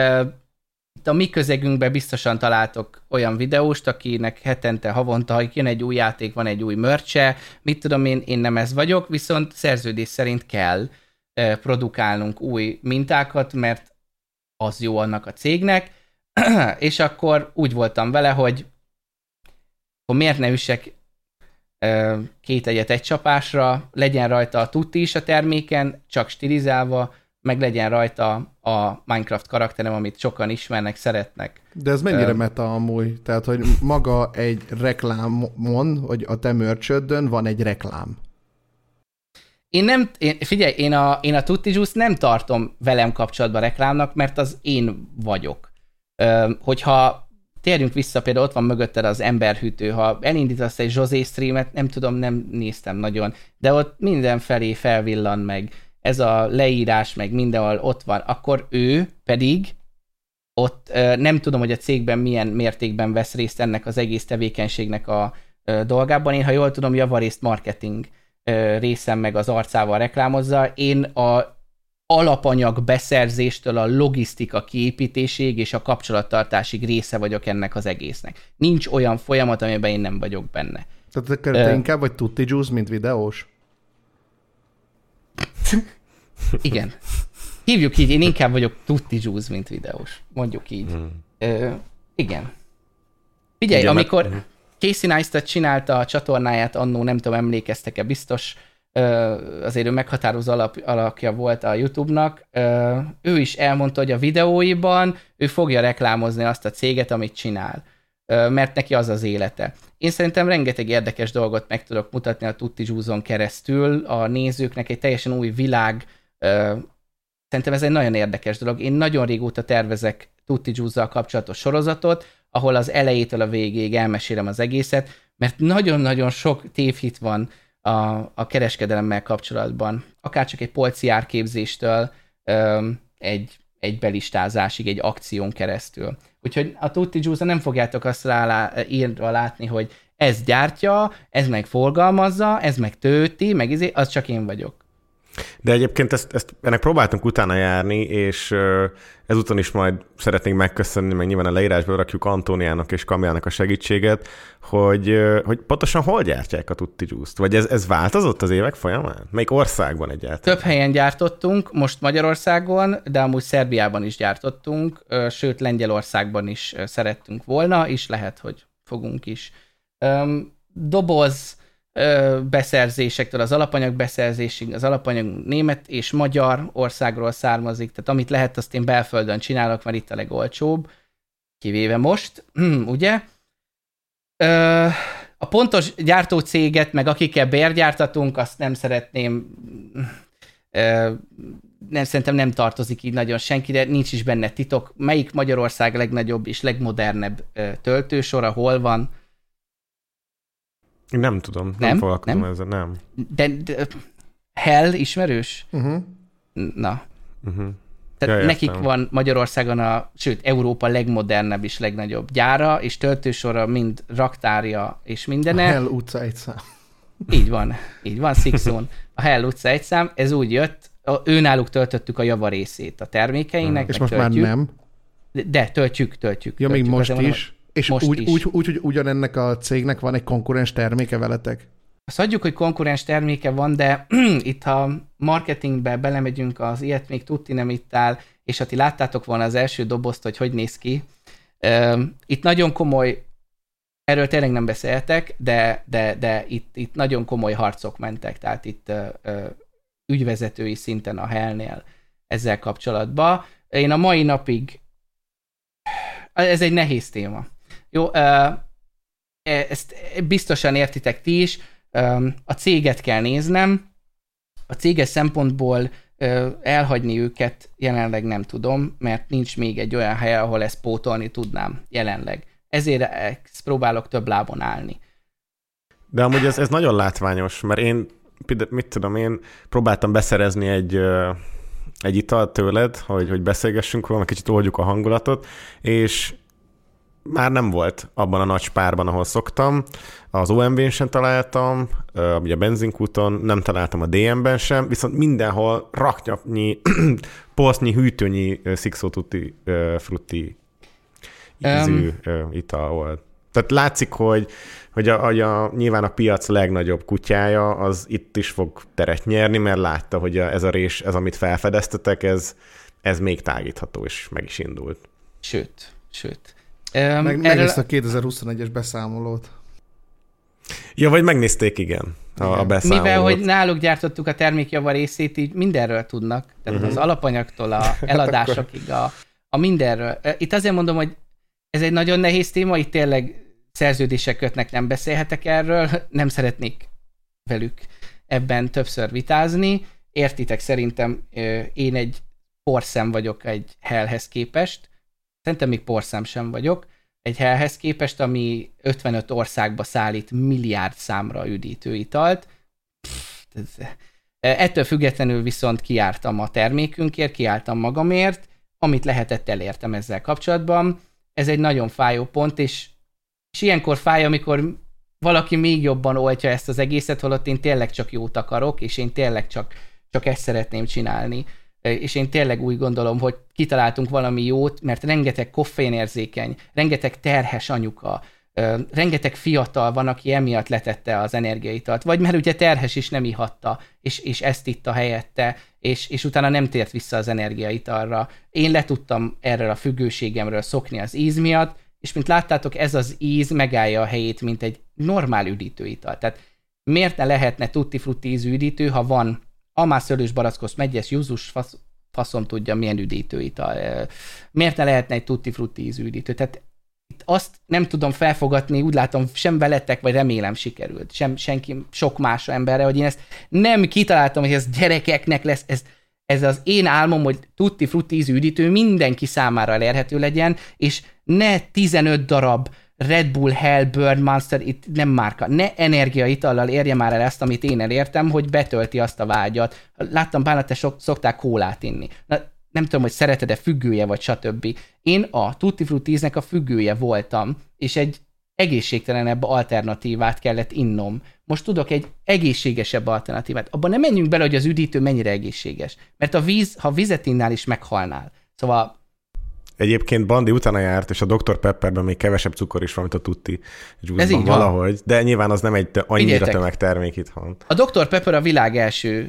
A mi közegünkben biztosan találtok olyan videóst, akinek hetente, havonta, ha jön egy új játék, van egy új merch-e, mit tudom én nem ez vagyok, viszont szerződés szerint kell produkálnunk új mintákat, mert az jó annak a cégnek, és akkor úgy voltam vele, hogy miért ne üssek 2 egyet egy csapásra, legyen rajta a tutti is a terméken, csak stilizálva, meg legyen rajta a Minecraft karakterem, amit sokan ismernek, szeretnek. De ez mennyire meta amúgy? Tehát, hogy maga egy reklámon, hogy a te merchödön van egy reklám. Figyelj, én a Tutti Juice nem tartom velem kapcsolatban reklámnak, mert az én vagyok. Hogyha térjünk vissza, például ott van mögötted az emberhűtő, ha elindítasz egy José streamet, nem tudom, nem néztem nagyon, de ott mindenfelé felvillan meg, ez a leírás, meg mindenhol ott van, akkor ő pedig ott nem tudom, hogy a cégben milyen mértékben vesz részt ennek az egész tevékenységnek a dolgában. Én, ha jól tudom, javarészt marketing részem meg az arcával reklámozza. Én a alapanyag beszerzéstől a logisztika kiépítéséig és a kapcsolattartásig része vagyok ennek az egésznek. Nincs olyan folyamat, amiben én nem vagyok benne. Tehát te inkább vagy Tutti Juice, mint videós? Igen. Hívjuk így, én inkább vagyok Tutti Juice, mint videós. Mondjuk így. Igen. Figyelj, igen, amikor Casey Neistat csinálta a csatornáját annó, nem tudom, emlékeztek-e, biztos azért ő meghatározó alakja volt a YouTube-nak. Ő is elmondta, hogy a videóiban ő fogja reklámozni azt a céget, amit csinál. Mert neki az az élete. Én szerintem rengeteg érdekes dolgot meg tudok mutatni a Tutti Juice-on keresztül, a nézőknek egy teljesen új világ. Szerintem ez egy nagyon érdekes dolog. Én nagyon régóta tervezek Tutti Juice-zal kapcsolatos sorozatot, ahol az elejétől a végéig elmesélem az egészet, mert nagyon-nagyon sok tévhit van a kereskedelemmel kapcsolatban. Akár csak egy polci árképzéstől egy belistázásig, egy akción keresztül. Úgyhogy a Tutti Juice-on nem fogjátok azt írva látni, hogy ez gyártja, ez meg forgalmazza, ez meg tölti, meg az csak én vagyok. De egyébként ennek próbáltunk utána járni, és ezúton is majd szeretnénk megköszönni, meg nyilván a leírásba rakjuk Antóniának és Kamiának a segítséget, hogy pontosan hol gyártják a Tutti Juice-t? Vagy ez változott az évek folyamán? Melyik országban egyáltalán? Több helyen gyártottunk, most Magyarországon, de amúgy Szerbiában is gyártottunk, sőt Lengyelországban is szerettünk volna, és lehet, hogy fogunk is. Doboz beszerzésektől az alapanyag beszerzésig, az alapanyag német és magyar országról származik, tehát amit lehet, azt én belföldön csinálok, mert itt a legolcsóbb, kivéve most, ugye? A pontos gyártócéget, meg akikkel bérgyártatunk, azt nem szeretném, szerintem nem tartozik így nagyon senkire, nincs is benne titok. Melyik Magyarország legnagyobb és legmodernebb töltősora, hol van? Nem tudom, nem foglalkozom ezzel, nem. De Hell ismerős? Na. Tehát nekik van Magyarországon sőt, Európa legmodernebb és legnagyobb gyára, és töltősora, mind raktárja és mindene. A Hell utca 1 szám. Így van, Sixon. A Hell utca 1 szám, ez úgy jött, őnáluk töltöttük a javarészét a termékeinek. És most töltjük. Már nem. De töltjük. Ja, még most is. És úgy, hogy ugyanennek a cégnek van egy konkurens terméke veletek? Azt adjuk, hogy konkurens terméke van, de itt ha marketingbe belemegyünk, az ilyet még tuti nem ittál, és ha ti láttátok volna az első dobozt, hogy néz ki, itt nagyon komoly, erről tényleg nem beszéltek, de itt nagyon komoly harcok mentek, tehát itt ügyvezetői szinten a Hellnél ezzel kapcsolatban. Én a mai napig, ez egy nehéz téma. Jó, ezt biztosan értitek ti is, a céget kell néznem, a céges szempontból elhagyni őket jelenleg nem tudom, mert nincs még egy olyan hely, ahol ezt pótolni tudnám jelenleg. Ezért próbálok több lábon állni. De amúgy ez nagyon látványos, mert én próbáltam beszerezni egy italt tőled, hogy beszélgessünk róla, kicsit oldjuk a hangulatot, és már nem volt abban a nagy spárban, ahol szoktam. Az OMV-n sem találtam, ugye a benzinkúton, nem találtam a DM-ben sem, viszont mindenhol raknyapnyi, polsznyi, hűtőnyi Sixo Tutti Frutti ízű ital volt. Tehát látszik, hogy nyilván a piac legnagyobb kutyája, az itt is fog teret nyerni, mert látta, hogy ez a rés, ez amit felfedeztetek, ez még tágítható, és meg is indult. Sőt. Megnézte a 2021-es beszámolót. Ja, vagy megnézték, igen, a beszámolót. Mivel, hogy náluk gyártottuk a termékjava részét, így mindenről tudnak. Tehát az alapanyagtól a eladásokig, a mindenről. Itt azért mondom, hogy ez egy nagyon nehéz téma, itt tényleg szerződések kötnek, nem beszélhetek erről, nem szeretnék velük ebben többször vitázni. Értitek, szerintem én egy porszem vagyok egy Hellhez képest. Szerintem még porszem sem vagyok. Egy Hellhez képest, ami 55 országba szállít milliárd számra üdítőitalt. Ettől függetlenül viszont kiártam a termékünkért, kiálltam magamért, amit lehetett elértem ezzel kapcsolatban. Ez egy nagyon fájó pont, és ilyenkor fáj, amikor valaki még jobban oltja ezt az egészet, holott én tényleg csak jót akarok, és én tényleg csak ezt szeretném csinálni. És én tényleg úgy gondolom, hogy kitaláltunk valami jót, mert rengeteg koffeinérzékeny, rengeteg terhes anyuka, rengeteg fiatal van, aki emiatt letette az energiaitalt, vagy mert ugye terhes is nem ihatta, és ezt itta helyette, és utána nem tért vissza az energiaitalra. Én le tudtam erről a függőségemről szokni az íz miatt, és mint láttátok, ez az íz megállja a helyét, mint egy normál üdítőital. Tehát miért ne lehetne tutti frutti ízű üdítő, ha van almás, szőlős, barackos, megyes, júzus, faszom tudja, milyen üdítőital. Miért ne lehetne egy tutti frutti ízű üdítő? Tehát itt azt nem tudom felfogatni, úgy látom, sem veletek, vagy remélem sikerült, sem senki, sok más emberre, hogy én ezt nem kitaláltam, hogy ez gyerekeknek lesz, ez az én álmom, hogy tutti frutti ízű üdítő mindenki számára elérhető legyen, és ne 15 darab Red Bull, Hell, Burn, Monster, itt nem márka, ne energiaitallal érje már el ezt, amit én elértem, hogy betölti azt a vágyat. Láttam, Bálna, te szokták kólát inni. Na, nem tudom, hogy szereted-e, függője vagy stb. Én a Tutti Frutti íznek a függője voltam, és egy egészségtelenebb alternatívát kellett innom. Most tudok egy egészségesebb alternatívát. Abban nem menjünk bele, hogy az üdítő mennyire egészséges. Mert a víz, ha vizet innál is, meghalnál. Szóval... Egyébként Bandi utána járt, és a Dr. Pepperben még kevesebb cukor is van, mint a Tutti Juice-ban valahogy. De nyilván az nem egy annyira tömegtermék itthon. A Dr. Pepper a világ első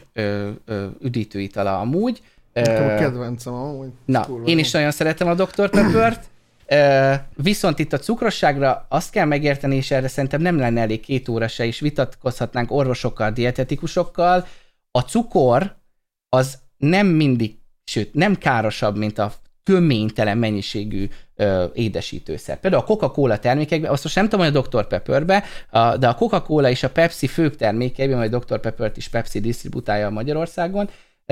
üdítőitala amúgy. Kedvencem amúgy. Na, én is nagyon szeretem a Dr. Peppert. Viszont itt a cukrosságra azt kell megérteni, és erre szerintem nem lenne elég 2 óra se, és vitatkozhatnánk orvosokkal, dietetikusokkal. A cukor az nem mindig, sőt, nem károsabb, mint a töménytelen mennyiségű édesítőszer. Például a Coca-Cola termékekben, azt most nem tudom, hogy a Dr. Pepperbe, de a Coca-Cola és a Pepsi fők termékeiben, vagy a Dr. Peppert is Pepsi disztribútálja Magyarországon,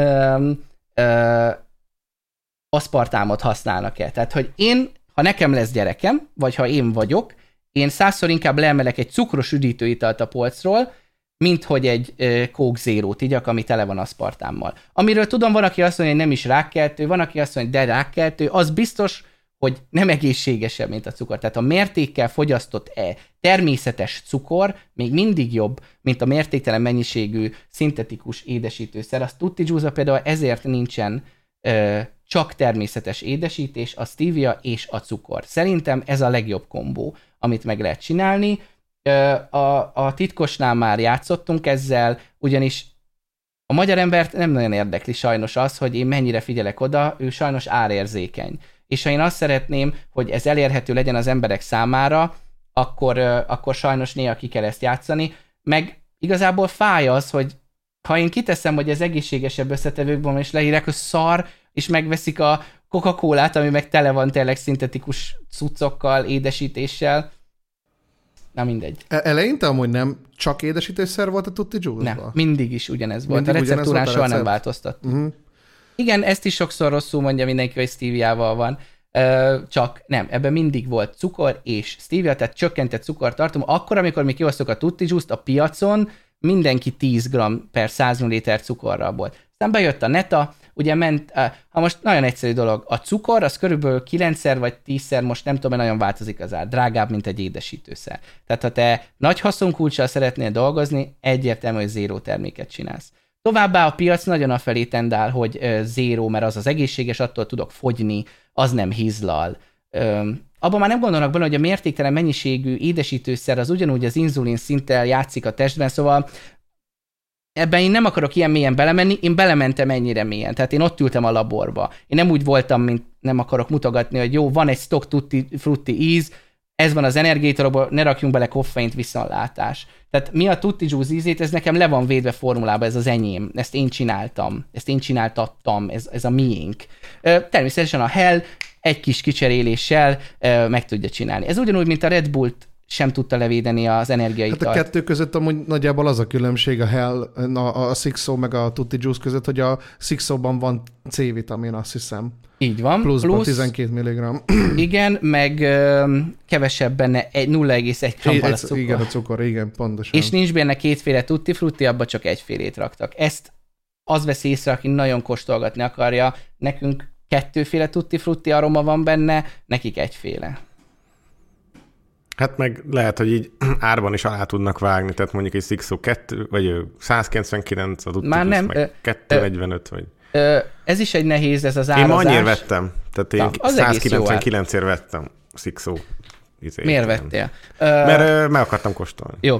aszpartámot használnak-e. Tehát, hogy én, ha nekem lesz gyerekem, vagy ha én vagyok, én 100-szor inkább leemelek egy cukros üdítőitalt a polcról, mint hogy egy Coke Zero-t igyak, ami tele van aszpartámmal. Amiről tudom, van, aki azt mondja, hogy nem is rákkeltő, van, aki azt mondja, hogy de rákkeltő, az biztos, hogy nem egészségesebb, mint a cukor. Tehát a mértékkel fogyasztott természetes cukor még mindig jobb, mint a mértéktelen mennyiségű szintetikus édesítőszer. Az Tutti Juice például ezért nincsen csak természetes édesítés, a stevia és a cukor. Szerintem ez a legjobb kombó, amit meg lehet csinálni. A titkosnál már játszottunk ezzel, ugyanis a magyar embert nem nagyon érdekli sajnos az, hogy én mennyire figyelek oda, ő sajnos árérzékeny. És ha én azt szeretném, hogy ez elérhető legyen az emberek számára, akkor sajnos néha ki kell ezt játszani. Meg igazából fáj az, hogy ha én kiteszem, hogy ez egészségesebb összetevőkben, és leírják, hogy szar, és megveszik a Coca-Colát, ami meg tele van tényleg szintetikus cuccokkal, édesítéssel. Na mindegy. Eleinte amúgy nem csak édesítőszer volt a Tutti Juice-ban? Nem, mindig is ugyanez volt. A receptúrán soha nem változtattunk. Uh-huh. Igen, ezt is sokszor rosszul mondja mindenki, hogy stevia-val van. Csak nem, ebben mindig volt cukor és stevia, tehát csökkentett cukortartalmú. Akkor, amikor mi kihoztuk a Tutti Juice-t a piacon, mindenki 10 g per 100 ml cukorral volt. Aztán bejött a Neta, ugye ment, ha most nagyon egyszerű dolog, a cukor az körülbelül 9-szer vagy 10-szer, most nem tudom, nagyon változik az ár, drágább, mint egy édesítőszer. Tehát ha te nagy haszonkulccsal szeretnél dolgozni, egyértelmű, hogy zéró terméket csinálsz. Továbbá a piac nagyon afelé tendál, hogy zéró, mert az egészséges, attól tudok fogyni, az nem hízlal. Abban már nem gondolnak bele, hogy a mértéktelen mennyiségű édesítőszer az ugyanúgy az inzulin szinttel játszik a testben, szóval ebben én nem akarok ilyen mélyen belemenni, én belementem ennyire mélyen, tehát én ott ültem a laborba. Én nem úgy voltam, mint nem akarok mutogatni, hogy jó, van egy stock tutti frutti íz, ez van az energiaitalokban, ne rakjunk bele koffeint, viszontlátás. Tehát mi a Tutti Juice ízét, ez nekem le van védve formulában, ez az enyém, ezt én csináltam, ezt én csináltattam, ez a miénk. Természetesen a Hell egy kis kicseréléssel meg tudja csinálni. Ez ugyanúgy, mint a Red Bullt sem tudta levédeni az energiaitalt. Hát a kettő között amúgy nagyjából az a különbség a Hell, a Sixo meg a Tutti Juice között, hogy a Sixo-ban van C-vitamin, azt hiszem. Így van. Plusz 12 mg. Igen, meg kevesebb benne 0,1 g a cukor. Igen, a cukor, igen, pontosan. És nincs benne kétféle tutti frutti, abba csak egyfélét raktak. Ezt az veszi észre, aki nagyon kóstolgatni akarja. Nekünk kettőféle tutti frutti aroma van benne, nekik egyféle. Hát meg lehet, hogy így árban is alá tudnak vágni, tehát mondjuk egy Sixo 2, vagy 199, a Tutti Már nem, meg 245, vagy... Ez is egy nehéz, ez az árazás. Én ma annyira vettem, tehát én 199-ért vettem Sixo. Miért vettél? Mert meg akartam kóstolni. Jó.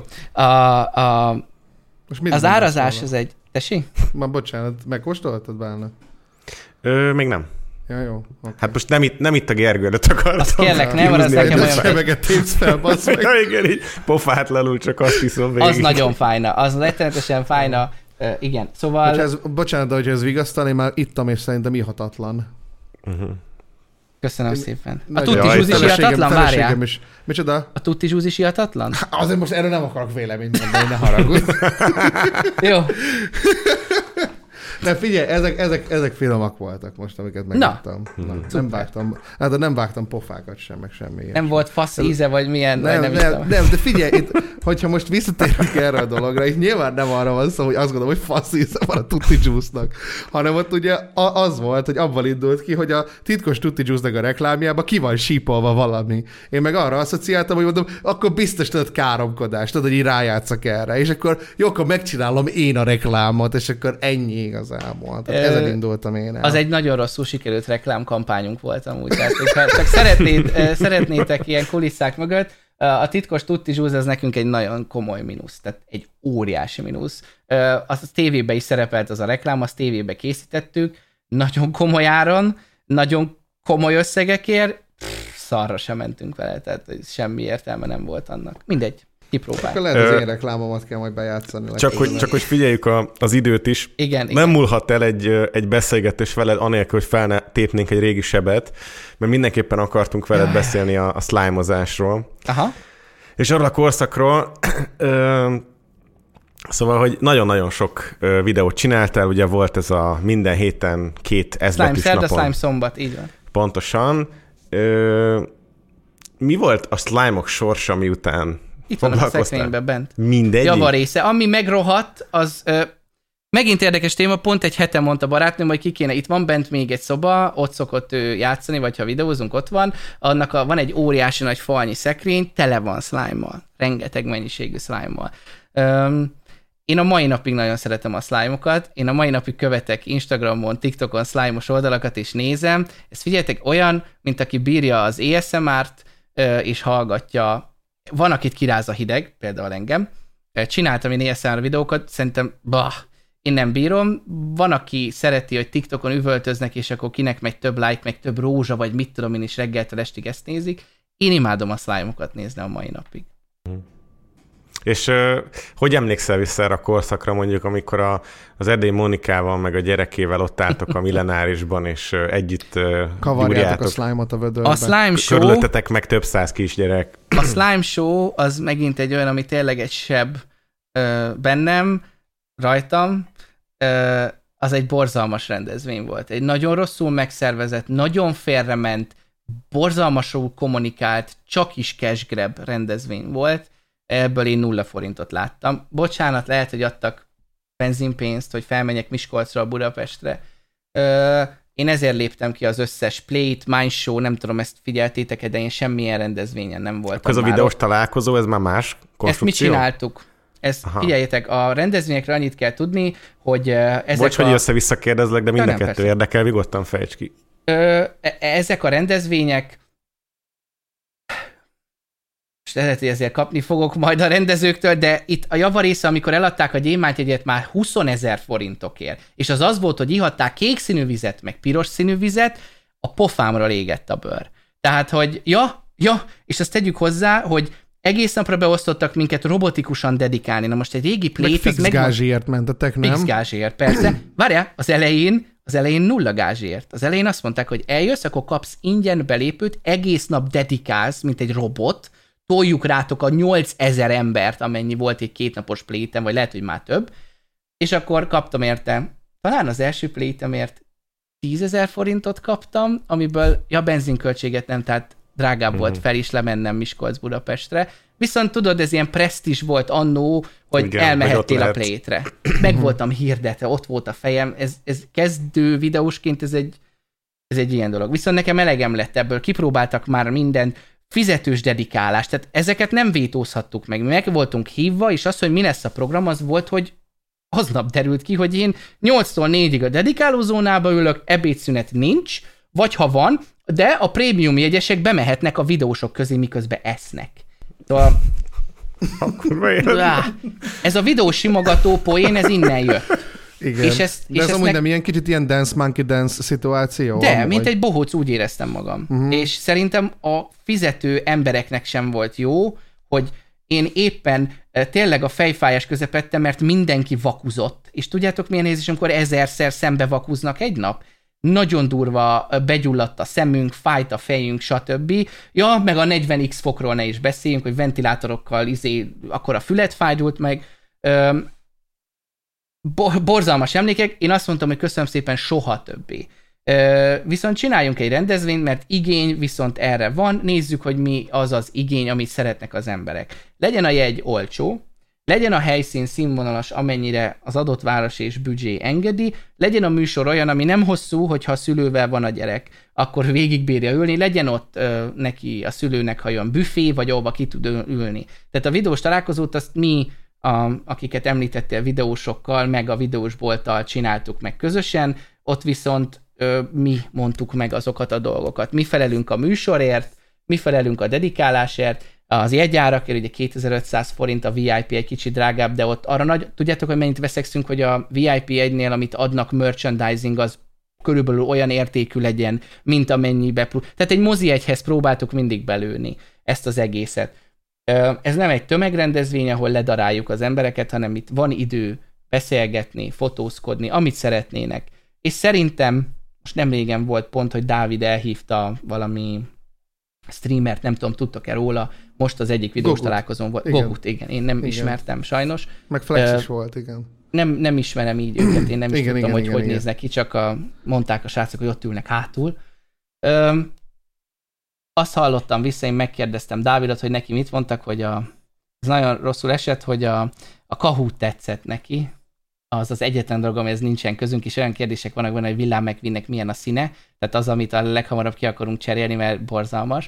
Az árazás az egy... Tessék? Már bocsánat, megkóstoltad Bálna? Még nem. Ja, jó. Okay. Hát most nem itt a Gergő előtt akartam. Azt kérlek, nem, az nekem olyan... Sebeket tépsz fel, bassz meg. Ja, igen, így pofátlanul csak azt hiszem végig. Az nagyon fájna, az rettenetesen fájna. Igen, szóval... Bocsánat, de hogyha ez vigasztal, én már ittam, és szerintem ihatatlan. Köszönöm szépen. A Tutti Juice is ihatatlan? Várjál. Micsoda? A Tutti Juice is ihatatlan? Azért most erről nem akarok véleményt mondani, ne haragudj. Jó. De figyelj, ezek finomak voltak most, amiket megittam. Nem vágtam. Hát nem vágtam pofákat sem, meg semmi. Nem volt fasz íze, vagy milyen? Nem, de figyelj, itt, hogyha most visszatérünk erre a dologra, itt nyilván nem arra van szó, hogy azt gondolom, hogy fasz íze van a Tutti Juice-nak, hanem ott ugye az volt, hogy abban indult ki, hogy a titkos Tutti Juice-nak a reklámjában ki van sípolva valami. Én meg arra asszociáltam, hogy mondom, akkor biztos tudod káromkodás, tudod, hogy így rájátszak erre, és akkor jó, akkor megcsinálom én a reklámot, és akkor ennyi igazából. Tehát ezen indultam én el. Az egy nagyon rosszul sikerült reklámkampányunk volt amúgy. Tehát, hogyha csak szeretnétek ilyen kulisszák mögött, a titkos Tutti Juice az nekünk egy nagyon komoly mínusz, tehát egy óriási mínusz. Az tévében is szerepelt az a reklám, azt tévébe készítettük, nagyon komoly áron, nagyon komoly összegekért, szarra sem mentünk vele, tehát semmi értelme nem volt annak. Mindegy. Kipróbál. Akkor lehet az én reklámomat kell majd bejátszani. Csak hogy figyeljük az időt is. Igen. Nem múlhat el egy beszélgetés veled anélkül, hogy fel ne tépnénk egy régi sebet, mert mindenképpen akartunk veled beszélni a slime-ozásról. Aha. És arra a korszakról, szóval, hogy nagyon-nagyon sok videót csináltál, ugye volt ez a minden héten 2 ezbetűs napon. Slime slime szombat, így van. Pontosan. Mi volt a slime-ok sorsa, miután itt van a szekrényben bent. Mindegy. Javarésze. Ami megrohadt, az megint érdekes téma, pont egy hete mondta barátnőm, hogy ki kéne. Itt van bent még egy szoba, ott szokott ő játszani, vagy ha videózunk, ott van. Annak van egy óriási nagy falnyi szekrény, tele van slime-mal. Rengeteg mennyiségű slime-mal. Én a mai napig nagyon szeretem a slime-okat. Én a mai napig követek Instagramon, TikTokon slime-os oldalakat, és nézem. Ez figyeljetek, olyan, mint aki bírja az ASMR-t, és hallgatja. Van, akit kiráz a hideg, például engem. Csináltam én ASMR videókat, szerintem, én nem bírom. Van, aki szereti, hogy TikTokon üvöltöznek, és akkor kinek megy több like, meg több rózsa, vagy mit tudom én is reggeltől estig ezt nézik. Én imádom a slime-okat nézni a mai napig. És hogy emlékszel vissza erre a korszakra, mondjuk, amikor az Erdélyi Monikával, meg a gyerekével ott álltok a Millenárisban, és együtt kavarjátok a slime-ot a vödörbe. A slime show... Körülöttetek meg több száz kisgyerek. A slime show az megint egy olyan, ami tényleg egy seb bennem, rajtam. Az egy borzalmas rendezvény volt. Egy nagyon rosszul megszervezett, nagyon félrement, borzalmasul kommunikált, csak is cash grab rendezvény volt. Ebből én 0 forintot láttam. Bocsánat, lehet, hogy adtak benzinpénzt, hogy felmenjek Miskolcra, Budapestre. Én ezért léptem ki az összes Play-t, Mind Show, nem tudom, ezt figyeltétek, de én semmilyen rendezvényen nem voltam. Ez a videós találkozó, ez már más konstrukció? Ezt mi csináltuk. Figyeljetek, a rendezvényekre annyit kell tudni, hogy ezek Bocs, hogy össze-vissza kérdezlek, de mind a kettő érdekel, nyugodtan fejtsd ki. Ezek a rendezvények, és lehet, hogy ezért kapni fogok majd a rendezőktől, de itt a javarésze, amikor eladták a gyémántjegyet már 20 000 forintokért, és az volt, hogy ihatták kék színű vizet, meg piros színű vizet, a pofámra légett a bőr. Tehát, hogy Ja, és azt tegyük hozzá, hogy egész napra beosztottak minket robotikusan dedikálni. Na most egy régi Meg plate... fix gázsiért mentetek, nem? Fix gázsiért, persze. Várjál, az elején 0 gázsiért. Az elején azt mondták, hogy eljössz, akkor kapsz ingyen belépőt, egész nap dedikálsz, mint egy robot, toljuk rátok a 8000 embert, amennyi volt egy 2 napos plétem, vagy lehet, hogy már több, és akkor kaptam érte, talán az első plétemért 10 000 forintot kaptam, amiből, benzinköltséget nem, tehát drágább volt fel is lemennem Miskolc-Budapestre. Viszont tudod, ez ilyen presztízs volt annó, hogy igen, elmehettél a plétre. Meg voltam hirdetve, ott volt a fejem. Ez kezdő videósként, ez egy ilyen dolog. Viszont nekem elegem lett ebből, kipróbáltak már minden fizetős dedikálást, tehát ezeket nem vétózhattuk meg. Mi meg voltunk hívva, és az, hogy mi lesz a program, az volt, hogy aznap derült ki, hogy én 8-tól 4-ig a dedikálózónába ülök, ebédszünet nincs, vagy ha van, de a prémium jegyesek bemehetnek a videósok közé, miközben esznek. Szóval... Ez a videós simogató poén, ez innen jött. Igen. De ez amúgy nem ilyen kicsit ilyen Dance Monkey Dance szituáció? De, mint egy bohóc, úgy éreztem magam. És szerintem a fizető embereknek sem volt jó, hogy én éppen tényleg a fejfájás közepette, mert mindenki vakuzott. És tudjátok, milyen nézés, amikor 1000-szer szembe vakuznak egy nap? Nagyon durva, begyulladt a szemünk, fájt a fejünk, stb. Ja, meg a 40x fokról ne is beszéljünk, hogy ventilátorokkal akkor a fület fájdult meg. Borzalmas emlékek. Én azt mondtam, hogy köszönöm szépen, soha többé. Viszont csináljunk egy rendezvényt, mert igény viszont erre van. Nézzük, hogy mi az az igény, amit szeretnek az emberek. Legyen a jegy olcsó, legyen a helyszín színvonalas, amennyire az adott város és büdzsé engedi, legyen a műsor olyan, ami nem hosszú, hogyha a szülővel van a gyerek, akkor végigbírja ülni, legyen ott neki, a szülőnek, ha jön büfé, vagy ahova ki tud ülni. Tehát a videós találkozót azt mi, akiket említettél videósokkal, meg a videósbolttal csináltuk meg közösen, ott viszont mi mondtuk meg azokat a dolgokat. Mi felelünk a műsorért, mi felelünk a dedikálásért, az jegyárakért, ugye 2500 forint, a VIP egy kicsit drágább, de ott arra tudjátok, hogy mennyit veszekszünk, hogy a VIP egynél, amit adnak merchandising, az körülbelül olyan értékű legyen, mint amennyibe. Tehát egy mozi egyhez próbáltuk mindig belőni ezt az egészet. Ez nem egy tömegrendezvény, ahol ledaráljuk az embereket, hanem itt van idő beszélgetni, fotózkodni, amit szeretnének. És szerintem, most nem régen volt pont, hogy Dávid elhívta valami streamert, nem tudom, tudtok-e róla, most az egyik videós találkozón volt. Gogut, igen, én nem ismertem sajnos. Meg Flex is volt, igen. Nem ismerem így őket, én nem is tudtam, hogy néznek ki, csak mondták a srácok, hogy ott ülnek hátul. Azt hallottam vissza, én megkérdeztem Dávidot, hogy neki mit mondtak, hogy ez nagyon rosszul esett, hogy a Kahoot tetszett neki. Az egyetlen dolog, amihez nincsen közünk, és olyan kérdések vannak benne, hogy Villám McQueennek milyen a színe, tehát az, amit a leghamarabb ki akarunk cserélni, mert borzalmas.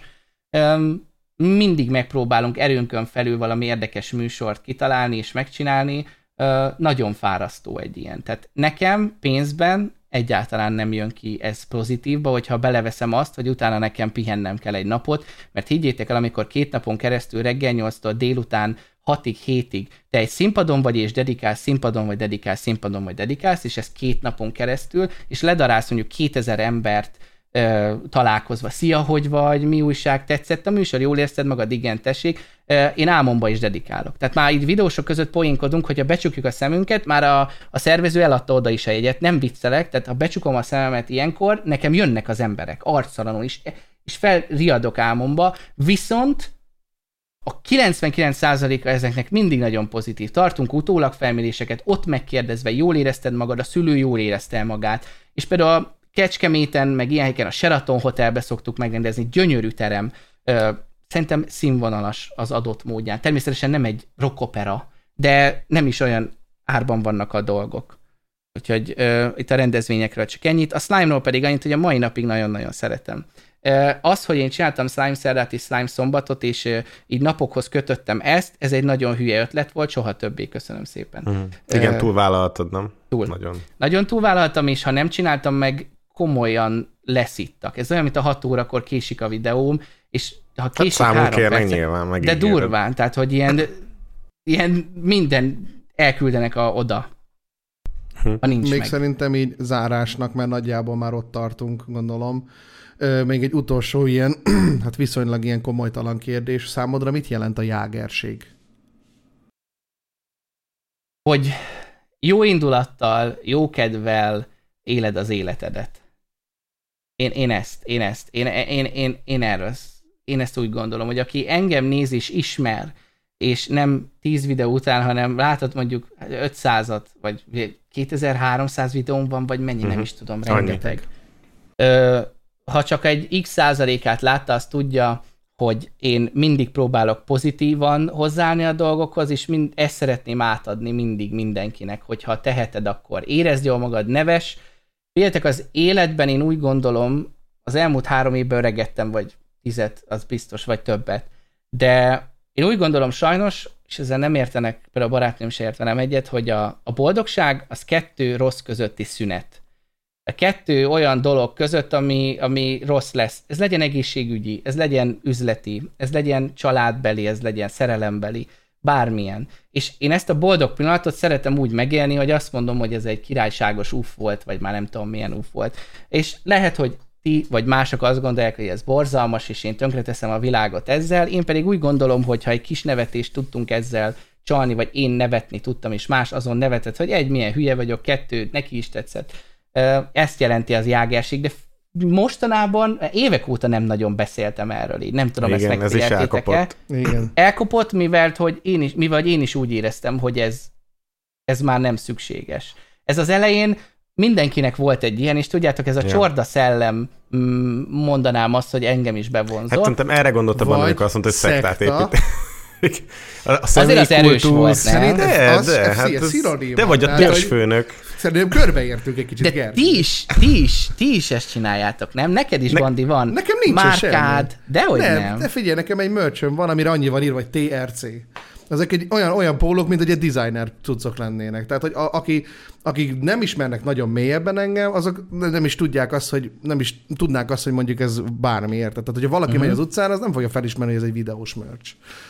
Mindig megpróbálunk erőnkön felül valami érdekes műsort kitalálni és megcsinálni. Nagyon fárasztó egy ilyen. Tehát nekem pénzben egyáltalán nem jön ki ez pozitívba, hogyha beleveszem azt, hogy utána nekem pihennem kell egy napot, mert higgyétek el, amikor 2 napon keresztül reggel 8-tól délután 6-ig, 7-ig te egy színpadon vagy, és dedikálsz színpadon, vagy dedikálsz színpadon, vagy dedikálsz, és ez 2 napon keresztül, és ledarálsz mondjuk 2000 embert találkozva. Szia, hogy vagy, mi újság, tetszett a műsor, jól érzted magad, igen, tessék. Én álmomba is dedikálok. Tehát már így videósok között poénkodunk, hogyha becsukjuk a szemünket, már a szervező eladta oda is a jegyet, nem viccelek, tehát ha becsukom a szememet ilyenkor, nekem jönnek az emberek, arctalanul is, és felriadok álmomba, viszont a 99%-a ezeknek mindig nagyon pozitív. Tartunk utólag felméréseket, ott megkérdezve, jól érezted magad, a szülő jól érezte el magát, és például a Kecskeméten, meg ilyen helyeken a Sheraton Hotelbe szoktuk megrendezni, gyönyörű terem, szerintem színvonalas az adott módján. Természetesen nem egy rockopera, de nem is olyan árban vannak a dolgok. Úgyhogy itt a rendezvényekről csak ennyit. A Slime-ról pedig annyit, hogy a mai napig nagyon-nagyon szeretem. Az, hogy én csináltam Slime szerdát és Slime szombatot, és így napokhoz kötöttem ezt, ez egy nagyon hülye ötlet volt, soha többé, köszönöm szépen. Igen, túlvállaltad, nem? Nagyon túlvállaltam, és ha nem csináltam meg, komolyan leszittak. Ez olyan, mint a 6 órakor késik a videóm, és ha késik 3 percet, de durván, tehát, hogy ilyen minden elküldenek oda, ha nincs még meg. Szerintem így zárásnak, mert nagyjából már ott tartunk, gondolom. még egy utolsó ilyen, hát viszonylag ilyen komolytalan kérdés. Számodra mit jelent a jágerség? Hogy jó indulattal, jó kedvel éled az életedet. Én ezt úgy gondolom, hogy aki engem néz és ismer, és nem 10 videó után, hanem látod mondjuk 500-at, vagy 2300 videóm van, vagy mennyi, nem is tudom, rengeteg. Ha csak egy x százalékát látta, azt tudja, hogy én mindig próbálok pozitívan hozzáállni a dolgokhoz, és ezt szeretném átadni mindig mindenkinek, hogyha teheted, akkor érezd jól magad, neves. Figyeljetek, az életben én úgy gondolom, az elmúlt 3 évben öregettem, vagy 10, az biztos, vagy többet. De én úgy gondolom sajnos, és ezzel nem értenek, például a barátnőm se ért velem egyet, hogy a boldogság az 2 rossz közötti szünet. A 2 olyan dolog között, ami rossz lesz. Ez legyen egészségügyi, ez legyen üzleti, ez legyen családbeli, ez legyen szerelembeli, bármilyen. És én ezt a boldog pillanatot szeretem úgy megélni, hogy azt mondom, hogy ez egy királyságos uff volt, vagy már nem tudom milyen uff volt. És lehet, hogy ti vagy mások azt gondolják, hogy ez borzalmas, és én tönkreteszem a világot ezzel. Én pedig úgy gondolom, hogy ha egy kis nevetést tudtunk ezzel csalni, vagy én nevetni tudtam, és más azon nevetett, hogy milyen hülye vagyok, 2, neki is tetszett. Ezt jelenti az jágerség, de mostanában évek óta nem nagyon beszéltem erről, így nem tudom, igen, ezt megfigyeltétek-e. Igen. Elkopott, mivel én is úgy éreztem, hogy ez már nem szükséges. Ez az elején mindenkinek volt egy ilyen, és tudjátok, ez a csorda szellem, mondanám azt, hogy engem is bevonzott. Hát szerintem erre gondoltam, amikor azt mondta, hogy szektát épít. Azért az erős volt, nem? De vagy a törzsfőnök. Szerintem körbeértünk egy kicsit, de ti is ezt csináljátok, nem? Neked is, Bandi, van nekem nincs márkád, dehogy nem. De figyelj, nekem egy merchön van, amire annyi van írva, hogy TRC. Ezek egy olyan pólók, mint hogy egy designer cuccok lennének. Tehát, hogy akik nem ismernek nagyon mélyebben engem, azok nem is tudják azt, hogy nem is tudnák azt, hogy mondjuk ez bármi érted. Tehát, hogyha valaki megy az utcán, az nem fogja felismerni, hogy ez egy videós merch.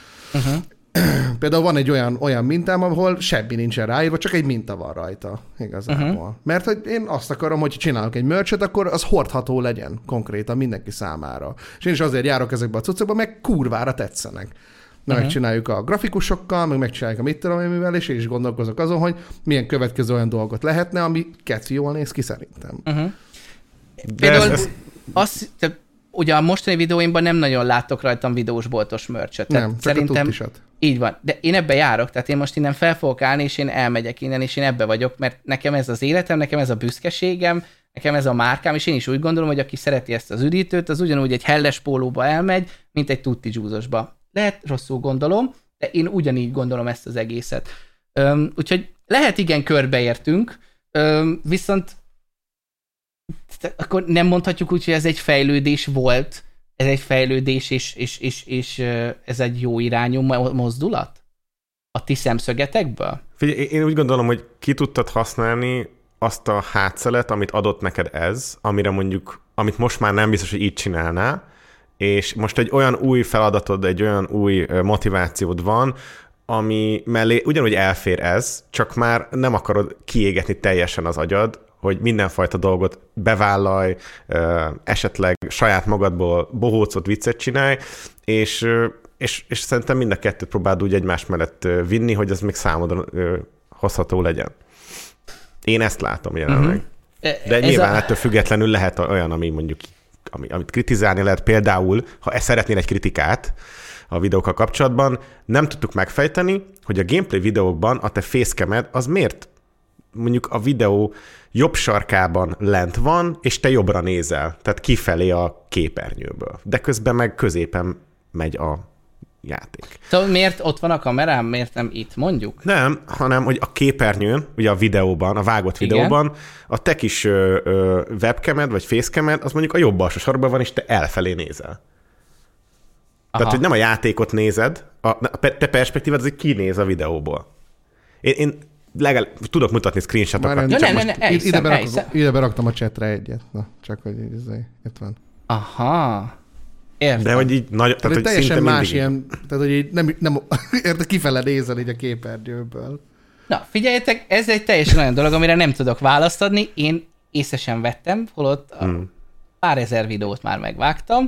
Például van egy olyan mintám, ahol semmi nincsen ráírva, csak egy minta van rajta igazából. Mert hogy én azt akarom, hogy csinálok egy merchet, akkor az hordható legyen konkrétan mindenki számára. És én is azért járok ezekbe a cuccokba, meg kurvára tetszenek. Megcsináljuk a grafikusokkal, meg megcsináljuk a mit tudom én mivel, és én is gondolkozok azon, hogy milyen következő olyan dolgot lehetne, ami keci jól néz ki szerintem. Például ugye a mostani videóimban nem nagyon láttok rajtam videós boltos merchet. Nem, csak szerintem a tuttisat. Így van. De én ebbe járok, tehát én most innen fel fogok állni, és én elmegyek innen, és én ebbe vagyok, mert nekem ez az életem, nekem ez a büszkeségem, nekem ez a márkám, és én is úgy gondolom, hogy aki szereti ezt az üdítőt, az ugyanúgy egy helles pólóba elmegy, mint egy tutti dzsúzosba. Lehet rosszul gondolom, de én ugyanígy gondolom ezt az egészet. Úgyhogy lehet igen, körbeértünk, viszont akkor nem mondhatjuk úgy, hogy ez egy fejlődés volt, ez egy fejlődés, és ez egy jó irányú mozdulat? A ti szemszögetekből? Figyelj, én úgy gondolom, hogy ki tudtad használni azt a hátszelet, amit adott neked ez, amire mondjuk, amit most már nem biztos, hogy így csinálná, és most egy olyan új feladatod, egy olyan új motivációd van, ami mellé ugyanúgy elfér ez, csak már nem akarod kiégetni teljesen az agyad, hogy mindenfajta dolgot bevállalj, esetleg saját magadból bohócot, viccet csinálj, és szerintem mind a kettőt próbáld úgy egymás mellett vinni, hogy ez még számodra hozható legyen. Én ezt látom jelenleg. De nyilván ettől függetlenül lehet olyan, ami mondjuk, amit kritizálni lehet, például, ha szeretnél egy kritikát a videókkal kapcsolatban, nem tudtuk megfejteni, hogy a gameplay videókban a te facecam-ed az miért mondjuk a videó jobb sarkában lent van, és te jobbra nézel, tehát kifelé a képernyőből. De közben meg középen megy a játék. Szóval miért ott van a kamerám, miért nem itt, mondjuk? Nem, hanem hogy a képernyőn, ugye a videóban, a vágott videóban, a te kis webcamed, vagy facecamed, az mondjuk a jobb alsó sarokban van, és te elfelé nézel. Aha. Tehát, hogy nem a játékot nézed, te perspektívad az, hogy kinéz a videóból. Én legalább tudok mutatni screenshotokat. Ide beraktam a chatre egyet. Na, csak hogy itt van. Aha. Értem. De hogy így nagy, tehát, hogy teljesen más ilyen, tehát hogy így nem érted, kifele nézel így a képernyőből. Na, figyeljetek, ez egy teljesen olyan dolog, amire nem tudok választ adni. Én észre sem vettem, holott pár ezer videót már megvágtam.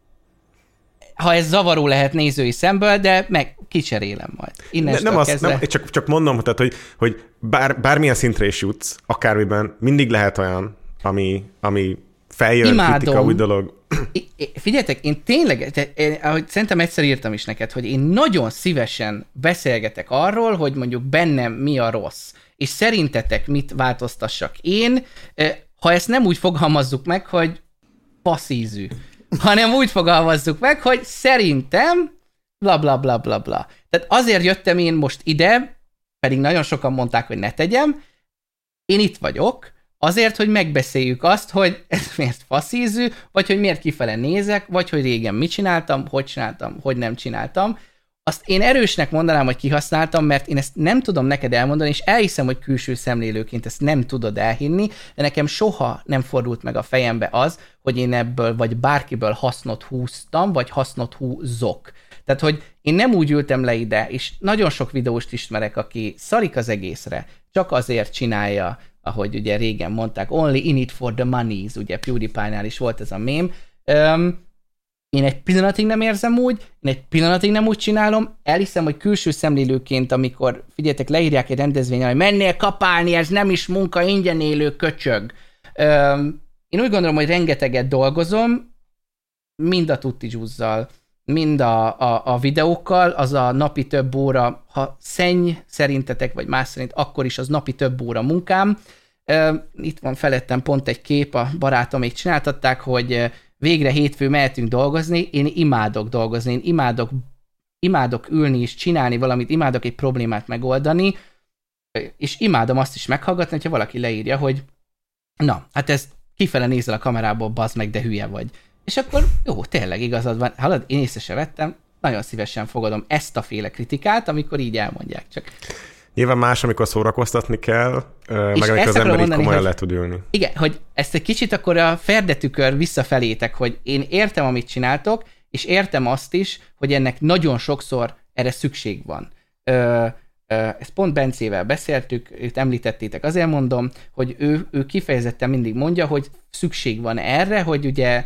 Ha ez zavaró lehet nézői szemből, de meg kicserélem majd. Nem, csak mondom, tehát, hogy bármilyen szintre is jutsz, akármiben, mindig lehet olyan, ami feljön, kritika, új dolog. Figyeljetek, én tényleg, ahogy szerintem egyszer írtam is neked, hogy én nagyon szívesen beszélgetek arról, hogy mondjuk bennem mi a rossz, és szerintetek mit változtassak én, ha ezt nem úgy fogalmazzuk meg, hogy passzízű, hanem úgy fogalmazzuk meg, hogy szerintem bla bla bla bla bla. Tehát azért jöttem én most ide, pedig nagyon sokan mondták, hogy ne tegyem, én itt vagyok, azért, hogy megbeszéljük azt, hogy ez miért faszízű, vagy hogy miért kifele nézek, vagy hogy régen mit csináltam, hogy nem csináltam. Azt én erősnek mondanám, hogy kihasználtam, mert én ezt nem tudom neked elmondani, és elhiszem, hogy külső szemlélőként ezt nem tudod elhinni, de nekem soha nem fordult meg a fejembe az, hogy én ebből, vagy bárkiből hasznot húztam, vagy hasznot húzok. Tehát, hogy én nem úgy ültem le ide, és nagyon sok videóst ismerek, aki szarik az egészre, csak azért csinálja, ahogy ugye régen mondták, only in it for the monies, ugye PewDiePie-nál is volt ez a mém. Én egy pillanatig nem érzem úgy, én egy pillanatig nem úgy csinálom, elhiszem, hogy külső szemlélőként, amikor, figyeljetek, leírják egy rendezvényen, hogy mennél kapálni, ez nem is munka, ingyen élő köcsög. Én úgy gondolom, hogy rengeteget dolgozom, mind a Tutti Juice-zal, mind a videókkal, az a napi több óra, ha szenny szerintetek, vagy más szerint, akkor is az napi több óra munkám. Itt van felettem pont egy kép, a barátomék csináltatták, hogy végre hétfő mehetünk dolgozni, én imádok dolgozni, én imádok ülni és csinálni valamit, imádok egy problémát megoldani, és imádom azt is meghallgatni, hogyha valaki leírja, hogy na, hát ez kifele nézel a kamerából, bazd meg, de hülye vagy. És akkor jó, tényleg igazad van, hallod, én észre se vettem, nagyon szívesen fogadom ezt a féle kritikát, amikor így elmondják csak. Nyilván más, amikor szórakoztatni kell, meg amikor az ember így komolyan le tud ülni. Igen, hogy ezt egy kicsit akkor a ferdetükör visszafelétek, hogy én értem, amit csináltok, és értem azt is, hogy ennek nagyon sokszor erre szükség van. Ezt pont Bencével beszéltük, őt említettétek, azért mondom, hogy ő kifejezetten mindig mondja, hogy szükség van erre, hogy ugye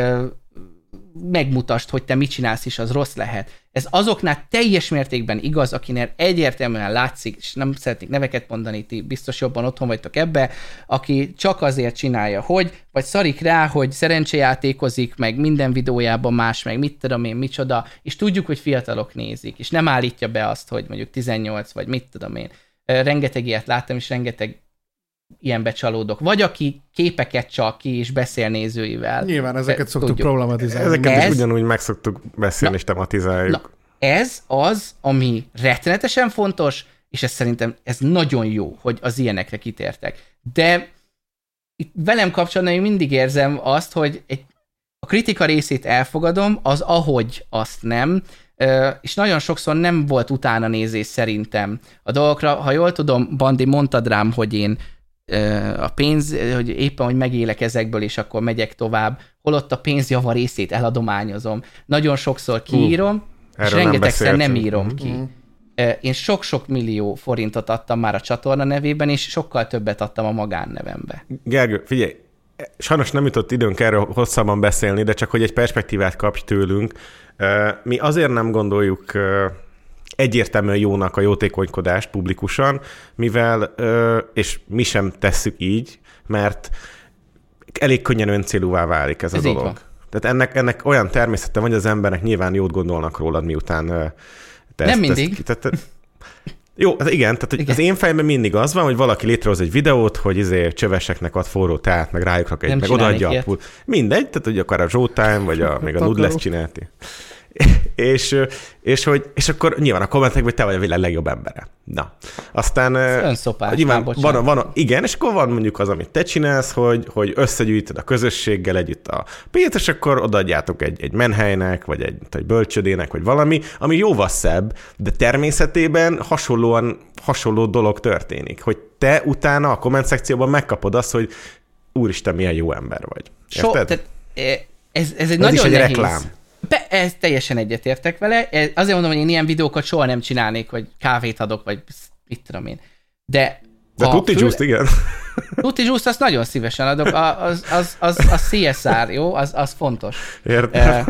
megmutasd, hogy te mit csinálsz, és az rossz lehet. Ez azoknál teljes mértékben igaz, akinél egyértelműen látszik, és nem szeretnék neveket mondani, ti biztos jobban otthon vagytok ebbe, aki csak azért csinálja, hogy, vagy szarik rá, hogy szerencsejátékozik, meg minden videójában más, meg mit tudom én, micsoda, és tudjuk, hogy fiatalok nézik, és nem állítja be azt, hogy mondjuk 18, vagy mit tudom én. Rengeteg ilyet láttam, és rengeteg ilyenbe csalódok. Vagy aki képeket csal ki, és beszél nézőivel. Nyilván ezeket szoktuk problematizálni. Ezeket is ugyanúgy meg szoktuk beszélni, és tematizáljuk. Na, ez az, ami rettenetesen fontos, és ez szerintem ez nagyon jó, hogy az ilyenekre kitértek. De itt velem kapcsolatban én mindig érzem azt, hogy a kritika részét elfogadom, az ahogy azt nem, és nagyon sokszor nem volt utána nézés szerintem a dolgokra. Ha jól tudom, Bandi, mondtad rám, hogy én a pénz, hogy éppen, hogy megélek ezekből, és akkor megyek tovább, holott a pénz java részét eladományozom. Nagyon sokszor kiírom, és rengetegszer nem írom ki. Én sok-sok millió forintot adtam már a csatorna nevében, és sokkal többet adtam a magánnevembe. Gergő, figyelj, sajnos nem jutott időnk erről hosszabban beszélni, de csak hogy egy perspektívát kapj tőlünk. Mi azért nem gondoljuk egyértelműen jónak a jótékonykodást publikusan, mivel, és mi sem tesszük így, mert elég könnyen öncélúvá válik ez a dolog. Tehát ennek olyan természete, hogy az emberek nyilván jót gondolnak rólad, miután te nem mindig. Jó, igen, tehát hogy az én fejemben mindig az van, hogy valaki létrehoz egy videót, hogy csöveseknek ad forró teát, meg rájuk rak egy, meg odaadja a pult. Mindegy, tehát hogy akár a Showtime, vagy még a Nudles csinálti. És akkor nyilván a kommentekben, hogy te vagy a világ legjobb embere. Na, aztán önszopás, nyilván van, igen, és akkor van mondjuk az, amit te csinálsz, hogy összegyűjtöd a közösséggel együtt a pénzt, és akkor odaadjátok egy menhelynek, vagy egy bölcsödének, vagy valami, ami jóval szebb, de természetében hasonló dolog történik, hogy te utána a komment szekcióban megkapod azt, hogy úristen, milyen jó ember vagy. Ez egy nagyon egy nehéz. Reklám. Ez teljesen egyetértek vele. Azért mondom, hogy én ilyen videókat soha nem csinálnék, vagy kávét adok, vagy mit tudom én. De Tutti Juice-t, igen. Tutti Juice azt nagyon szívesen adok, az CSR, jó? Az fontos. Értem.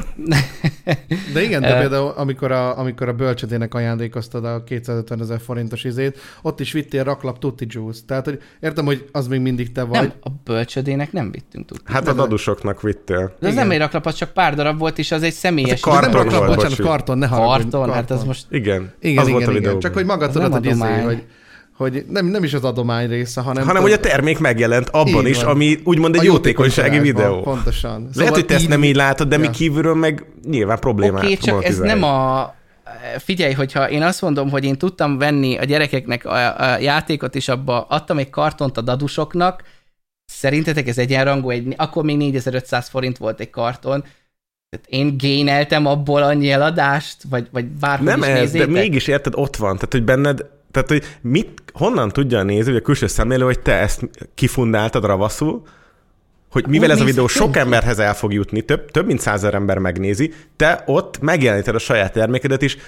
De igen, de például amikor a bölcsödének ajándékoztad a 250 000 forintos izét, ott is vittél raklap Tutti Juice. Tehát, hogy értem, hogy az még mindig te vagy. Nem, a bölcsödének nem vittünk Tutti. Hát a dadusoknak vittél. De az nem egy raklap, az csak pár darab volt, és az egy személyes... karton nem raklap, volt, bocsánat, bocsi. karton, ne haragudj. Karton, hát az most... Igen, Igen, az volt a videóban. Csak hogy magad tudod, nem hogy adomány. hogy nem is az adomány része, hanem hogy a termék megjelent abban Így is, van. ami úgymond egy a jótékonysági videó. Pontosan. Lehet, hogy te ezt nem így látod, de mi Ja. kívülről meg nyilván problémát Oké, csak ez monetizáljuk. nem a... Figyelj, hogyha én azt mondom, hogy én tudtam venni a gyerekeknek a játékot, és abba adtam egy kartont a dadusoknak, szerintetek ez egyenrangú? Akkor még 4500 forint volt egy karton. Tehát én gaineltem abból annyi eladást, vagy bárhogy Nem is ez, nézzétek? de mégis érted, ott van. Tehát, hogy benned, tehát, hogy honnan tudja a néző, vagy a külső szemlélő, hogy te ezt kifundáltad ravaszul, hogy mivel ez a videó sok emberhez el fog jutni, több mint 100 000 ember megnézi, te ott megjeleníted a saját termékedet is,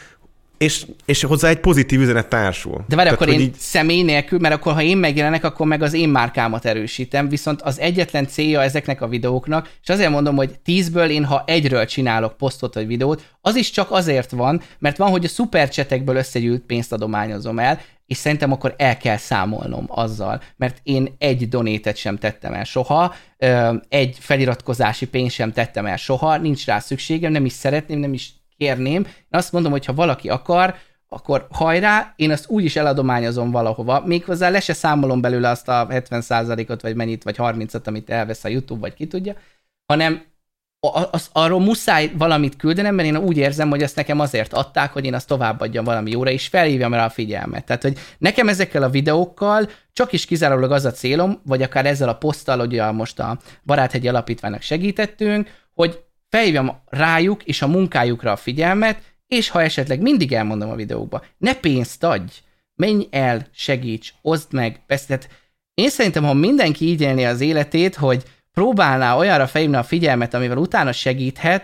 és hozzá egy pozitív üzenet társul. De várj, akkor én így... személy nélkül, mert akkor ha én megjelenek, akkor meg az én márkámat erősítem, viszont az egyetlen célja ezeknek a videóknak, és azért mondom, hogy 10-ből én ha egyről csinálok posztot vagy videót, az is csak azért van, mert van, hogy a szupercsetekből összegyűlt pénzt adományozom el, és szerintem akkor el kell számolnom azzal, mert én egy donétet sem tettem el soha, egy feliratkozási pénzt sem tettem el soha, nincs rá szükségem, nem is szeretném, nem is kérném. Én azt mondom, hogy ha valaki akar, akkor hajrá, én azt úgy is eladományozom valahova, méghozzá le se számolom belőle azt a 70%-ot, vagy mennyit, vagy 30-at, amit elvesz a YouTube, vagy ki tudja, hanem arról muszáj valamit küldenem, mert én úgy érzem, hogy ezt nekem azért adták, hogy én azt továbbadjam valami jóra, és felhívjam rá a figyelmet. Tehát, hogy nekem ezekkel a videókkal csak is kizárólag az a célom, vagy akár ezzel a poszttal, hogy most a Baráthegyi Alapítványnak segítettünk, hogy felhívjam rájuk és a munkájukra a figyelmet, és ha esetleg mindig elmondom a videókba, ne pénzt adj, menj el, segíts, oszd meg, beszélt. Én szerintem, ha mindenki így élné az életét, hogy próbálná olyanra felhívni a figyelmet, amivel utána segíthet,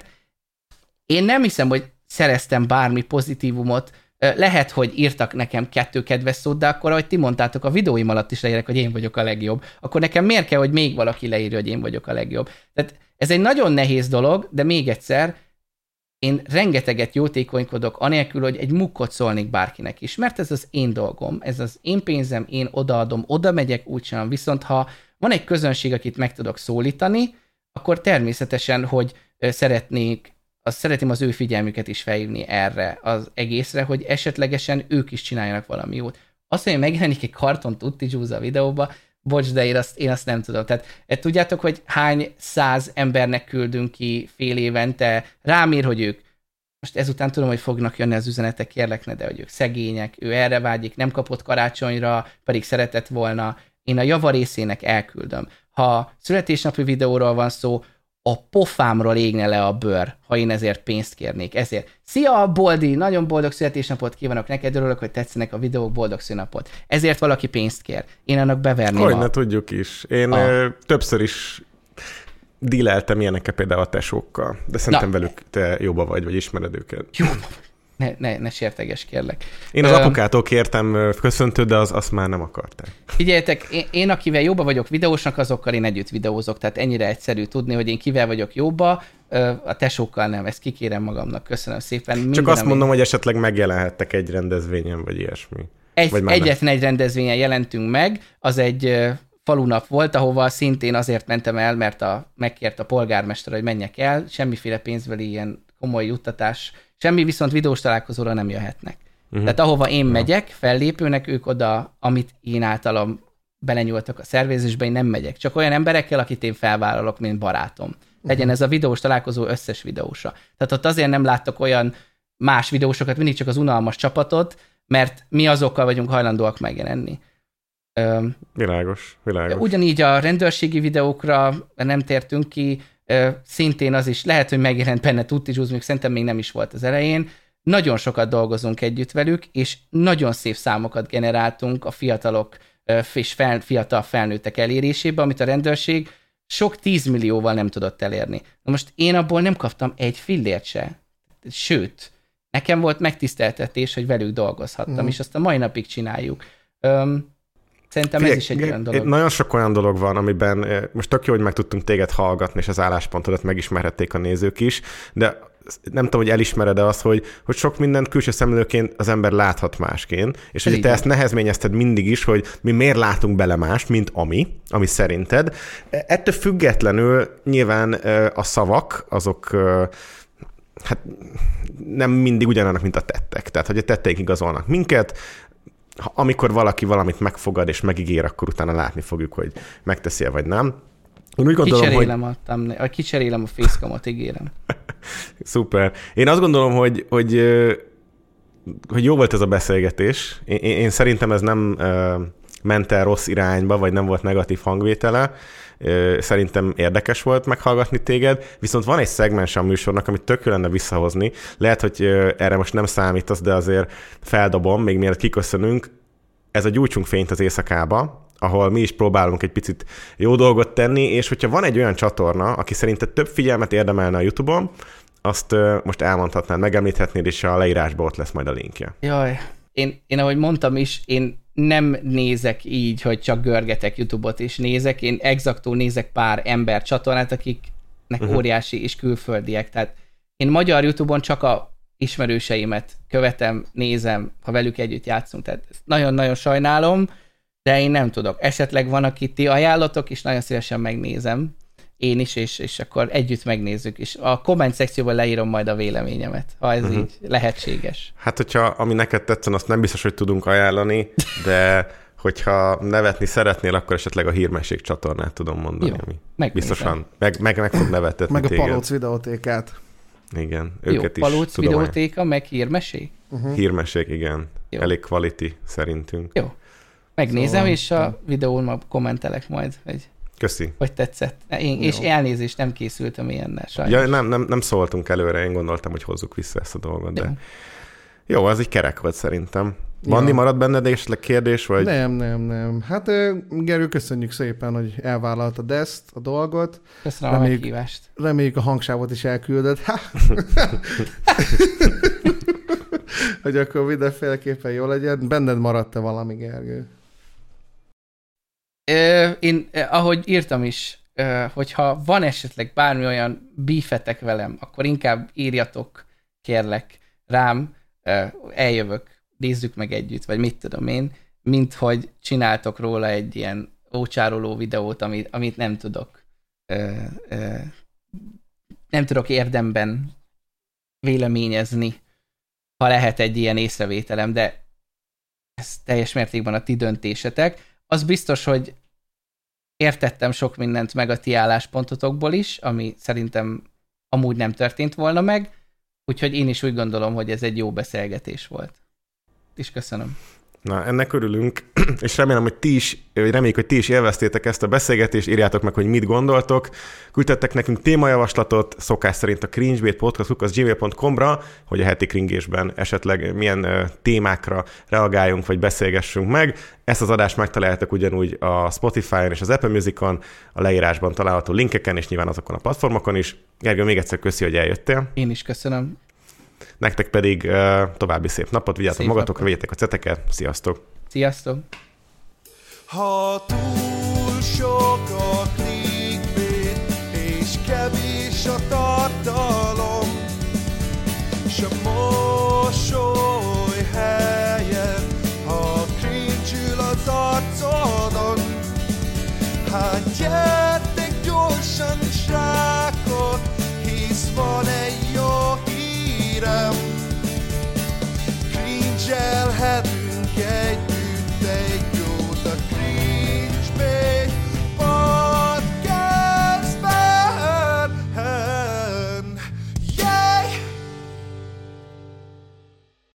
én nem hiszem, hogy szereztem bármi pozitívumot. Lehet, hogy írtak nekem 2 kedves szót, de akkor, ahogy ti mondtátok, a videóim alatt is leírek, hogy én vagyok a legjobb. Akkor nekem miért kell, hogy még valaki leírja, hogy én vagyok a legjobb? Tehát ez egy nagyon nehéz dolog, de még egyszer, én rengeteget jótékonykodok, anélkül, hogy egy mukkot szólnék bárkinek is, mert ez az én dolgom, ez az én pénzem, én odaadom, oda megyek, úgysem. Viszont ha van egy közönség, akit meg tudok szólítani, akkor természetesen, hogy szeretném az ő figyelmüket is felhívni erre az egészre, hogy esetlegesen ők is csináljanak valami jót. Azt, hogy megjelenik egy karton Tutti Juice a videóba, bocs, de én azt nem tudom. Tehát tudjátok, hogy hány 100 embernek küldünk ki fél évente, rám ír, hogy ők, most ezután tudom, hogy fognak jönni az üzenetek, kérlek ne, de hogy ők szegények, ő erre vágyik, nem kapott karácsonyra, pedig szeretett volna, én a javarészének elküldöm. Ha születésnapi videóról van szó, a pofámról égne le a bőr, ha én ezért pénzt kérnék. Ezért. Szia, Boldi! Nagyon boldog születésnapot kívánok neked, örülök, hogy tetszenek a videók, boldog szülinapot. Ezért valaki pénzt kér. Én annak beverném Hogyne tudjuk is. Én többször is díleltem ilyenekkel például a tesókkal, de szerintem velük te jóba vagy ismered őket. Jó, ne sérteges, kérlek. Én az apukától kértem köszöntőt, de azt már nem akarták. Figyeljetek, én akivel jóba vagyok videósnak, azokkal én együtt videózok, tehát ennyire egyszerű tudni, hogy én kivel vagyok jóba, a tesókkal nem, ezt kikérem magamnak, köszönöm szépen. Minden, csak azt mondom, hogy esetleg megjelenhettek egy rendezvényen, vagy ilyesmi. Egyetlen egy rendezvényen jelentünk meg, az egy falunap volt, ahova szintén azért mentem el, mert megkért a polgármester, hogy menjek el, semmiféle pénzbeli ilyen komoly juttatás, semmi, viszont videós találkozóra nem jöhetnek. Tehát ahova én megyek, fellépőnek, ők oda, amit én általam belenyúltak a szervezésbe, én nem megyek. Csak olyan emberekkel, akit én felvállalok, mint barátom. Legyen ez a videós találkozó összes videósa. Tehát ott azért nem láttok olyan más videósokat, mindig csak az unalmas csapatot, mert mi azokkal vagyunk hajlandóak megjelenni. Világos. Ugyanígy a rendőrségi videókra nem tértünk ki, szintén az is lehet, hogy megjelent benne Tutti Juice, még szerintem még nem is volt az elején. Nagyon sokat dolgozunk együtt velük, és nagyon szép számokat generáltunk a fiatalok és fiatal felnőttek elérésébe, amit a rendőrség sok 10 millióval nem tudott elérni. Na most én abból nem kaptam egy fillért se. Sőt, nekem volt megtiszteltetés, hogy velük dolgozhattam, és azt a mai napig csináljuk. Szerintem ez is egy olyan dolog. Nagyon sok olyan dolog van, amiben most tök jó, hogy meg tudtunk téged hallgatni, és az álláspontodat megismerhették a nézők is, de nem tudom, hogy elismered-e azt, hogy sok mindent külső szemlélőként az ember láthat másként, és hogy te ezt nehezményezted mindig is, hogy mi miért látunk bele mást, mint ami szerinted. Ettől függetlenül nyilván a szavak, azok hát nem mindig ugyanannak, mint a tettek. Tehát, hogy a tetteik igazolnak minket, amikor valaki valamit megfogad és megígér, akkor utána látni fogjuk, hogy megteszi-e vagy nem. Én úgy gondolom, kicserélem a facecamot, ígérem. Szuper. Én azt gondolom, hogy jó volt ez a beszélgetés. Én szerintem ez nem ment el rossz irányba, vagy nem volt negatív hangvétele. Szerintem érdekes volt meghallgatni téged, viszont van egy szegmens a műsornak, amit tök jó lenne visszahozni. Lehet, hogy erre most nem számítasz, de azért feldobom, még mielőtt kiköszönünk. Ez a Gyújtsunk fényt az éjszakába, ahol mi is próbálunk egy picit jó dolgot tenni, és hogyha van egy olyan csatorna, aki szerinted több figyelmet érdemelne a YouTube-on, azt most elmondhatnád, megemlíthetnéd, és a leírásban ott lesz majd a linkje. Jaj, én ahogy mondtam is, én nem nézek így, hogy csak görgetek YouTube-ot is nézek, én exaktul nézek pár ember csatornát, akiknek óriási és külföldiek, tehát én magyar YouTube-on csak a ismerőseimet követem, nézem, ha velük együtt játszunk, tehát nagyon-nagyon sajnálom, de én nem tudok. Esetleg van, akit ti ajánlatok, és nagyon szívesen megnézem. Én is, és akkor együtt megnézzük. És a komment szekcióban leírom majd a véleményemet, ha ez így lehetséges. Hát, hogyha ami neked tetszen, azt nem biztos, hogy tudunk ajánlani, de hogyha nevetni szeretnél, akkor esetleg a Hírmesség csatornát tudom mondani. Jó, ami biztosan meg fog nevetetni meg téged. a Palóc videótékát. Igen, jó, őket is Palóc tudom. videótéka, meg Hírmesség? Hírmesség, igen. Jó. Elég quality szerintünk. Jó. Megnézem, és a videón kommentelek majd, hogy tetszett. És elnézést, nem készültem ilyennel, sajnos. Ja, nem szóltunk előre, én gondoltam, hogy hozzuk vissza ezt a dolgot, de jó, az egy kerek volt szerintem. Bandi, maradt benned esetleg kérdés? Vagy? Nem. Hát Gerő, köszönjük szépen, hogy elvállaltad ezt a dolgot. Köszönöm a meghívást. Reméljük a hangsávot is elküldöd. Hogy akkor mindenféleképpen jó legyen. Benned maradt-e valami, Gergő? Én, ahogy írtam is, hogyha van esetleg bármi olyan bífetek velem, akkor inkább írjatok, kérlek, rám, eljövök, nézzük meg együtt, vagy mit tudom én, mint hogy csináltok róla egy ilyen ócsároló videót, amit nem tudok érdemben véleményezni, ha lehet egy ilyen észrevételem, de ez teljes mértékben a ti döntésetek. Az biztos, hogy értettem sok mindent meg a ti álláspontotokból is, ami szerintem amúgy nem történt volna meg, úgyhogy én is úgy gondolom, hogy ez egy jó beszélgetés volt. És köszönöm. Na, ennek örülünk, és remélem, reméljük, hogy ti is élveztétek ezt a beszélgetést, írjátok meg, hogy mit gondoltok. Küldtettek nekünk témajavaslatot, szokás szerint a cringebait.podcast@gmail.com-ra, hogy a heti kringésben esetleg milyen témákra reagáljunk, vagy beszélgessünk meg. Ezt az adást megtaláljátok ugyanúgy a Spotify-on és az Apple Music-on, a leírásban található linkeken, és nyilván azokon a platformokon is. Gergő, még egyszer köszi, hogy eljöttél. Én is köszönöm. Nektek pedig további szép napot, vigyázzatok magatokra, vegyetek a ceteket, sziasztok! Sziasztok! Ha túl sok a clickbait, és kevés a tartalom, s a mosoly helyett, ha cringe-ül az arcodon, hát gyertek gyorsan, srákok, hisz van egy jó hírem, cringe-elhet